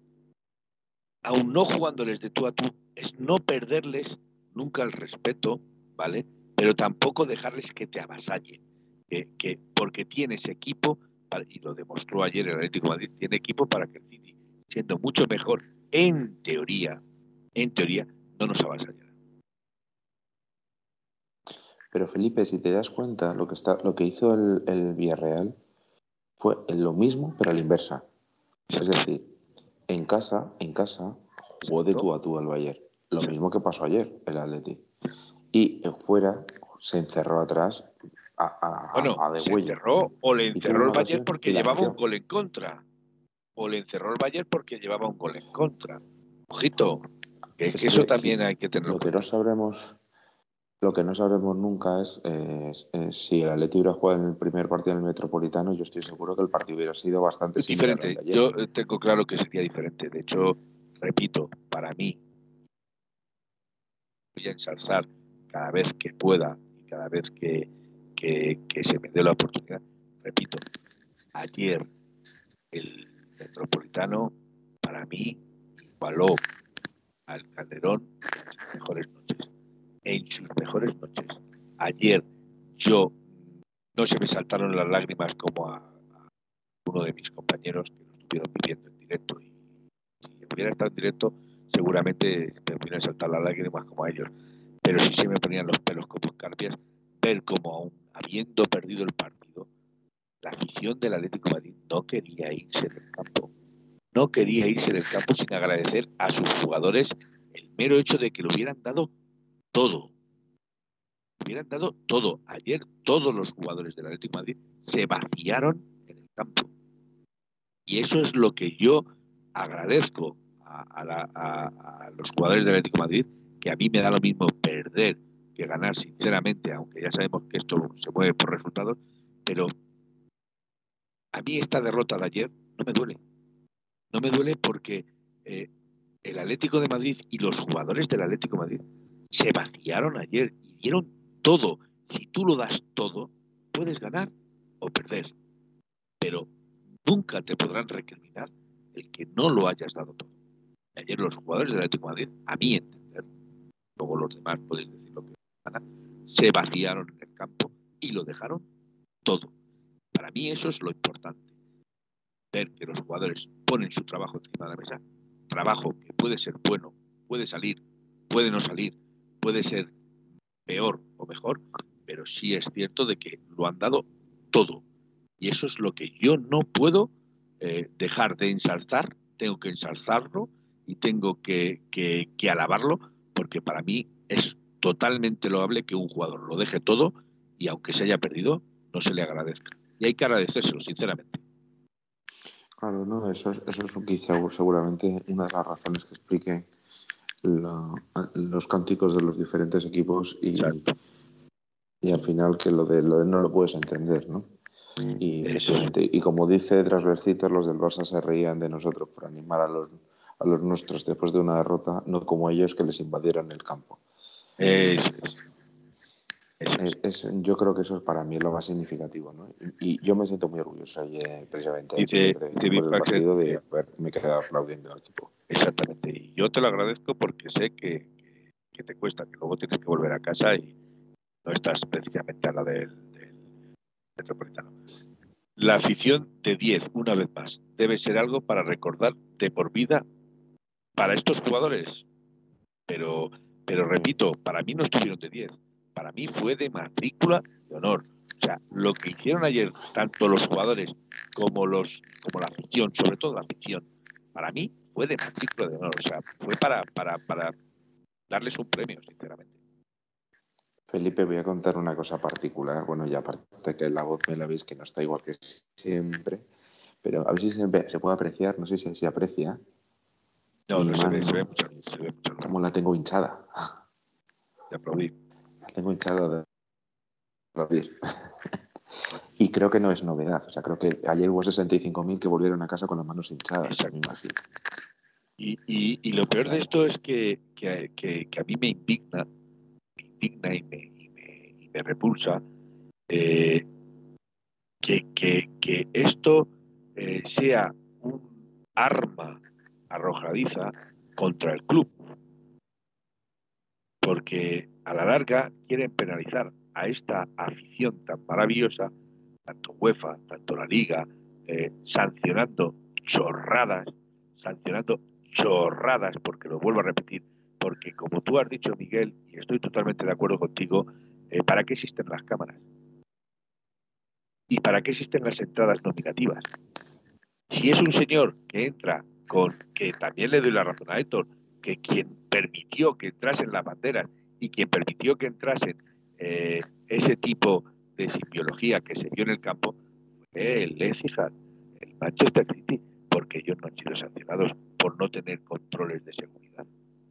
aún no jugándoles de tú a tú, es no perderles nunca el respeto, ¿vale? Pero tampoco dejarles que te avasallen, que, que porque tienes equipo, para, y lo demostró ayer el Atlético de Madrid, tiene equipo para que el City, siendo mucho mejor, en teoría, en teoría, no nos avasallará. Pero Felipe, si te das cuenta, lo que está, lo que hizo el, el Villarreal fue lo mismo, pero a la inversa. Es decir, en casa, en casa, jugó de tú a tú al Bayern. Lo mismo que pasó ayer, el Atleti. Y fuera se encerró atrás a, a, Bueno, a, a de se huello. encerró o le Y tuvo encerró el una Bayern ocasión porque y la llevaba un metió. gol en contra. O le encerró el Bayern porque llevaba un gol en contra. Ojito, que, Es que eso que, también que hay que tenerlo en lo que no cuenta. sabremos, lo que no sabremos nunca es, eh, es, es si el Atleti hubiera jugado en el primer partido en el Metropolitano, yo estoy seguro que el partido hubiera sido bastante Es similar al diferente. de ayer. Yo tengo claro que sería diferente. De hecho, repito, para mí, voy a ensalzar cada vez que pueda y cada vez que, que, que se me dé la oportunidad. Repito, ayer el Metropolitano, para mí, igualó al Calderón en sus mejores noches. En sus mejores noches. Ayer yo no se me saltaron las lágrimas como a, a uno de mis compañeros que lo estuvieron viviendo en directo. Y si pudiera estar en directo, seguramente me pudieran saltar las lágrimas como a ellos. Pero sí se me ponían los pelos como escarpias ver como aún habiendo perdido el partido, la afición del Atlético de Madrid no quería irse del campo. No quería irse del campo sin agradecer a sus jugadores el mero hecho de que lo hubieran dado todo. Hubieran dado todo. Ayer todos los jugadores del Atlético de Madrid se vaciaron en el campo. Y eso es lo que yo agradezco a, a, la, a, a los jugadores del Atlético de Madrid, que a mí me da lo mismo perder que ganar, sinceramente, aunque ya sabemos que esto se mueve por resultados, pero a mí esta derrota de ayer no me duele. No me duele porque eh, el Atlético de Madrid y los jugadores del Atlético de Madrid se vaciaron ayer y dieron todo. Si tú lo das todo, puedes ganar o perder, pero nunca te podrán recriminar el que no lo hayas dado todo. Y ayer los jugadores del Atlético de Madrid, a mí entender, luego los demás podéis decir lo que quieran, se vaciaron en el campo y lo dejaron todo. Para mí eso es lo importante. Ver que los jugadores ponen su trabajo encima de la mesa, trabajo que puede ser bueno, puede salir, puede no salir, puede ser peor o mejor, pero sí es cierto de que lo han dado todo. Y eso es lo que yo no puedo eh, dejar de ensalzar, tengo que ensalzarlo y tengo que, que, que alabarlo, porque para mí es totalmente loable que un jugador lo deje todo y aunque se haya perdido, no se le agradezca. Y hay que agradecérselo, sinceramente. Claro, no, eso es, eso es quizá seguramente una de las razones que explique la, los cánticos de los diferentes equipos y, y al final que lo de, lo de no lo puedes entender, ¿no? Y efectivamente, y como dice Trasversitos, los del Barça se reían de nosotros por animar a los, a los nuestros después de una derrota, no como ellos que les invadieron el campo. Eso es. Eso es. Es, es, yo creo que eso es para mí lo más significativo, ¿no? Y, y yo me siento muy orgulloso eh, precisamente dice, ayer de, después del partido que, de haberme quedado aplaudiendo al equipo. Exactamente, y yo te lo agradezco porque sé que, que, que te cuesta, que luego tienes que volver a casa y no estás precisamente a la del, del Metropolitano. La afición de diez, una vez más, debe ser algo para recordar de por vida para estos jugadores. Pero, pero repito, para mí no estuvieron de diez. Para mí fue de matrícula de honor. O sea, lo que hicieron ayer, tanto los jugadores como los, como la afición, sobre todo la afición, para mí fue de matrícula de honor. O sea, fue para, para, para darles un premio, sinceramente. Felipe, voy a contar una cosa particular. Bueno, ya aparte que la voz me la veis que no está igual que siempre, pero a ver si se, se puede apreciar, no sé si se aprecia. No, no se ve, se ve mucho. Se ve mucho. ¿Cómo la tengo hinchada? De aplaudir. La tengo hinchada de aplaudir. Y creo que no es novedad. O sea, creo que ayer hubo sesenta y cinco mil que volvieron a casa con las manos hinchadas. Exacto. Me imagino. Y, y, y lo peor de esto es que, que, que, que a mí me indigna, me indigna y me, y me, y me repulsa eh, que, que, que esto eh, sea un arma arrojadiza contra el club. Porque a la larga quieren penalizar a esta afición tan maravillosa, tanto UEFA, tanto la Liga, eh, sancionando chorradas, sancionando chorradas, porque lo vuelvo a repetir, porque como tú has dicho, Miguel, y estoy totalmente de acuerdo contigo, eh, ¿para qué existen las cámaras? ¿Y para qué existen las entradas nominativas? Si es un señor que entra con, que también le doy la razón a Héctor, que quien permitió que entrasen las banderas y quien permitió que entrasen eh, ese tipo de simbiología que se vio en el campo fue el Leipzig, el Manchester City, porque ellos no han sido sancionados por no tener controles de seguridad.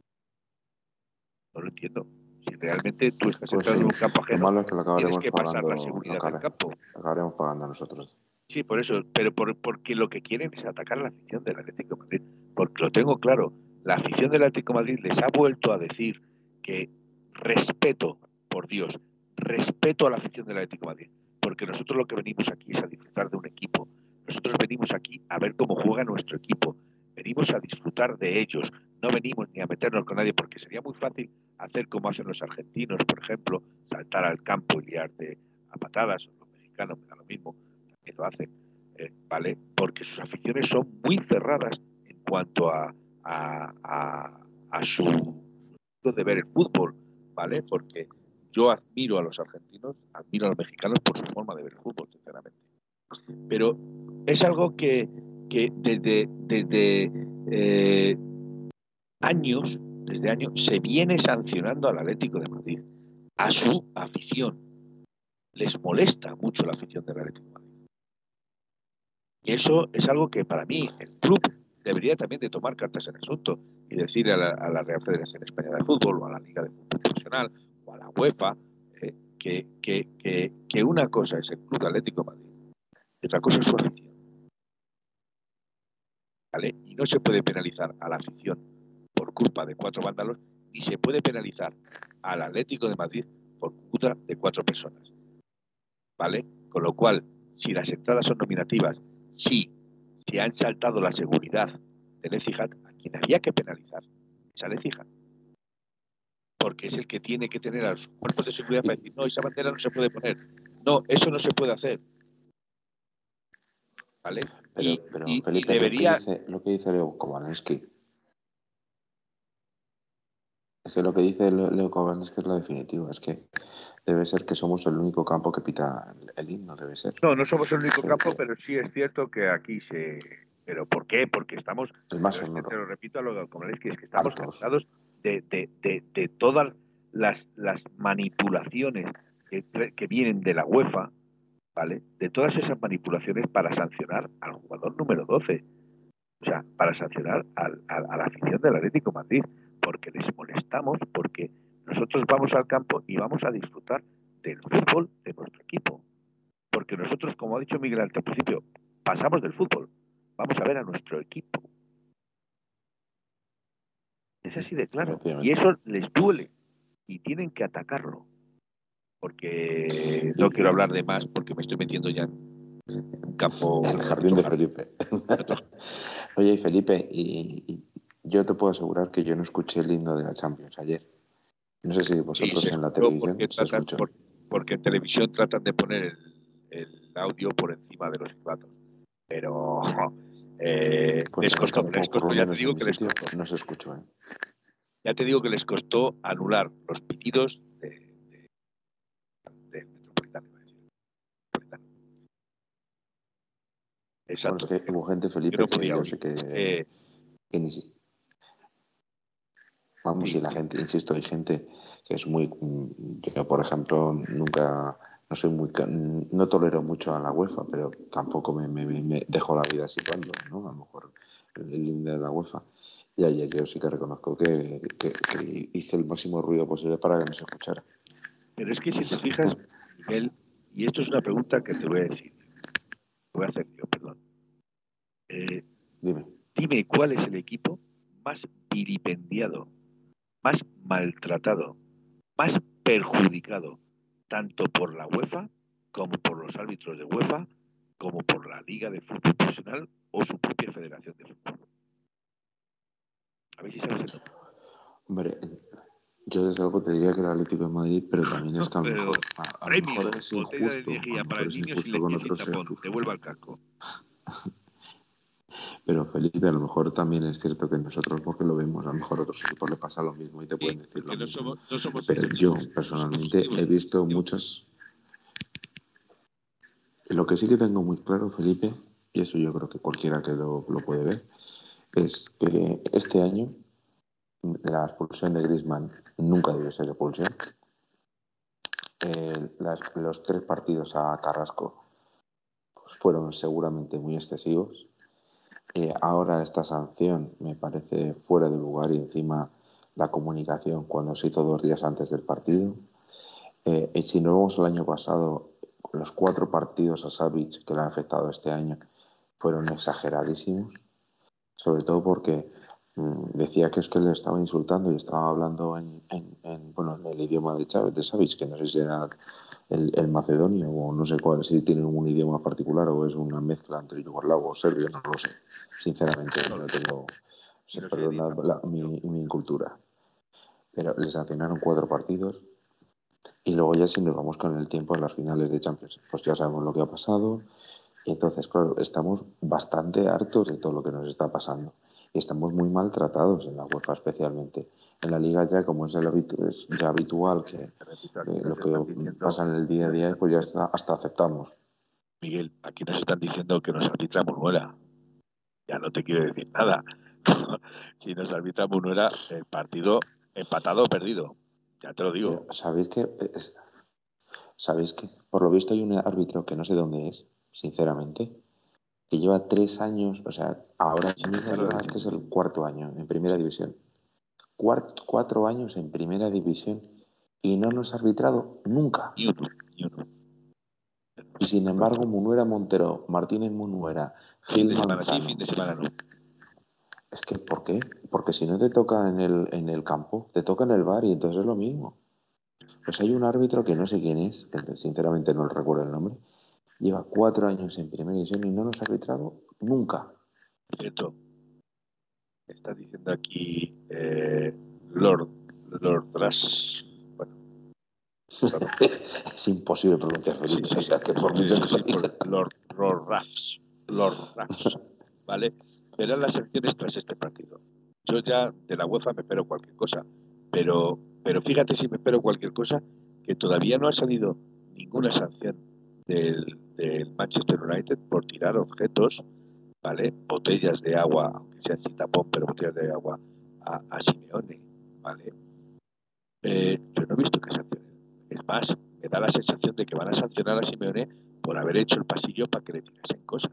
No lo entiendo. Si realmente tú estás pues entrando sí. en un campo ajeno, lo malo es que lo tienes que pagando, pasar la seguridad del campo. Lo acabaremos pagando nosotros. Sí, por eso, pero por, porque lo que quieren es atacar a la afición del Atlético de Madrid, porque lo tengo claro, la afición del Atlético de Madrid les ha vuelto a decir que respeto, por Dios, respeto a la afición del Atlético de Madrid, porque nosotros lo que venimos aquí es a disfrutar de un equipo, nosotros venimos aquí a ver cómo juega nuestro equipo, venimos a disfrutar de ellos, no venimos ni a meternos con nadie, porque sería muy fácil hacer como hacen los argentinos, por ejemplo, saltar al campo y liarte a patadas, o los mexicanos, me da lo mismo, que lo hacen, eh, ¿vale? Porque sus aficiones son muy cerradas en cuanto a, a, a, a su de ver el fútbol, ¿vale? Porque yo admiro a los argentinos, admiro a los mexicanos por su forma de ver el fútbol, sinceramente. Pero es algo que, que desde, desde eh, años, desde años, se viene sancionando al Atlético de Madrid, a su afición. Les molesta mucho la afición del Atlético de Madrid. Y eso es algo que para mí el club debería también de tomar cartas en el asunto y decir a la, a la Real Federación Española de Fútbol o a la Liga de Fútbol Profesional o a la UEFA eh, que, que, que, que una cosa es el Club Atlético de Madrid y otra cosa es su afición. ¿Vale? Y no se puede penalizar a la afición por culpa de cuatro vándalos ni se puede penalizar al Atlético de Madrid por culpa de cuatro personas. ¿Vale? Con lo cual, si las entradas son nominativas, sí, se han saltado la seguridad del Etihad, a quien había que penalizar es al Etihad, porque es el que tiene que tener a los cuerpos de seguridad para decir, no, esa bandera no se puede poner, no, eso no se puede hacer, ¿vale? Pero, y, pero y, Felipe, y debería... lo que dice, lo que dice Leo Kovalensky, es que lo que dice Leo Kovalensky es la definitiva, es que debe ser que somos el único campo que pita el, el himno, debe ser. No, no somos el único Sí, campo, sí. pero sí es cierto que aquí se... ¿Pero por qué? Porque estamos... El más Pero es que sonoro. te lo repito a lo como es que es que estamos Hartos. cansados de, de, de, de todas las, las manipulaciones que, que vienen de la UEFA, ¿vale? De todas esas manipulaciones para sancionar al jugador número doce. O sea, para sancionar al, al, a la afición del Atlético de Madrid, porque les molestamos, porque nosotros vamos al campo y vamos a disfrutar del fútbol de nuestro equipo. Porque nosotros, como ha dicho Miguel al principio, pasamos del fútbol, vamos a ver a nuestro equipo. Es así de claro. Y eso les duele y tienen que atacarlo. Porque no quiero hablar de más porque me estoy metiendo ya en un campo... El jardín de Felipe. Oye, Felipe, y, y yo te puedo asegurar que yo no escuché el himno de la Champions ayer. No sé si vosotros sí, en la televisión se tratan, escuchó. por, porque en televisión tratan de poner el, el audio por encima de los platos. Pero eh, Pues les en el costó, campo, les por costó, lo ya te menos en digo mi que les sitio, costó. no se escuchó. ¿eh? Ya te digo que les costó anular los pitidos de, de, de Metropolitano. Metropolitano. Exacto. Bueno, es que hubo gente, Felipe, yo no que podía yo oír. sé que, Eh, que ni si... Vamos, sí, y la sí. gente, insisto, hay gente que es muy... Yo, por ejemplo, nunca... No soy muy... No tolero mucho a la UEFA, pero tampoco me, me, me dejo la vida situando, ¿no? A lo mejor el límite de la UEFA. Y ayer yo sí que reconozco que, que, que hice el máximo ruido posible para que no se escuchara. Pero es que si te fijas, Miguel, y esto es una pregunta que te voy a decir, te voy a hacer yo, perdón. Eh, Dime. Dime cuál es el equipo más vilipendiado, más maltratado, más perjudicado, tanto por la UEFA, como por los árbitros de UEFA, como por la Liga de Fútbol Profesional o su propia Federación de Fútbol. A ver si sabes el nombre. Hombre, yo desde luego te diría que el Atlético de Madrid, pero también es que a lo mejor, a, a lo Premio, mejor es botella de injusto, a energía lo para mejor el es niño sin injusto con leche y sin otros tapón. sectores. Devuelva el casco. Pero Felipe, a lo mejor también es cierto que nosotros, porque lo vemos, a lo mejor a otros equipos le pasa lo mismo y te pueden Sí, decir lo que no mismo. somos, no somos Pero yo sensitivos, personalmente somos he visto sensitivos. muchas. Lo que sí que tengo muy claro, Felipe, y eso yo creo que cualquiera que lo, lo puede ver, es que este año la expulsión de Griezmann nunca debe ser expulsión. Eh, las, los tres partidos a Carrasco pues, fueron seguramente muy excesivos. Eh, ahora esta sanción me parece fuera de lugar y encima la comunicación cuando se hizo dos días antes del partido. Eh, y si no vemos el año pasado, los cuatro partidos a Savic que le han afectado este año fueron exageradísimos, sobre todo porque mmm, decía que es que le estaba insultando y estaba hablando en, en, en, bueno, en el idioma de Chávez, de Savic, que no sé si era el, el macedonio o no sé cuál, si tiene un idioma particular o es una mezcla entre yugoslavo o serbio, no lo sé. Sinceramente, no tengo, se No sé, perdona la, mi, mi incultura. Pero le sancionaron cuatro partidos y luego ya si nos vamos con el tiempo en las finales de Champions, pues ya sabemos lo que ha pasado. Y entonces, claro, estamos bastante hartos de todo lo que nos está pasando. Y estamos muy maltratados en la UEFA especialmente. En la Liga ya, como es, el habitu es ya habitual, que Repito, eh, aquí nos lo están que diciendo, pasa en el día a día, pues ya está, hasta aceptamos. Miguel, aquí nos están diciendo que nos arbitra Munuera. Ya no te quiero decir nada. Si nos arbitra Munuera, el partido empatado o perdido. Ya te lo digo. Pero sabéis que, sabéis que, por lo visto hay un árbitro que no sé dónde es, sinceramente, que lleva tres años, o sea, ahora mismo lleva, este es el cuarto año en primera división. Cuarto, cuatro años en primera división y no nos ha arbitrado nunca. Ni uno, ni uno. Y sin embargo, Munuera Montero, Martínez Munuera, Fin Gil de semana sí, Manzano. fin de semana no. Es que, ¿por qué? Porque si no te toca en el, en el campo, te toca en el bar y entonces es lo mismo. Pues hay un árbitro que no sé quién es, que sinceramente no recuerdo el nombre, lleva cuatro años en primera división y no nos ha arbitrado nunca. Por cierto, está diciendo aquí eh, Lord, Lord Ras. Bueno, claro. Es imposible pronunciar Felipe, sí, sí, o sea que sí, por sí, mucho sí, que sí, lo diga. por Lord, Lord Ras, Lord Ras, ¿vale? Verán las elecciones tras este partido. Yo ya de la UEFA me espero cualquier cosa, pero, pero fíjate si me espero cualquier cosa, que todavía no ha salido ninguna sanción del, del Manchester United por tirar objetos, ¿vale? Botellas de agua, aunque sean sin tapón, pero botellas de agua a, a Simeone, ¿vale? Eh, yo no he visto que sancionen. Es más, me da la sensación de que van a sancionar a Simeone por haber hecho el pasillo para que le tirasen cosas.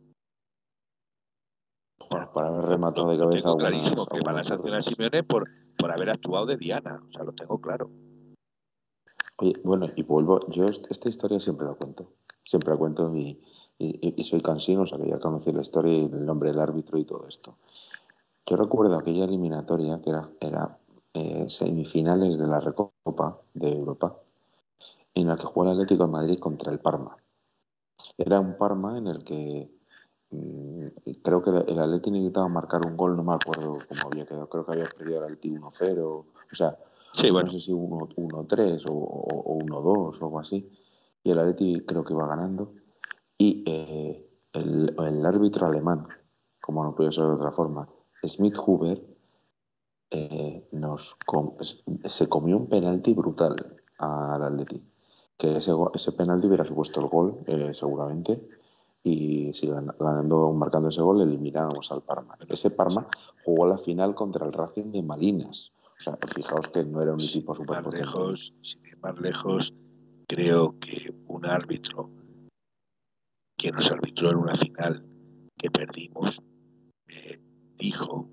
O sea, Por haber lo, rematado lo, de lo cabeza tengo algunas, clarísimo, que van a algunos sancionar a cervezas. Simeone por, por haber actuado de Diana. O sea, lo tengo claro. Oye, bueno, y vuelvo, yo est- esta historia siempre la cuento, siempre la cuento y, y- y soy cansino, o sea que ya conocí la historia y el nombre del árbitro y todo esto. Yo recuerdo aquella eliminatoria que era, era eh, semifinales de la Recopa de Europa, en la que jugó el Atlético de Madrid contra el Parma. Era un Parma en el que mm, creo que el Atlético necesitaba marcar un gol, no me acuerdo cómo había quedado, creo que había perdido el Atlético uno cero, o sea, Sí, no bueno. sé si uno tres o, o, o uno dos o algo así, y el Atlético creo que iba ganando, y eh, el, el árbitro alemán, como no puede ser de otra forma, Smith Huber, eh, nos com se comió un penalti brutal al Atleti, que ese, ese penalti hubiera supuesto el gol eh, seguramente, y si ganando, marcando ese gol eliminábamos al Parma. Ese Parma jugó la final contra el Racing de Malinas, o sea, fijaos que no era un equipo Sin ir más superpotente. lejos, sin ir más lejos, creo que un árbitro que nos arbitró en una final que perdimos eh, dijo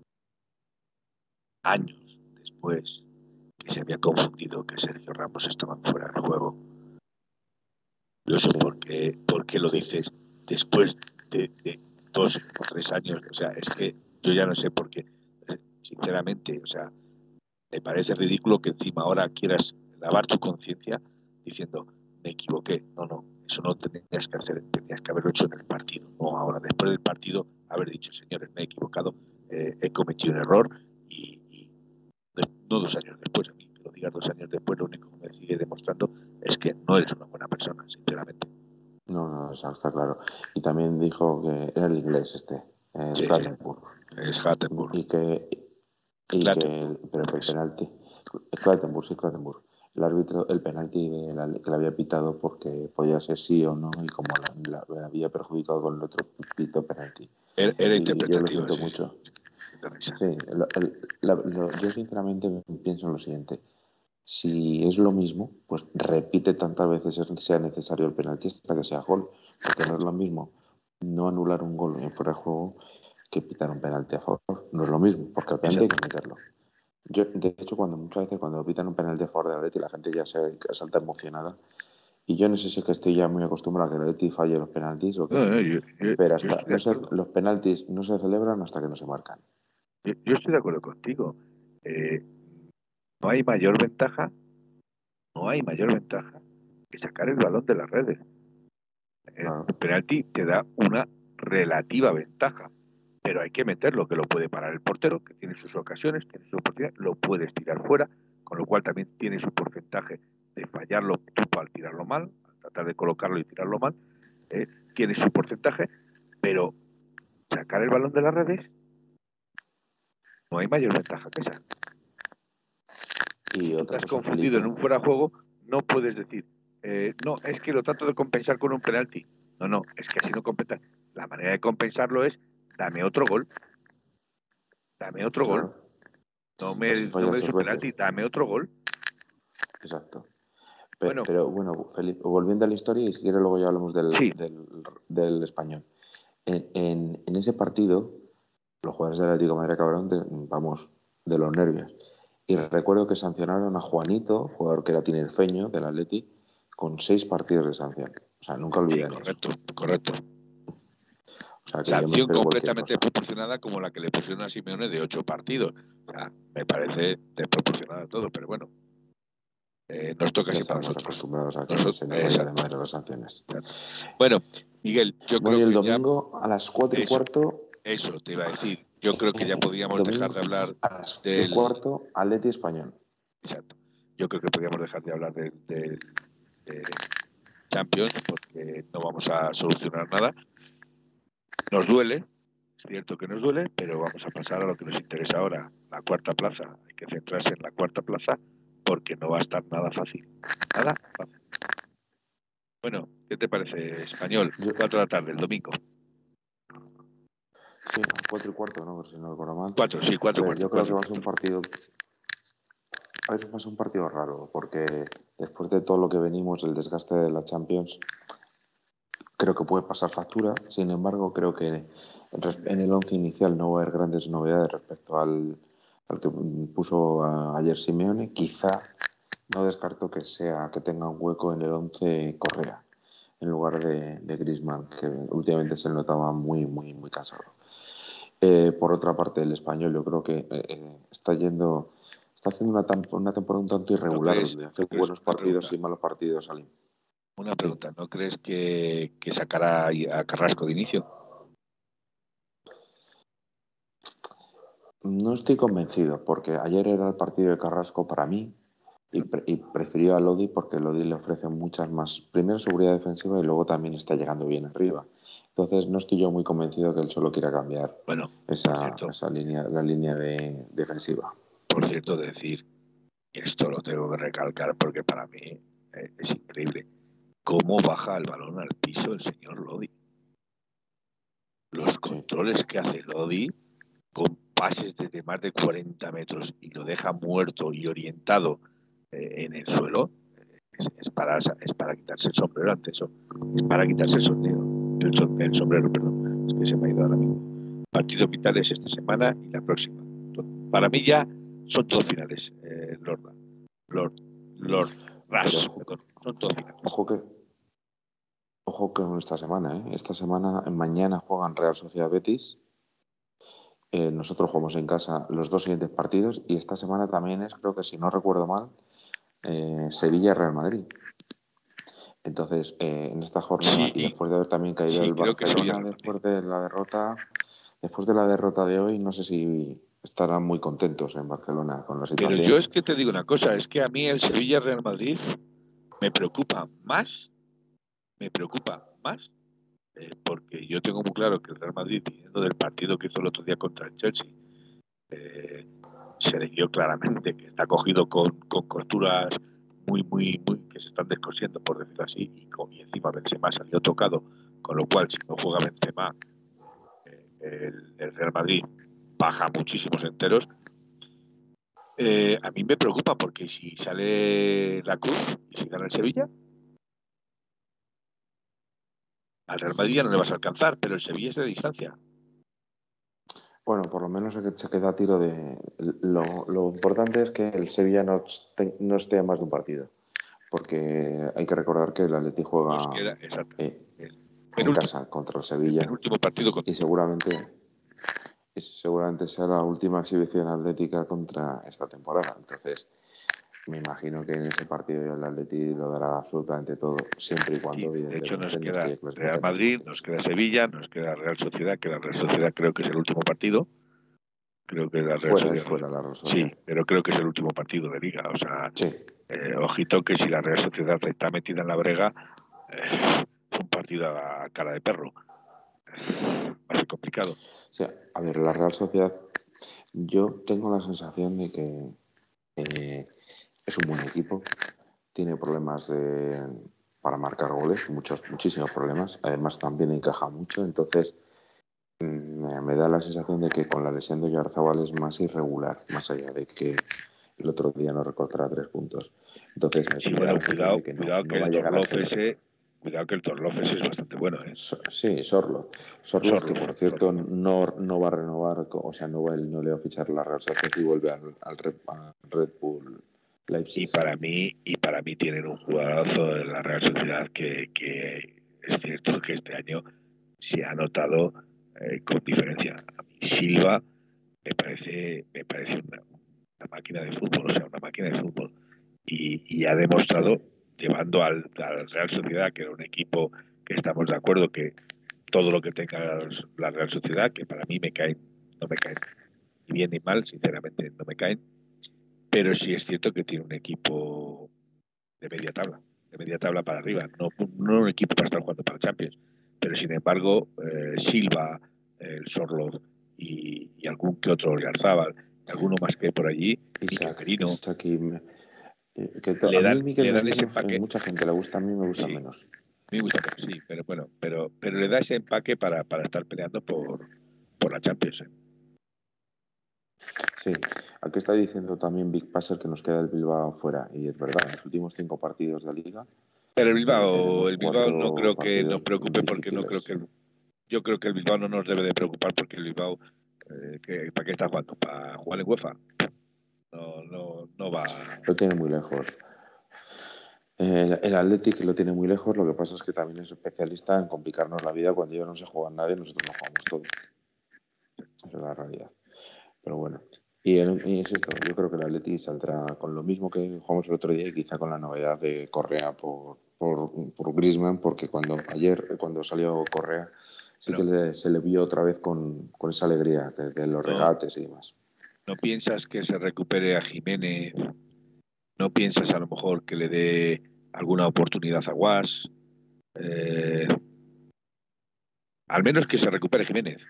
años después que se había confundido, que Sergio Ramos estaba fuera del juego. Yo sé Sí, por qué, por qué lo sí, dices después de, de dos o tres años. O sea, es que yo ya no sé por qué. Sinceramente, o sea, me parece ridículo que encima ahora quieras lavar tu conciencia diciendo, me equivoqué. No, no, eso no tenías que hacer, tenías que haberlo hecho en el partido. No ahora, después del partido, haber dicho, señores, me he equivocado, eh, he cometido un error y, y no dos años después, a mí que lo digas dos años después, lo único que me sigue demostrando es que no eres una buena persona, sinceramente. no, no, está, está claro. Y también dijo que era el inglés este, el Sí, Clattenburg, es Hattenburg. y que, y que, pero que el penalti, Clattenburg, sí, Clattenburg, el árbitro, el penalti de la, que le había pitado porque podía ser sí o no, y como la, la, la había perjudicado con el otro pito penalti. Era, era Y yo lo interpretativo, siento sí, mucho. sí. De risa. Sí, lo, el, la, lo, yo sinceramente pienso en lo siguiente. Si es lo mismo, pues repite tantas veces sea necesario el penalti hasta que sea gol. Porque no es lo mismo no anular un gol en fuera de juego que pitar un penalti a favor. No es lo mismo, porque el penalti hay que meterlo. Yo, de hecho, cuando muchas veces cuando pitan un penalti a favor del Atleti, la gente ya se salta emocionada. Y yo no sé si es que estoy ya muy acostumbrado a que el Atleti falle los penaltis o qué. No, no, yo, yo, Pero yo hasta estoy de no se, acuerdo. los penaltis no se celebran hasta que no se marcan. Yo, yo estoy de acuerdo contigo. Eh, no hay mayor ventaja, no hay mayor ventaja que sacar el balón de las redes. Eh, Claro. el penalti te da una relativa ventaja, pero hay que meterlo, que lo puede parar el portero, que tiene sus ocasiones, tiene su oportunidad, lo puedes tirar fuera, con lo cual también tiene su porcentaje de fallarlo tú al tirarlo mal, al tratar de colocarlo y tirarlo mal, eh, tiene su porcentaje, pero sacar el balón de las redes no hay mayor ventaja que esa. Y Si tú otra estás cosa, confundido en Felipe. un fuera de juego, no puedes decir, eh, no, es que lo trato de compensar con un penalti. No, no, es que así no compensas. La manera de compensarlo es, dame otro gol, dame otro gol. Claro. No Y así me, no me fallas des dos un veces. penalti, dame otro gol. Exacto. Pe- Bueno, Pero, bueno, Felipe, volviendo a la historia, y si quieres luego ya hablamos del, sí, del, del español. En, en, en ese partido, los jugadores del Atlético de Madrid acabaron, de, vamos, de los nervios. Y recuerdo que sancionaron a Juanito, jugador que era tinerfeño del Atleti, con seis partidos de sanción. O sea, nunca sí, olvidaré eso. correcto, correcto. O sea, que yo me Sanción espero cualquier completamente cosa. proporcionada como la que le pusieron a Simeone de ocho partidos. O sea, me parece desproporcionada todo, pero bueno, eh, nos toca Ya así para estamos nosotros. acostumbrados a que Nosotros, se nos vaya de exacto, madre las sanciones. exacto. Bueno, Miguel, yo Bueno, creo y el que ya domingo a las cuatro y eso, cuarto, Eso te iba a decir. Yo creo que ya podríamos Domingo dejar de hablar a las del... cuarto, Atleti Español. Exacto. Yo creo que podríamos dejar de hablar del, del, del Champions porque no vamos a solucionar nada. Nos duele, es cierto que nos duele, pero vamos a pasar a lo que nos interesa ahora, la cuarta plaza. Hay que centrarse en la cuarta plaza porque no va a estar nada fácil. Nada fácil. Bueno, ¿qué te parece, Español? Yo- Cuatro de la tarde, el domingo. Sí, a cuatro y cuarto, ¿no? Por si no recuerdo mal. Cuatro, sí, cuatro A y ver, cuarto. yo creo cuatro que y va a ser un cuarto. partido. A ver, va a ser un partido raro, porque después de todo lo que venimos, el desgaste de la Champions, creo que puede pasar factura. Sin embargo, creo que en el once inicial no va a haber grandes novedades respecto al, al que puso a- ayer Simeone. Quizá no descarto que sea que tenga un hueco en el once Correa en lugar de, de Griezmann, que últimamente se le notaba muy, muy, muy cansado. Eh, por otra parte, el español yo creo que eh, eh, está yendo, está haciendo una, tam- una temporada un tanto ¿No irregular, crees, donde hace no crees buenos una partidos pregunta? y malos partidos al Una sí. pregunta. ¿No crees que, que sacará a Carrasco de inicio? No estoy convencido, porque ayer era el partido de Carrasco para mí y, pre- y prefirió a Lodi porque Lodi le ofrece muchas más, primero seguridad defensiva y luego también está llegando bien arriba. Entonces no estoy yo muy convencido que él solo quiera cambiar Bueno, por esa, cierto, esa línea, la línea de defensiva. por cierto, decir, esto lo tengo que recalcar porque para mí eh, es increíble. ¿Cómo baja el balón al piso el señor Lodi? Los Sí. controles que hace Lodi con pases desde más de cuarenta metros y lo deja muerto y orientado eh, en el suelo, es, es, para, es para quitarse el sombrero ante eso. Es para quitarse el sombrero. El, el sombrero, perdón. Es que se me ha ido ahora mismo. Partidos vitales esta semana y la próxima. Para mí ya son dos finales, eh, Lord, Lord, Lord Pero Rush, ojo, perdón, son dos finales. ojo que ojo que esta semana, ¿eh? Esta semana, mañana juegan Real Sociedad Betis. Eh, nosotros jugamos en casa los dos siguientes partidos y esta semana también es, creo que si no recuerdo mal, eh, Sevilla-Real Madrid. Entonces, eh, en esta jornada, Sí, y después de haber también caído sí, el creo que Sevilla Barcelona, Real Madrid. después de la derrota, después de la derrota de hoy, no sé si estarán muy contentos en Barcelona con la Pero yo situación. es que te digo una cosa, es que a mí el Sevilla Real Madrid me preocupa más, me preocupa más, eh, porque yo tengo muy claro que el Real Madrid, viniendo del partido que hizo el otro día contra el Chelsea, eh, se le vio claramente que está cogido con, con costuras muy, muy, muy, que se están descosiendo, por decirlo así, y, con, y encima Benzema salió tocado, con lo cual, si no juega Benzema, eh, el, el Real Madrid baja muchísimos enteros. Eh, a mí me preocupa porque si sale la Cruz y si gana el Sevilla, al Real Madrid ya no le vas a alcanzar, pero el Sevilla es de distancia. Bueno, por lo menos se queda a tiro de... Lo, lo importante es que el Sevilla no, esté, no esté a más de un partido, porque hay que recordar que el Atleti juega Nos queda, exacto, eh, el en penúltimo, casa contra el el Sevilla penúltimo partido y contra. seguramente, y seguramente sea la última exhibición atlética contra esta temporada. Entonces, me imagino que en ese partido el Atleti lo dará absolutamente todo, siempre y Sí, cuando, de hecho nos evidentemente, no queda esté Real clasificando Madrid, antes. nos queda Sevilla, nos queda Real Sociedad, que la Real Sociedad creo que es el último partido. Creo que la Real Fuera es Sociedad, fuera la Real sí, Sociedad. pero creo que es el último partido de liga. O sea, Sí. eh, ojito que si la Real Sociedad está metida en la brega, eh, es un partido a cara de perro. Va a ser complicado. O sea, a ver, la Real Sociedad, yo tengo la sensación de que eh, es un buen equipo, tiene problemas de, para marcar goles, muchos, muchísimos problemas, además también encaja mucho, entonces me, me da la sensación de que con la lesión de Oyarzabal es más irregular, más allá de que el otro día no recortará tres puntos. Entonces Sí, me da bueno, la sensación cuidado, de que no, cuidado que no va el a llegar a Torloz ser... ese, cuidado que el Torloz ese es bastante bueno, ¿eh? So, sí, Sorloth. Sorloth, que por Sorloz, cierto Sorloz. no, no va a renovar, o sea, no, va, no le va a fichar la Real Sociedad y vuelve al, al Red, al Red Bull Y Leipzig. para mí, y para mí tienen un jugadorazo en la Real Sociedad que, que es cierto que este año se ha notado eh, con diferencia. A mí Silva me parece, me parece una, una máquina de fútbol, o sea, una máquina de fútbol. Y, y ha demostrado, Sí. llevando al, al Real Sociedad, que era un equipo que estamos de acuerdo que todo lo que tenga la Real Sociedad, que para mí me caen, no me caen ni bien ni mal, sinceramente no me caen, pero sí es cierto que tiene un equipo de media tabla, de media tabla para arriba, no, no un equipo para estar jugando para Champions, pero sin embargo eh, Silva, el Sorloth y, y algún que otro Oyarzabal, alguno más que hay por allí, Mikel Isaac, Merino, Isaac y, eh, que to- le a mí dan, Mikel le dan ese Merino, eh, empaque. mucha gente le gusta, a mí me gusta Sí, menos. me gusta menos, sí, pero bueno, pero, pero le da ese empaque para, para estar peleando por, por la Champions. ¿eh? Sí, aquí está diciendo también Big Passer que nos queda el Bilbao fuera, y es verdad, en los últimos cinco partidos de Liga Pero el eh, Bilbao, tenemos el Bilbao no cuatro creo que nos partidos preocupe porque no creo difíciles. que el, yo creo que el Bilbao no nos debe de preocupar porque el Bilbao eh, que, ¿para qué está jugando? ¿Para jugar en UEFA? No, no, no va. Lo tiene muy lejos. El, el Athletic lo tiene muy lejos, lo que pasa es que también es especialista en complicarnos la vida cuando ellos no se juegan nadie, nosotros no jugamos todo. Esa es la realidad. Pero bueno. Y, el, y es esto, yo creo que el Athletic saldrá con lo mismo que jugamos el otro día y quizá con la novedad de Correa por, por, por Griezmann, porque cuando ayer, cuando salió Correa, sí Bueno, que le, se le vio otra vez con, con esa alegría de, de los no, regates y demás. no piensas que se recupere a Jiménez, no piensas a lo mejor que le dé alguna oportunidad a Guas, eh, al menos que se recupere Jiménez.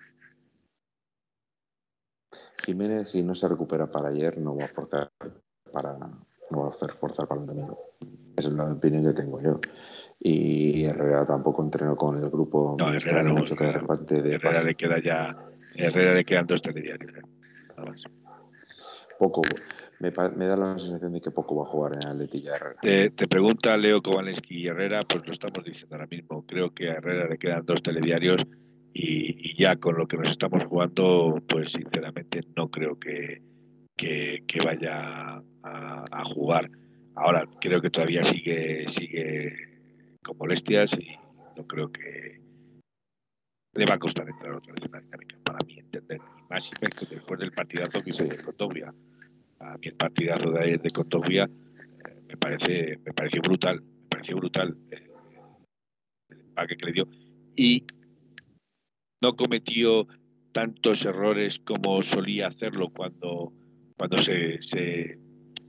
Jiménez, si no se recupera para ayer, no va a forzar para, no va a hacer forzar para el domingo. Esa es la opinión que tengo yo. Y Herrera tampoco entrenó con el grupo. No, Me Herrera extraña no, mucho que de Herrera, repente de Herrera pase le queda ya, Herrera le quedan dos telediarios, eh, nada más. poco. Me, me, da la sensación de que poco va a jugar en Atleti ya Herrera. Te, te pregunta Leo Kowalski y Herrera, pues lo estamos diciendo ahora mismo. Creo que a Herrera le quedan dos telediarios y, y ya con lo que nos estamos jugando, pues sinceramente no creo que, que, que vaya a, a, jugar. Ahora creo que todavía sigue, sigue con molestias y no creo que le va a costar entrar otra vez en la dinámica, para mi entender. Y más después del partidazo que hizo Sí. ayer con Dobia. A mí el partidazo de ayer de Condovia eh, me parece me pareció brutal, me pareció brutal el, el empaque que le dio y no cometió tantos errores como solía hacerlo cuando cuando se, se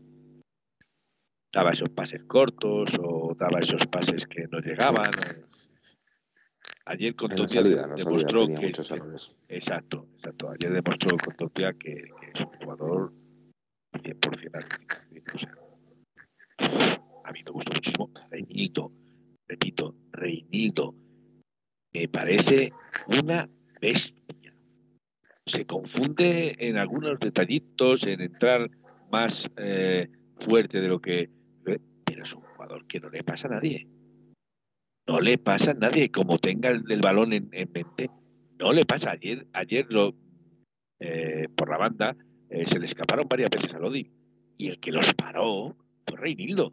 daba esos pases cortos o daba esos pases que no llegaban. Sí. Ayer En la Condovia de, salida, en la salida demostró tenía que, muchos que errores. exacto, exacto. Ayer demostró Condovia que, que es un jugador cien por ciento atlético. O sea, a mí me gustó muchísimo. Reinildo, repito, Reinildo, me parece una bestia. Se confunde en algunos detallitos, en entrar más eh, fuerte de lo que... Pero es un jugador que no le pasa a nadie. No le pasa a nadie. Como tenga el, el balón en, en, mente, no le pasa. Ayer, ayer lo, eh, por la banda eh, se le escaparon varias veces a Lodi. Y el que los paró fue Reinildo.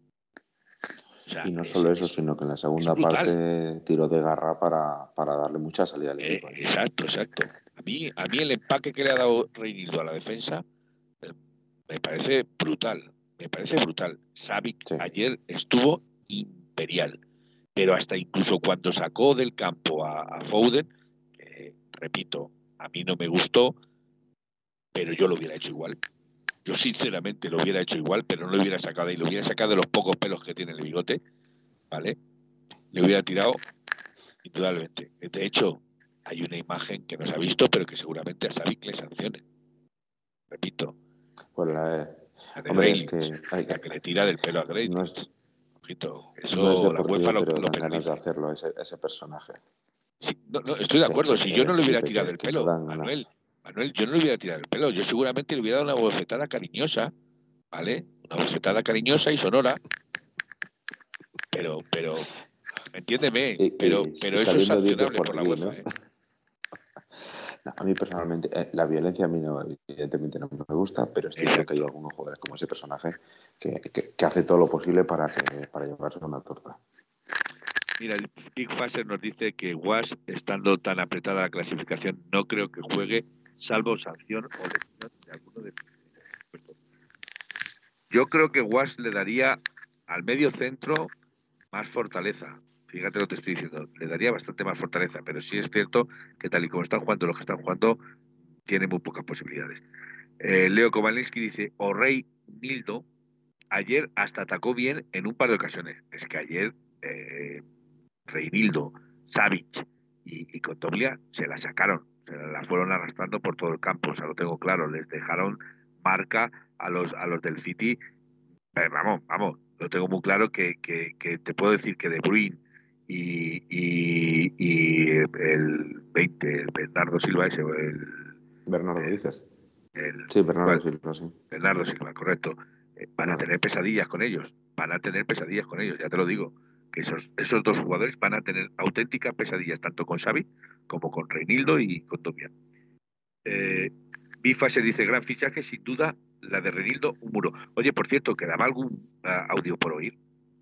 O sea, Y no es, solo eso, es, sino que en la es segunda brutal. parte tiró de garra para, para darle mucha salida al Eh, equipo. ¿eh? exacto, exacto. A mí, a mí el empaque que le ha dado Reinildo a la defensa eh, me parece brutal. Me parece brutal. Savic Sí. ayer estuvo imperial. Pero hasta incluso cuando sacó del campo a, a Foden, que repito, a mí no me gustó, pero yo lo hubiera hecho igual. Yo sinceramente lo hubiera hecho igual, pero no lo hubiera sacado ahí. Lo hubiera sacado de los pocos pelos que tiene el bigote, ¿vale? Le hubiera tirado indudablemente. De hecho, hay una imagen que no se ha visto, pero que seguramente a Savic le sancione. Repito. Pues la, eh, La de hombre, es que, Grealish, hay, la que le tira del pelo a no, es, Grealish. Ojito, no es eso la UEFA deportivo, lo, pero lo dan ganas de penaliza. hacerlo ese, ese personaje. Sí, no, no, estoy de Que, acuerdo. que, Si yo que no le hubiera flipe, tirado que, el que no pelo, dan Manuel, ganas. Manuel, yo no le hubiera tirado el pelo. Yo seguramente le hubiera dado una bofetada cariñosa, ¿vale? Una bofetada cariñosa y sonora. Pero, pero, entiéndeme, Y, pero, y, y pero eso es saliendo dientes sancionable por por la aquí, UEFA, ¿no? ¿eh? No, a mí personalmente, eh, la violencia a mí no, evidentemente no me gusta, pero es cierto que hay Exacto. algunos jugadores como ese personaje que, que, que hace todo lo posible para, que, para llevarse una torta. Mira, el Big Faser nos dice que Guas, estando tan apretada la clasificación, no creo que juegue, salvo sanción o lesión de alguno de sus. Yo creo que Guas le daría al medio centro más fortaleza. fíjate lo que te estoy diciendo, le daría bastante más fortaleza, pero sí es cierto que tal y como están jugando los que están jugando, tiene muy pocas posibilidades. Eh, Leo Kowalski dice, o Rey Nildo, ayer hasta atacó bien en un par de ocasiones. Es que ayer eh, Reinildo, Savic y, y Kondogbia se la sacaron, se la fueron arrastrando por todo el campo, o sea, lo tengo claro, les dejaron marca a los, a los del City. Eh, vamos, vamos, lo tengo muy claro que, que, que te puedo decir que De Bruyne y, y, y el veinte, el Bernardo Silva, ese, el, Bernardo, el, dices. el Sí, Bernardo ¿cuál? Silva, sí. Bernardo Silva, correcto. Eh, van a Bernardo. tener pesadillas con ellos, van a tener pesadillas con ellos, ya te lo digo, que esos, esos dos jugadores van a tener auténticas pesadillas, tanto con Xavi como con Reinildo y con Tobias. Eh, Bifa se dice gran fichaje, sin duda, la de Reinildo, un muro. Oye, por cierto, ¿quedaba algún uh, audio por oír?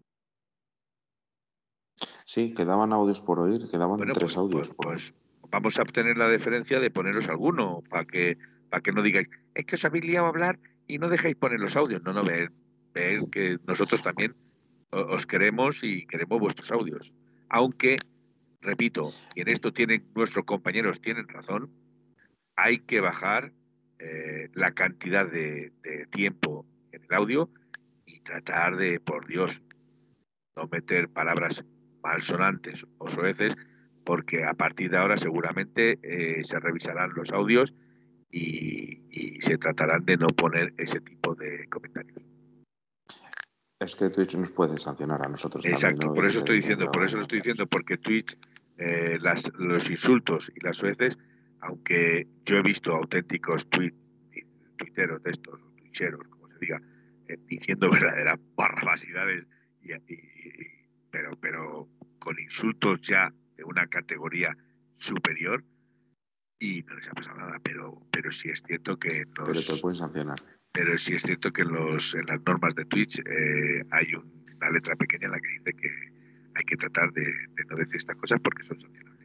Sí, quedaban audios por oír, quedaban Bueno, tres pues, audios pues, por oír. pues vamos a obtener la deferencia de poneros alguno, para que, para que no digáis, es que os habéis liado a hablar y no dejáis poner los audios. No, no, ver, ver que nosotros también os queremos y queremos vuestros audios. Aunque, repito, y en esto tienen nuestros compañeros tienen razón, hay que bajar eh, la cantidad de, de tiempo en el audio y tratar de, por Dios, no meter palabras malsonantes o soeces, porque a partir de ahora seguramente eh, se revisarán los audios y, y se tratarán de no poner ese tipo de comentarios. Es que Twitch nos puede sancionar a nosotros también, Exacto, ¿no? por eso Ese estoy tipo diciendo, de por eso lo estoy comentarios. diciendo, porque Twitch, eh, las, los insultos y las sueces, aunque yo he visto auténticos tweet, tuiteros de estos, twitcheros, como se diga, eh, diciendo verdaderas barbaridades, y, y, y, pero, pero con insultos ya de una categoría superior, y no les ha pasado nada, pero, pero sí es cierto que Pero te los, pueden sancionar. pero sí es cierto que en, los, en las normas de Twitch eh, hay un, una letra pequeña en la que dice que hay que tratar de, de no decir estas cosas porque son sancionables.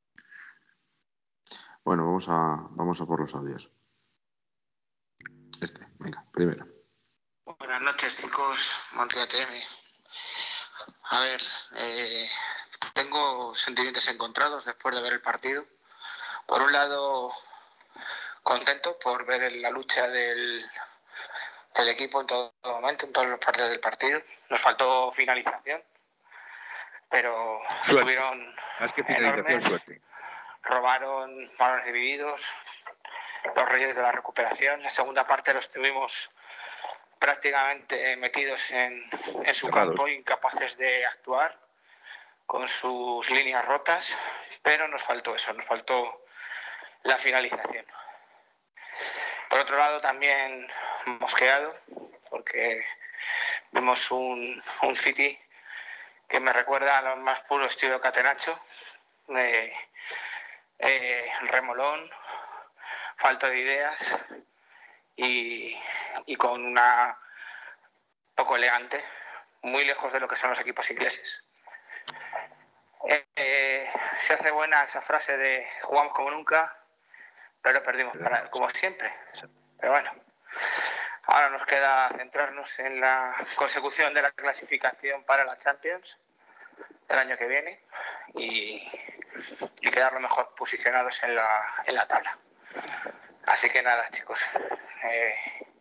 Bueno, vamos a, vamos a por los audios. Este, venga, primero. Buenas noches, chicos. Monte A T M. A ver, eh, tengo sentimientos encontrados después de ver el partido. Por un lado, contento por ver la lucha del, del equipo en todo momento, en todas las partes del partido. Nos faltó finalización, pero suerte. estuvieron Más que finalización, enormes. Suerte. Robaron balones divididos, los reyes de la recuperación. La segunda parte los tuvimos prácticamente metidos en, en su Cerrados. campo, incapaces de actuar, con sus líneas rotas, pero nos faltó eso, nos faltó la finalización. Por otro lado, también mosqueado, porque vemos un, un City que me recuerda a los más puros estilo Catenaccio, eh, eh, remolón, falta de ideas y, y con una poco elegante, muy lejos de lo que son los equipos ingleses. Eh, eh, se hace buena esa frase de jugamos como nunca, pero perdimos para, como siempre. Pero bueno, ahora nos queda centrarnos en la consecución de la clasificación para la Champions el año que viene y, y quedar lo mejor posicionados en la, en la tabla. Así que nada, chicos. Eh,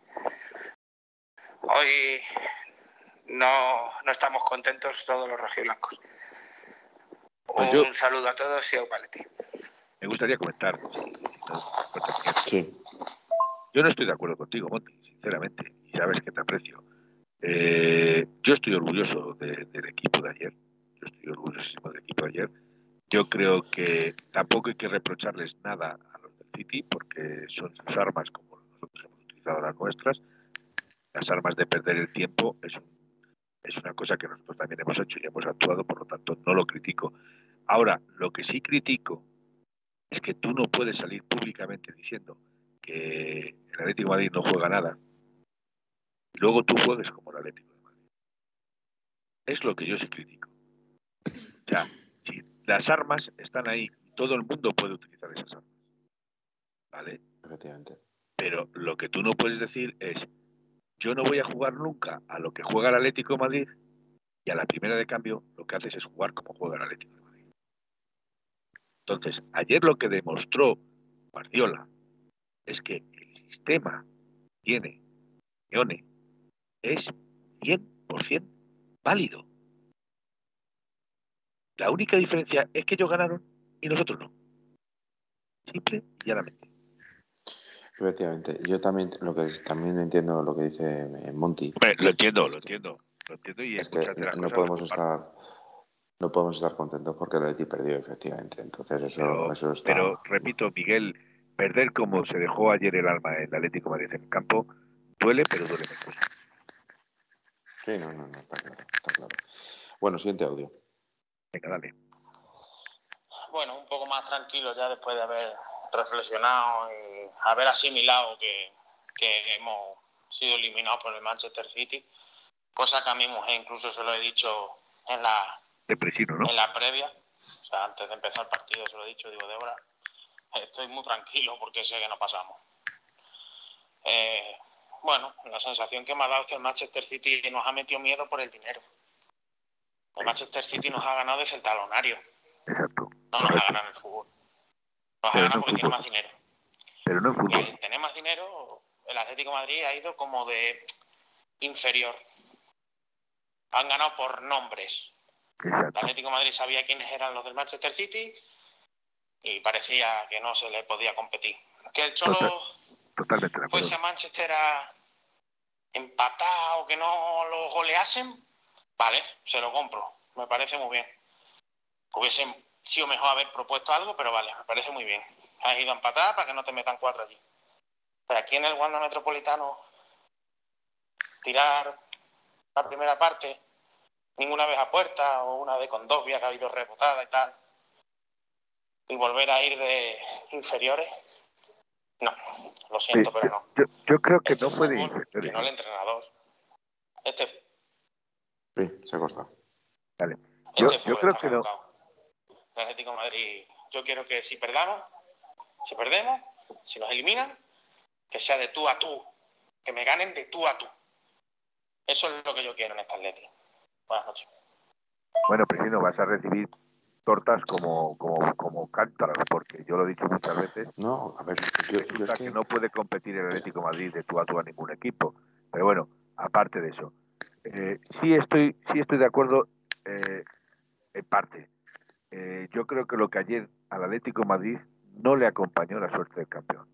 hoy no, no estamos contentos todos los rojiblancos. Pues Un yo, saludo a todos y a Upaletti. me gustaría comentar. Sí. Yo no estoy de acuerdo contigo, Monty, sinceramente, y sabes que te aprecio. Eh, yo estoy orgulloso de, del equipo de ayer. Yo estoy orgullosísimo del equipo de ayer. Yo creo que tampoco hay que reprocharles nada a los del City porque son sus armas como nosotros hemos utilizado las nuestras. Las armas de perder el tiempo es, un, es una cosa que nosotros también hemos hecho y hemos actuado, por lo tanto no lo critico. Ahora, lo que sí critico es que tú no puedes salir públicamente diciendo que el Atlético de Madrid no juega nada y luego tú juegues como el Atlético de Madrid. Es lo que yo sí critico. O sea, si las armas están ahí, todo el mundo puede utilizar esas armas. ¿Vale? Efectivamente. Pero lo que tú no puedes decir es yo no voy a jugar nunca a lo que juega el Atlético de Madrid y a la primera de cambio lo que haces es jugar como juega el Atlético de Madrid. Entonces, ayer lo que demostró Guardiola es que el sistema tiene Simeone es cien por ciento válido. La única diferencia es que ellos ganaron y nosotros no. Simple y llanamente. Efectivamente, yo también lo que también entiendo lo que dice Monty. Hombre, lo entiendo, lo entiendo, lo entiendo y Es que muchas de las no cosas podemos las estar no podemos estar contentos porque el Atleti perdió, efectivamente. Entonces eso, pero, eso está. pero repito, Miguel, perder como se dejó ayer el alma en el Atlético de Madrid en el campo duele, pero duele menos. Sí, no, no, no, está claro, está claro. Bueno, siguiente audio. Venga, dale. Bueno, un poco más tranquilo ya después de haber reflexionado y haber asimilado que, que hemos sido eliminados por el Manchester City, cosa que a mi mujer incluso se lo he dicho en la, Depresivo, ¿no? en la previa, o sea, antes de empezar el partido se lo he dicho, digo, Débora, estoy muy tranquilo porque sé que no pasamos. Eh, bueno, la sensación que me ha dado es que el Manchester City nos ha metido miedo por el dinero. El Manchester City nos ha ganado desde el talonario. Exacto. No nos ha ganado en el fútbol. Nos Pero ha ganado no porque fútbol. tiene más dinero. Pero no en Y fútbol. al tener más dinero, el Atlético de Madrid ha ido como de inferior. Han ganado por nombres. Exacto. El Atlético de Madrid sabía quiénes eran los del Manchester City y parecía que no se le podía competir. Que el Cholo Total, totalmente de acuerdo. fuese a Manchester a empatar o que no lo goleasen, vale, se lo compro. Me parece muy bien. Hubiese sido mejor haber propuesto algo, pero vale, me parece muy bien. Has ido a empatar para que no te metan cuatro allí. Pero aquí en el Wanda Metropolitano, tirar la primera parte, ninguna vez a puerta, o una vez con dos vías que ha habido rebotada y tal, y volver a ir de inferiores, no, lo siento, Sí, pero no. yo, yo creo que Este no fue de fútbol, inferiores. que no el entrenador, este, Sí, se ha cortado. Vale. Yo, este yo fútbol creo está que no. caducado. El Atlético de Madrid, yo quiero que si perdamos, si perdemos, si nos eliminan, que sea de tú a tú, que me ganen de tú a tú. Eso es lo que yo quiero en esta Atleti. Buenas noches. Bueno, pues si no vas a recibir tortas como, como, como cántaros, porque yo lo he dicho muchas veces. No, a ver, yo, Resulta yo es que... que... no puede competir el Atlético de Madrid de tú a tú a ningún equipo. Pero bueno, aparte de eso, eh, sí estoy, sí estoy de acuerdo eh, en parte. Eh, yo creo que lo que ayer al Atlético de Madrid no le acompañó la suerte del campeón.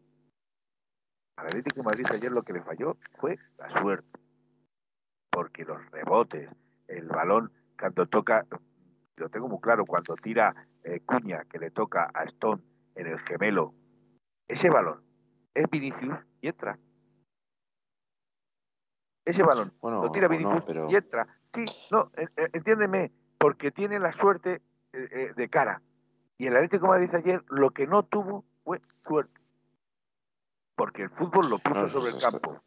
Al Atlético de Madrid ayer lo que le falló fue la suerte, porque los rebotes, el balón, cuando toca, lo tengo muy claro, cuando tira eh, Cuña, que le toca a Stone en el gemelo, ese balón es Vinicius y entra. Ese balón Bueno, lo tira o Vinicius no, pero... y entra. Sí, no, eh, eh, entiéndeme, porque tiene la suerte eh, eh, de cara. Y el Atlético de Madrid ayer lo que no tuvo fue suerte, porque el fútbol lo puso No, sobre eso el está, campo.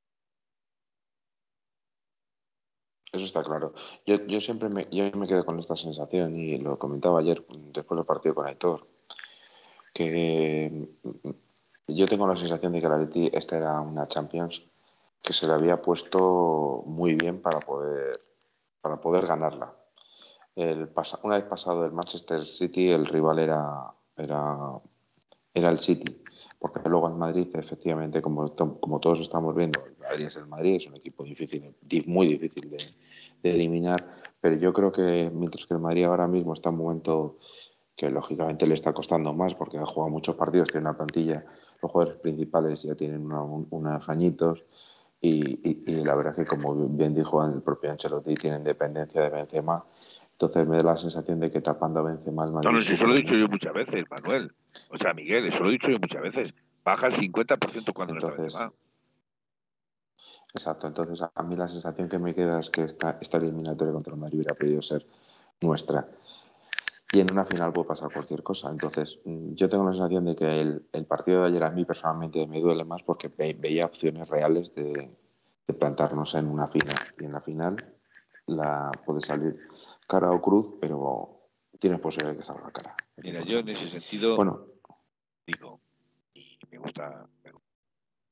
eso está claro. Yo, yo siempre me, yo me quedo con esta sensación y lo comentaba ayer después del partido con Aitor, que yo tengo la sensación de que la Atleti esta era una Champions que se le había puesto muy bien para poder, para poder ganarla. El pas- una vez pasado el Manchester City, el rival era, era, era el City, porque luego en Madrid, efectivamente, como, to- como todos estamos viendo, el Madrid es el Madrid, es un equipo difícil, di- muy difícil de, de eliminar, pero yo creo que mientras que el Madrid ahora mismo está en un momento que lógicamente le está costando más porque ha jugado muchos partidos, tiene una plantilla, los jugadores principales ya tienen una- un- unos añitos y, y- y la verdad es que como bien dijo el propio Ancelotti, tienen dependencia de Benzema, entonces me da la sensación de que tapando a Benzema el No, Madrid no, si eso lo sufre he dicho yo mucho. muchas veces, Manuel. O sea, Miguel, eso lo he dicho yo muchas veces. Baja el cincuenta por ciento cuando no está Entonces, Benzema. exacto, entonces a mí la sensación que me queda es que esta, esta eliminatoria contra el Madrid hubiera podido ser nuestra. Y en una final puede pasar cualquier cosa. Entonces, yo tengo la sensación de que el, el partido de ayer a mí personalmente me duele más porque ve, veía opciones reales de, de plantarnos en una final. Y en la final la puede salir cara o cruz, pero tienes posibilidad de que salga cara. Mira, yo en ese sentido Bueno, digo, y me gusta, me gusta.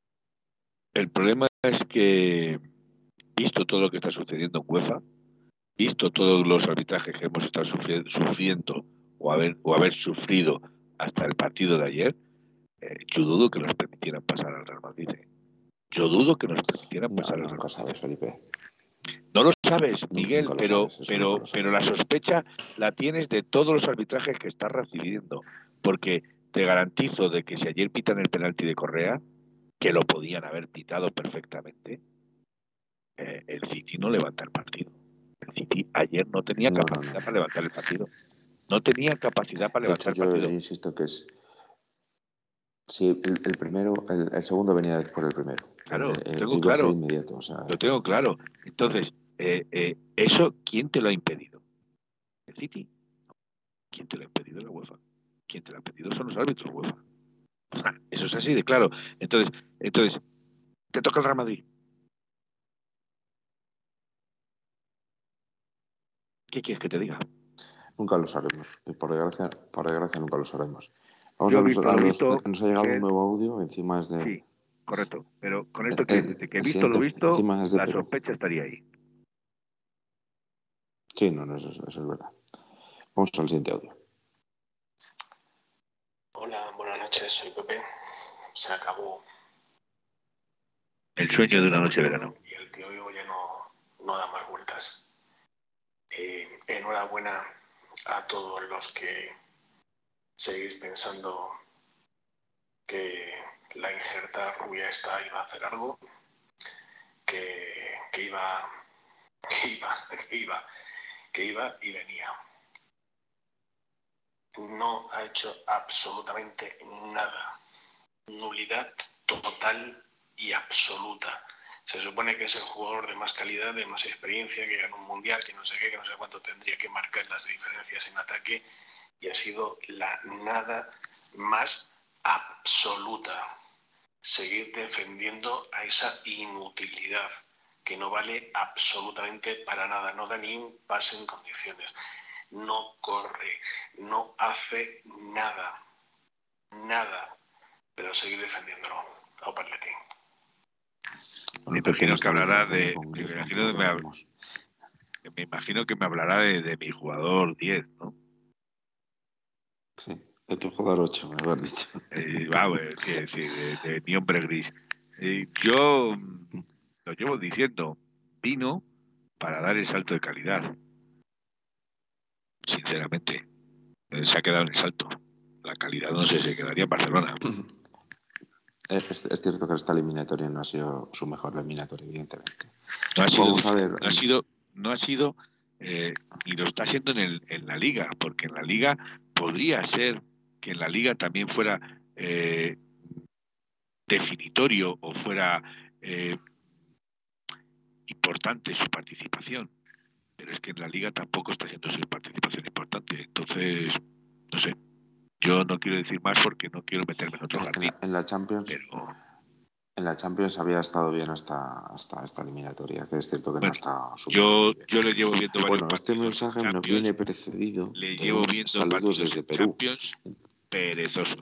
El problema es que, visto todo lo que está sucediendo en UEFA, visto todos los arbitrajes que hemos estado sufri sufriendo o haber, o haber sufrido hasta el partido de ayer, eh, yo dudo que nos permitieran pasar al Real Madrid. ¿eh? Yo dudo que nos permitieran No, pasar no, al Real nunca Madrid. sabes, Felipe. No lo sabes, Miguel, Nunca lo pero, sabes, pero, pero la sospecha la tienes de todos los arbitrajes que estás recibiendo, porque te garantizo de que si ayer pitan el penalti de Correa, que lo podían haber pitado perfectamente, eh, el City no levanta el partido. El City ayer no tenía No, capacidad no, no. para levantar el partido. No tenía capacidad para De hecho, levantar el yo partido. insisto que es... Sí, el, el primero, el, el segundo venía después del primero. Claro, Eh, lo eh, tengo iba a ser claro, inmediato. O sea, lo tengo claro. Entonces, eh, eh, ¿eso quién te lo ha impedido? ¿El City? ¿Quién te lo ha impedido? La UEFA. ¿Quién te lo ha impedido? Son los árbitros UEFA. O sea, eso es así de claro. Entonces, entonces, te toca el Real Madrid. ¿Qué quieres que te diga? nunca lo sabremos. Y por desgracia, por desgracia nunca lo sabremos. Vamos Yo a he los, visto a lo los... visto, Nos ha llegado un Miguel, nuevo audio, encima es de... sí, correcto. Pero con El, esto quiero el, decirte que he el visto lo siguiente, visto, encima es de la Perú. sospecha estaría ahí. Sí, no, no, eso, eso es verdad. Vamos al siguiente audio. Hola, buenas noches, soy Pepe. Se acabó El sueño de una noche de verano. y el tío Vigo ya no, no da más vueltas. Eh, enhorabuena a todos los que seguís pensando que la injerta rubia esta iba a hacer algo, que, que iba, que iba, que iba, que iba y venía. No ha hecho absolutamente nada. Nulidad total y absoluta. Se supone que es el jugador de más calidad, de más experiencia, que gana un mundial, que no sé qué, que no sé cuánto tendría que marcar las diferencias en ataque, y ha sido la nada más absoluta. Seguir defendiendo a esa inutilidad que no vale absolutamente para nada, no da ni un pase en condiciones, no corre, no hace nada, nada, pero seguir defendiéndolo. Au Parleti. Me Bueno, Pepe no imagino que está muy hablará conforme de. con Me Griezmann, por imagino, lo que que me, vemos. me imagino que me hablará de, de mi jugador diez, ¿no? Sí, de tu jugador ocho, me lo has dicho. Eh, vamos, sí, sí, de, de mi hombre gris. Eh, yo mm, lo llevo diciendo, vino para dar el salto de calidad, sinceramente. Eh, se ha quedado en el salto. La calidad no sé, se quedaría en Barcelona. Es, es- es cierto que esta eliminatoria no ha sido su mejor eliminatoria, evidentemente. No ha sido, Vamos a ver. no ha sido, no ha sido, eh, y lo está haciendo en, el, en la liga, porque en la liga podría ser que en la liga también fuera eh, definitorio o fuera eh, importante su participación, pero es que en la liga tampoco está haciendo su participación importante. Entonces, no sé, yo no quiero decir más porque no quiero meterme en otro En jardín, la, en la Champions, pero en la Champions había estado bien hasta, hasta esta eliminatoria, que es cierto que no ha bueno, estado su mejor yo, nivel. yo le llevo viendo varios Bueno, este partidos en mensaje nos viene Champions, precedido le de llevo un viendo saludos partidos desde en Perú. Champions perezoso.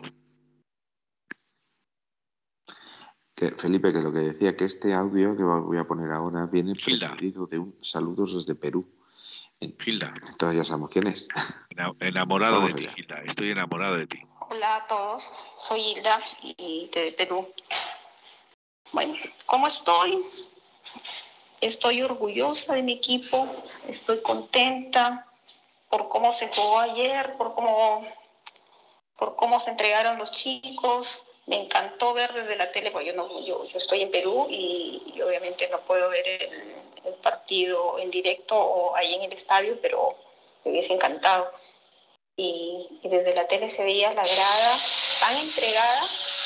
Que, Felipe, que lo que decía, que este audio que voy a poner ahora viene Gilda, precedido de un saludos desde Perú. Gilda, Entonces ya sabemos quién es. ena- enamorado Vamos de ti, allá. Gilda, estoy enamorado de ti. Hola a todos, soy Hilda y de Perú. Bueno, ¿cómo estoy? Estoy orgullosa de mi equipo, estoy contenta por cómo se jugó ayer, por cómo, por cómo se entregaron los chicos. Me encantó ver desde la tele, porque yo, no, yo, yo estoy en Perú y, y obviamente no puedo ver el, el partido en directo o ahí en el estadio, pero me hubiese encantado. Y, y desde la tele se veía la grada tan entregada.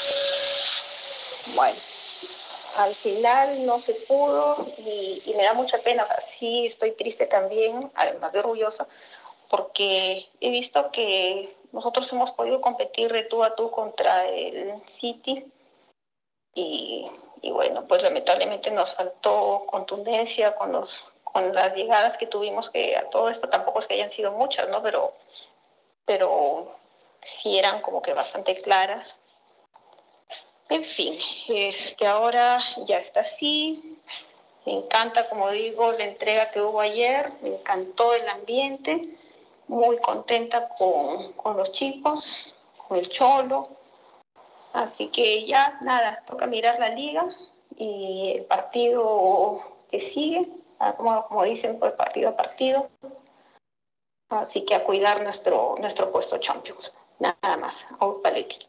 Bueno, al final no se pudo y, y me da mucha pena. O sea, sí estoy triste también, además de orgullosa, porque he visto que nosotros hemos podido competir de tú a tú contra el City y, y bueno, pues lamentablemente nos faltó contundencia con, los, con las llegadas que tuvimos, que a todo esto tampoco es que hayan sido muchas, ¿no? Pero, pero sí eran como que bastante claras. En fin, este, ahora ya está así. Me encanta, como digo, la entrega que hubo ayer, me encantó el ambiente, muy contenta con, con los chicos, con el Cholo. Así que ya, nada, toca mirar la liga y el partido que sigue, como, como dicen, pues partido a partido. Así que a cuidar nuestro, nuestro puesto Champions. Nada más, a Paletti.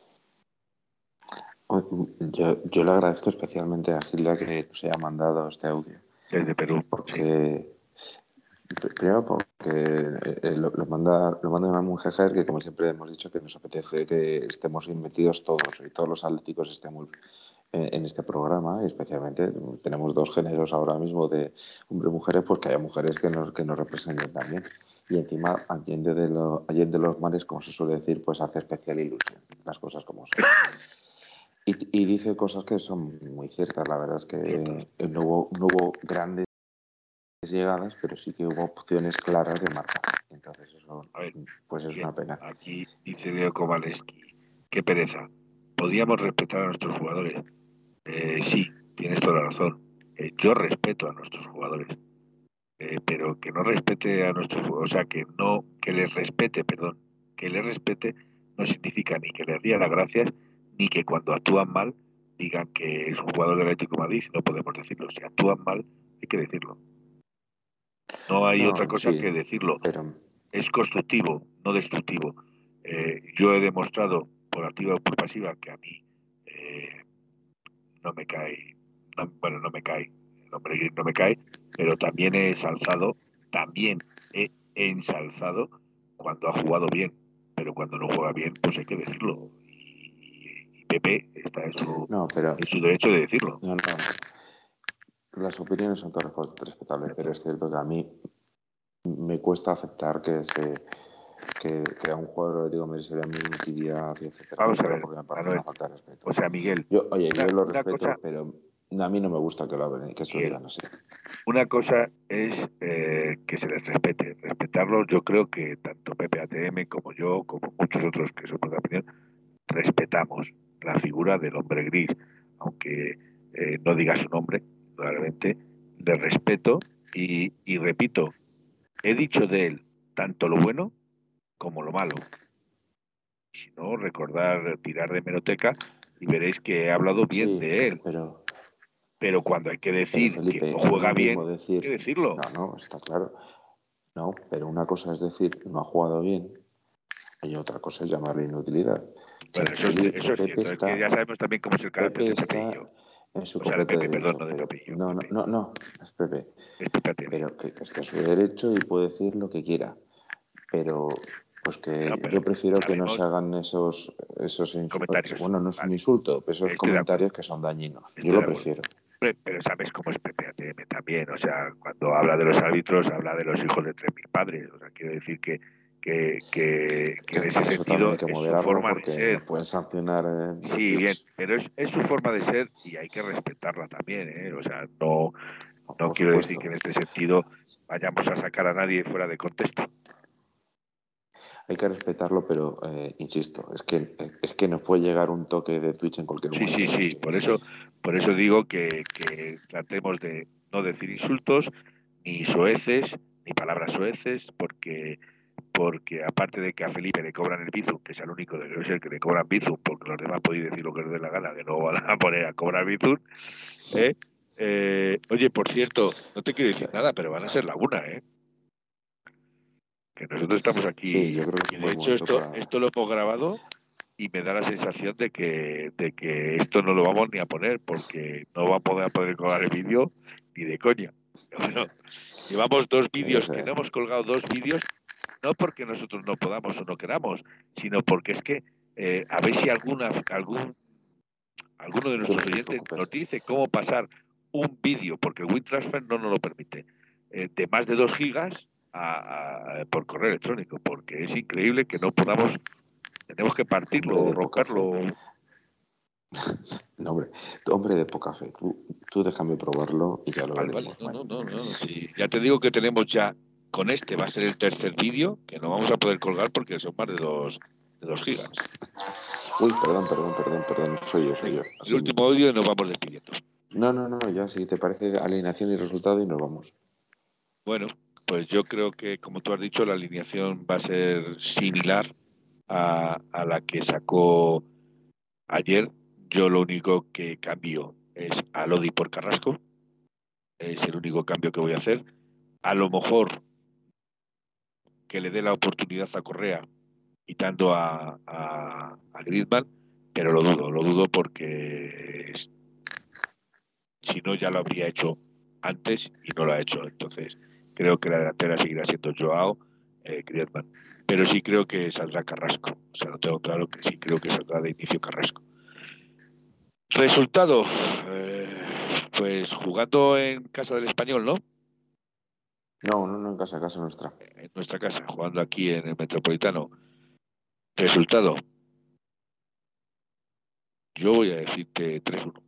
Yo, yo le agradezco especialmente a Gilda que nos haya mandado este audio. Desde Perú. Porque, sí. Primero porque eh, lo, lo manda lo manda una mujer que, como siempre hemos dicho, que nos apetece que estemos bien metidos todos y todos los atléticos estemos en, en este programa. Y especialmente tenemos dos géneros ahora mismo de hombres y mujeres, pues que haya mujeres que nos, que nos representen también. Y encima, allende de, lo, allende de los mares, como se suele decir, pues hace especial ilusión, las cosas como son. Y, y dice cosas que son muy ciertas. La verdad es que no hubo, no hubo grandes llegadas, pero sí que hubo opciones claras de marcar. Entonces eso, A ver, pues es bien, una pena. Aquí dice Leo Kowalski, qué pereza. ¿Podíamos respetar a nuestros jugadores? Eh, sí, tienes toda la razón. Eh, yo respeto a nuestros jugadores, eh, pero que no respete a nuestros jugadores, o sea, que no, que les respete, perdón, que les respete no significa ni que les diera las gracias, ni que cuando actúan mal digan que es un jugador del Atlético de Madrid, no podemos decirlo. Si actúan mal, hay que decirlo. No hay No, otra cosa sí, que decirlo. pero Es constructivo, no destructivo. Eh, yo he demostrado por activa o por pasiva que a mí eh, no me cae, no, bueno, no me cae, el hombre gris no me cae, pero también he ensalzado, también he ensalzado cuando ha jugado bien, pero cuando no juega bien, pues hay que decirlo. Y, y Pepe está en su, no, pero en su derecho de decirlo. no, no. Las opiniones son todas respetables, pero es cierto que a mí me cuesta aceptar que se que, que a un jugador, digo, me sería mi intimidad, etcétera, Vamos a etcétera, ver, porque me parece Manuel, una falta de respeto. o sea, Miguel, Yo, oye, una, yo lo una respeto, cosa, pero a mí no me gusta que lo hablen, que se lo Miguel, digan así. una cosa es eh, que se les respete. Respetarlos, yo creo que tanto Pepe A T M como yo, como muchos otros que somos de la opinión, respetamos la figura del hombre gris. Aunque eh, no diga su nombre, probablemente, le respeto y, y repito, he dicho de él tanto lo bueno como lo malo. Si no, recordar, tirar de hemeroteca y veréis que he hablado bien Sí, de él. pero, Pero cuando hay que pero decir que Felipe, no no es juega lo mismo bien, hay que decir, decirlo. no, no, está claro. No, pero una cosa es decir, no ha jugado bien, y otra cosa es llamarle inutilidad. O sea, Bueno, eso es, Felipe, eso es Pepe cierto. Es que está, ya sabemos también cómo es el carácter Pepe de Pepe y está yo. en su O sea, de completo Pepe, perdón, derecho, no de pero Pepe y yo. no, no, Pepe. no, no, es Pepe. Es Pepe A T M. Pero que, que esté en su derecho y puede decir lo que quiera. Pero pues que Bueno, pero yo prefiero que no sabemos se hagan esos, esos comentarios. bueno, no es un Vale, insulto, pero esos estoy de comentarios acuerdo. que son dañinos. Yo Estoy lo de acuerdo. prefiero. Pero sabes cómo es Pepe A T M también. O sea, cuando habla de los árbitros, habla de los hijos de tres mil padres. O sea, quiero decir que, que, que, que en ese Eso también sentido hay que es su moderarlo forma de porque nos ser. pueden sancionar en Sí, bien, Twitch. pero es, es su forma de ser y hay que respetarla también, ¿eh? O sea, no, no Por quiero decir supuesto. que en este sentido vayamos a sacar a nadie fuera de contexto. Hay que respetarlo, pero eh, insisto, es que es que nos puede llegar un toque de Twitch en cualquier Sí, momento. sí, sí, por eso, por eso digo que, que tratemos de no decir insultos, ni soeces, ni palabras soeces, porque, porque aparte de que a Felipe le cobran el Bizum, que es el único de ser que le cobran Bizum, porque los demás podéis decir lo que les dé la gana, que no van a poner a cobrar Bizum, ¿eh? Eh, oye, por cierto, no te quiero decir nada, pero van a ser la una, ¿eh? Que nosotros estamos aquí, Sí, yo creo que y es un de buen hecho momento esto, para... esto lo hemos grabado y me da la sensación de que, de que esto no lo vamos ni a poner porque no vamos a poder, poder colgar el vídeo ni de coña. Bueno, llevamos dos vídeos que no hemos colgado dos vídeos, no porque nosotros no podamos o no queramos, sino porque es que eh, a ver si alguna, algún, alguno de nuestros oyentes nos dice cómo pasar un vídeo, porque el WinTransfer no nos lo permite, eh, de más de dos gigas a, a, por correo electrónico, porque es increíble que no podamos, tenemos que partirlo o romperlo. No, hombre, hombre de poca fe. Tú, tú déjame probarlo y ya lo Vale, veremos. vale. No, no, no, no. Sí. Ya te digo que tenemos ya, con este va a ser el tercer vídeo, que no vamos a poder colgar porque son más de dos, de dos gigas. Uy, perdón, perdón, perdón, perdón. Soy yo, soy yo. El último audio y nos vamos despidiendo. No, no, no, ya si te parece alineación y resultado y nos vamos. Bueno, pues yo creo que, como tú has dicho, la alineación va a ser similar a, a la que sacó ayer. Yo lo único que cambio es a Lodi por Carrasco. Es el único cambio que voy a hacer. A lo mejor que le dé la oportunidad a Correa, quitando a, a, a Griezmann, pero lo dudo, lo dudo porque es- si no ya lo habría hecho antes y no lo ha hecho. Entonces creo que la delantera seguirá siendo Joao, eh, Griezmann, pero sí creo que saldrá Carrasco. O sea, lo tengo claro que sí creo que saldrá de inicio Carrasco. Resultado, eh, pues jugando en casa del Español, ¿no? No, no, no, en casa, casa nuestra. En nuestra casa, jugando aquí en el Metropolitano. Resultado, yo voy a decirte tres uno.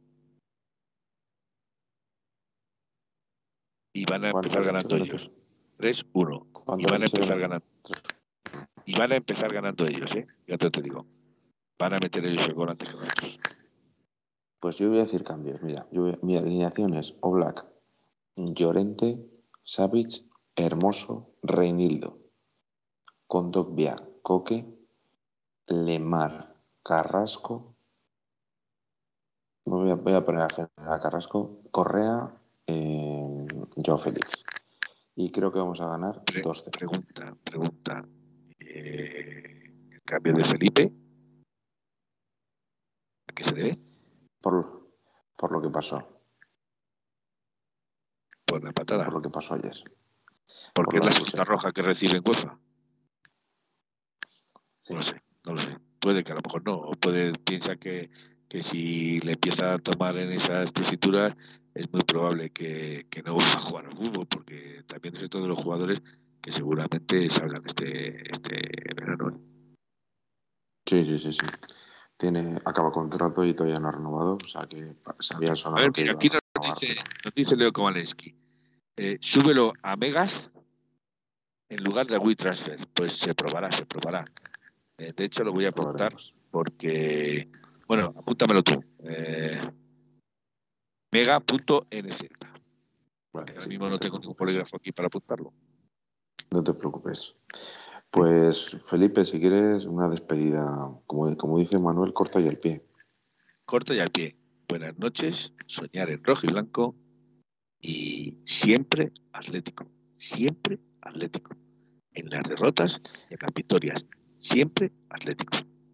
Y van a ¿Cuánto empezar has dicho ganando que no te... ellos. tres uno. Y ¿Cuánto has van a dicho que empezar no? ganando. Y van a empezar ganando ellos, ¿eh? Ya te, te digo. Van a meter ellos el gol antes que nosotros. Pues yo voy a decir cambios, mira. Yo voy- mi alineación es Oblak, Llorente, Savic, Hermoso, Reinildo, Kondogbia, Coque, Lemar, Carrasco. Voy a, voy a poner a, Fer- a Carrasco, Correa, eh, Joao Félix. Y creo que vamos a ganar Pre- dos cero. pregunta, pregunta. Eh, ¿El cambio de Felipe? ¿A qué se debe? Por, por lo que pasó, Por la por patada. lo que pasó ayer, por Porque es la la segunda expulsión. roja que recibe en UEFA. Sí, No lo sé, no lo sé. Puede que a lo mejor no. O puede, piensa que, que si le empieza a tomar en esas tesituras, es muy probable que, que no va a jugar al fútbol, porque también es de los jugadores que seguramente salgan este, este verano. ¿Eh? sí, sí, sí, sí. Tiene, acaba contrato y todavía no ha renovado, o sea que se había A ver, sonado que mira, iba aquí a nos renovar, dice, pero nos dice Leo Kowalski. Eh, súbelo a Megas en lugar de WeTransfer. Pues se probará, se probará. Eh, de hecho, lo voy a apuntar probaremos. porque, bueno, apúntamelo tú. Eh, Mega.nz. Vale, Ahora sí, mismo no no te tengo ningún preocupes, bolígrafo aquí para apuntarlo. no te preocupes. ¿Sí? Pues Felipe, si quieres una despedida, como, como dice Manuel, corta y al pie. Corto y al pie. Buenas noches, soñar en rojo y blanco y siempre atlético. Siempre atlético. En las derrotas y en las victorias. Siempre atlético.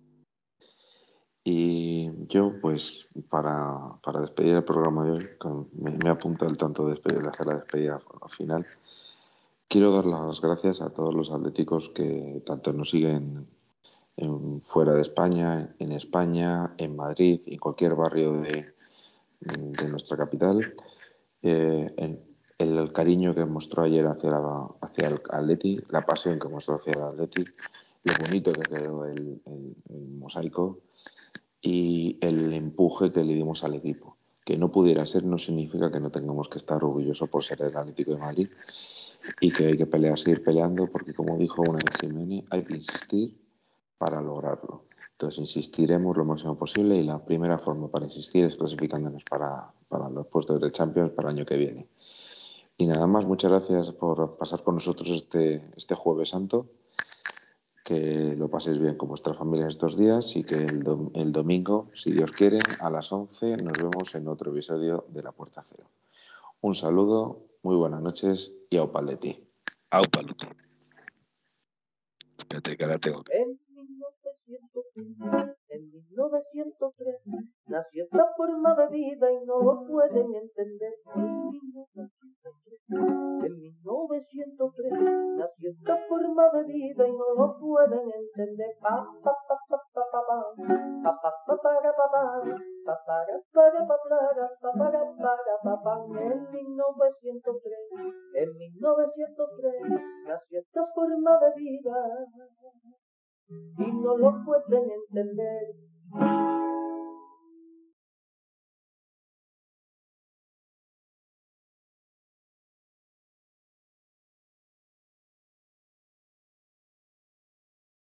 Y yo, pues, para, para despedir el programa de hoy, con- me, me apunta el tanto de, despedir, de hacer la despedida final. Quiero dar las gracias a todos los atléticos que tanto nos siguen en- fuera de España, en España, en Madrid y en cualquier barrio de, de nuestra capital. Eh, en- el, el cariño que mostró ayer hacia, la- hacia el Atleti, la pasión que mostró hacia el Atleti, lo bonito que quedó el, el- el mosaico y el empuje que le dimos al equipo. Que no pudiera ser no significa que no tengamos que estar orgullosos por ser el Atlético de Madrid y que hay que pelear, seguir peleando, porque como dijo una vez Simeone, hay que insistir para lograrlo. Entonces insistiremos lo máximo posible y la primera forma para insistir es clasificándonos para, para los puestos de Champions para el año que viene. Y nada más, muchas gracias por pasar con nosotros este, este Jueves Santo, que lo paséis bien con vuestra familia estos días y que el, dom- el domingo, si Dios quiere, a las once nos vemos en otro episodio de La Puerta Cero. Un saludo, muy buenas noches y au pal de ti. Au paluto. Espérate que ahora tengo que... En mil novecientos tres, en mil novecientos tres, nació esta forma de vida y no lo pueden entender. En mil novecientos tres, en mil novecientos tres, nació esta forma de vida y no lo pueden entender. Pa, pa, pa, pa, pa, pa, pa, pa, pa, pa, para, pa, pa, pa, para, para, pa, para, pa, para, para, pa, pa. En mil novecientos tres, en mil novecientos tres, nació esta forma de vida y no lo pueden entender.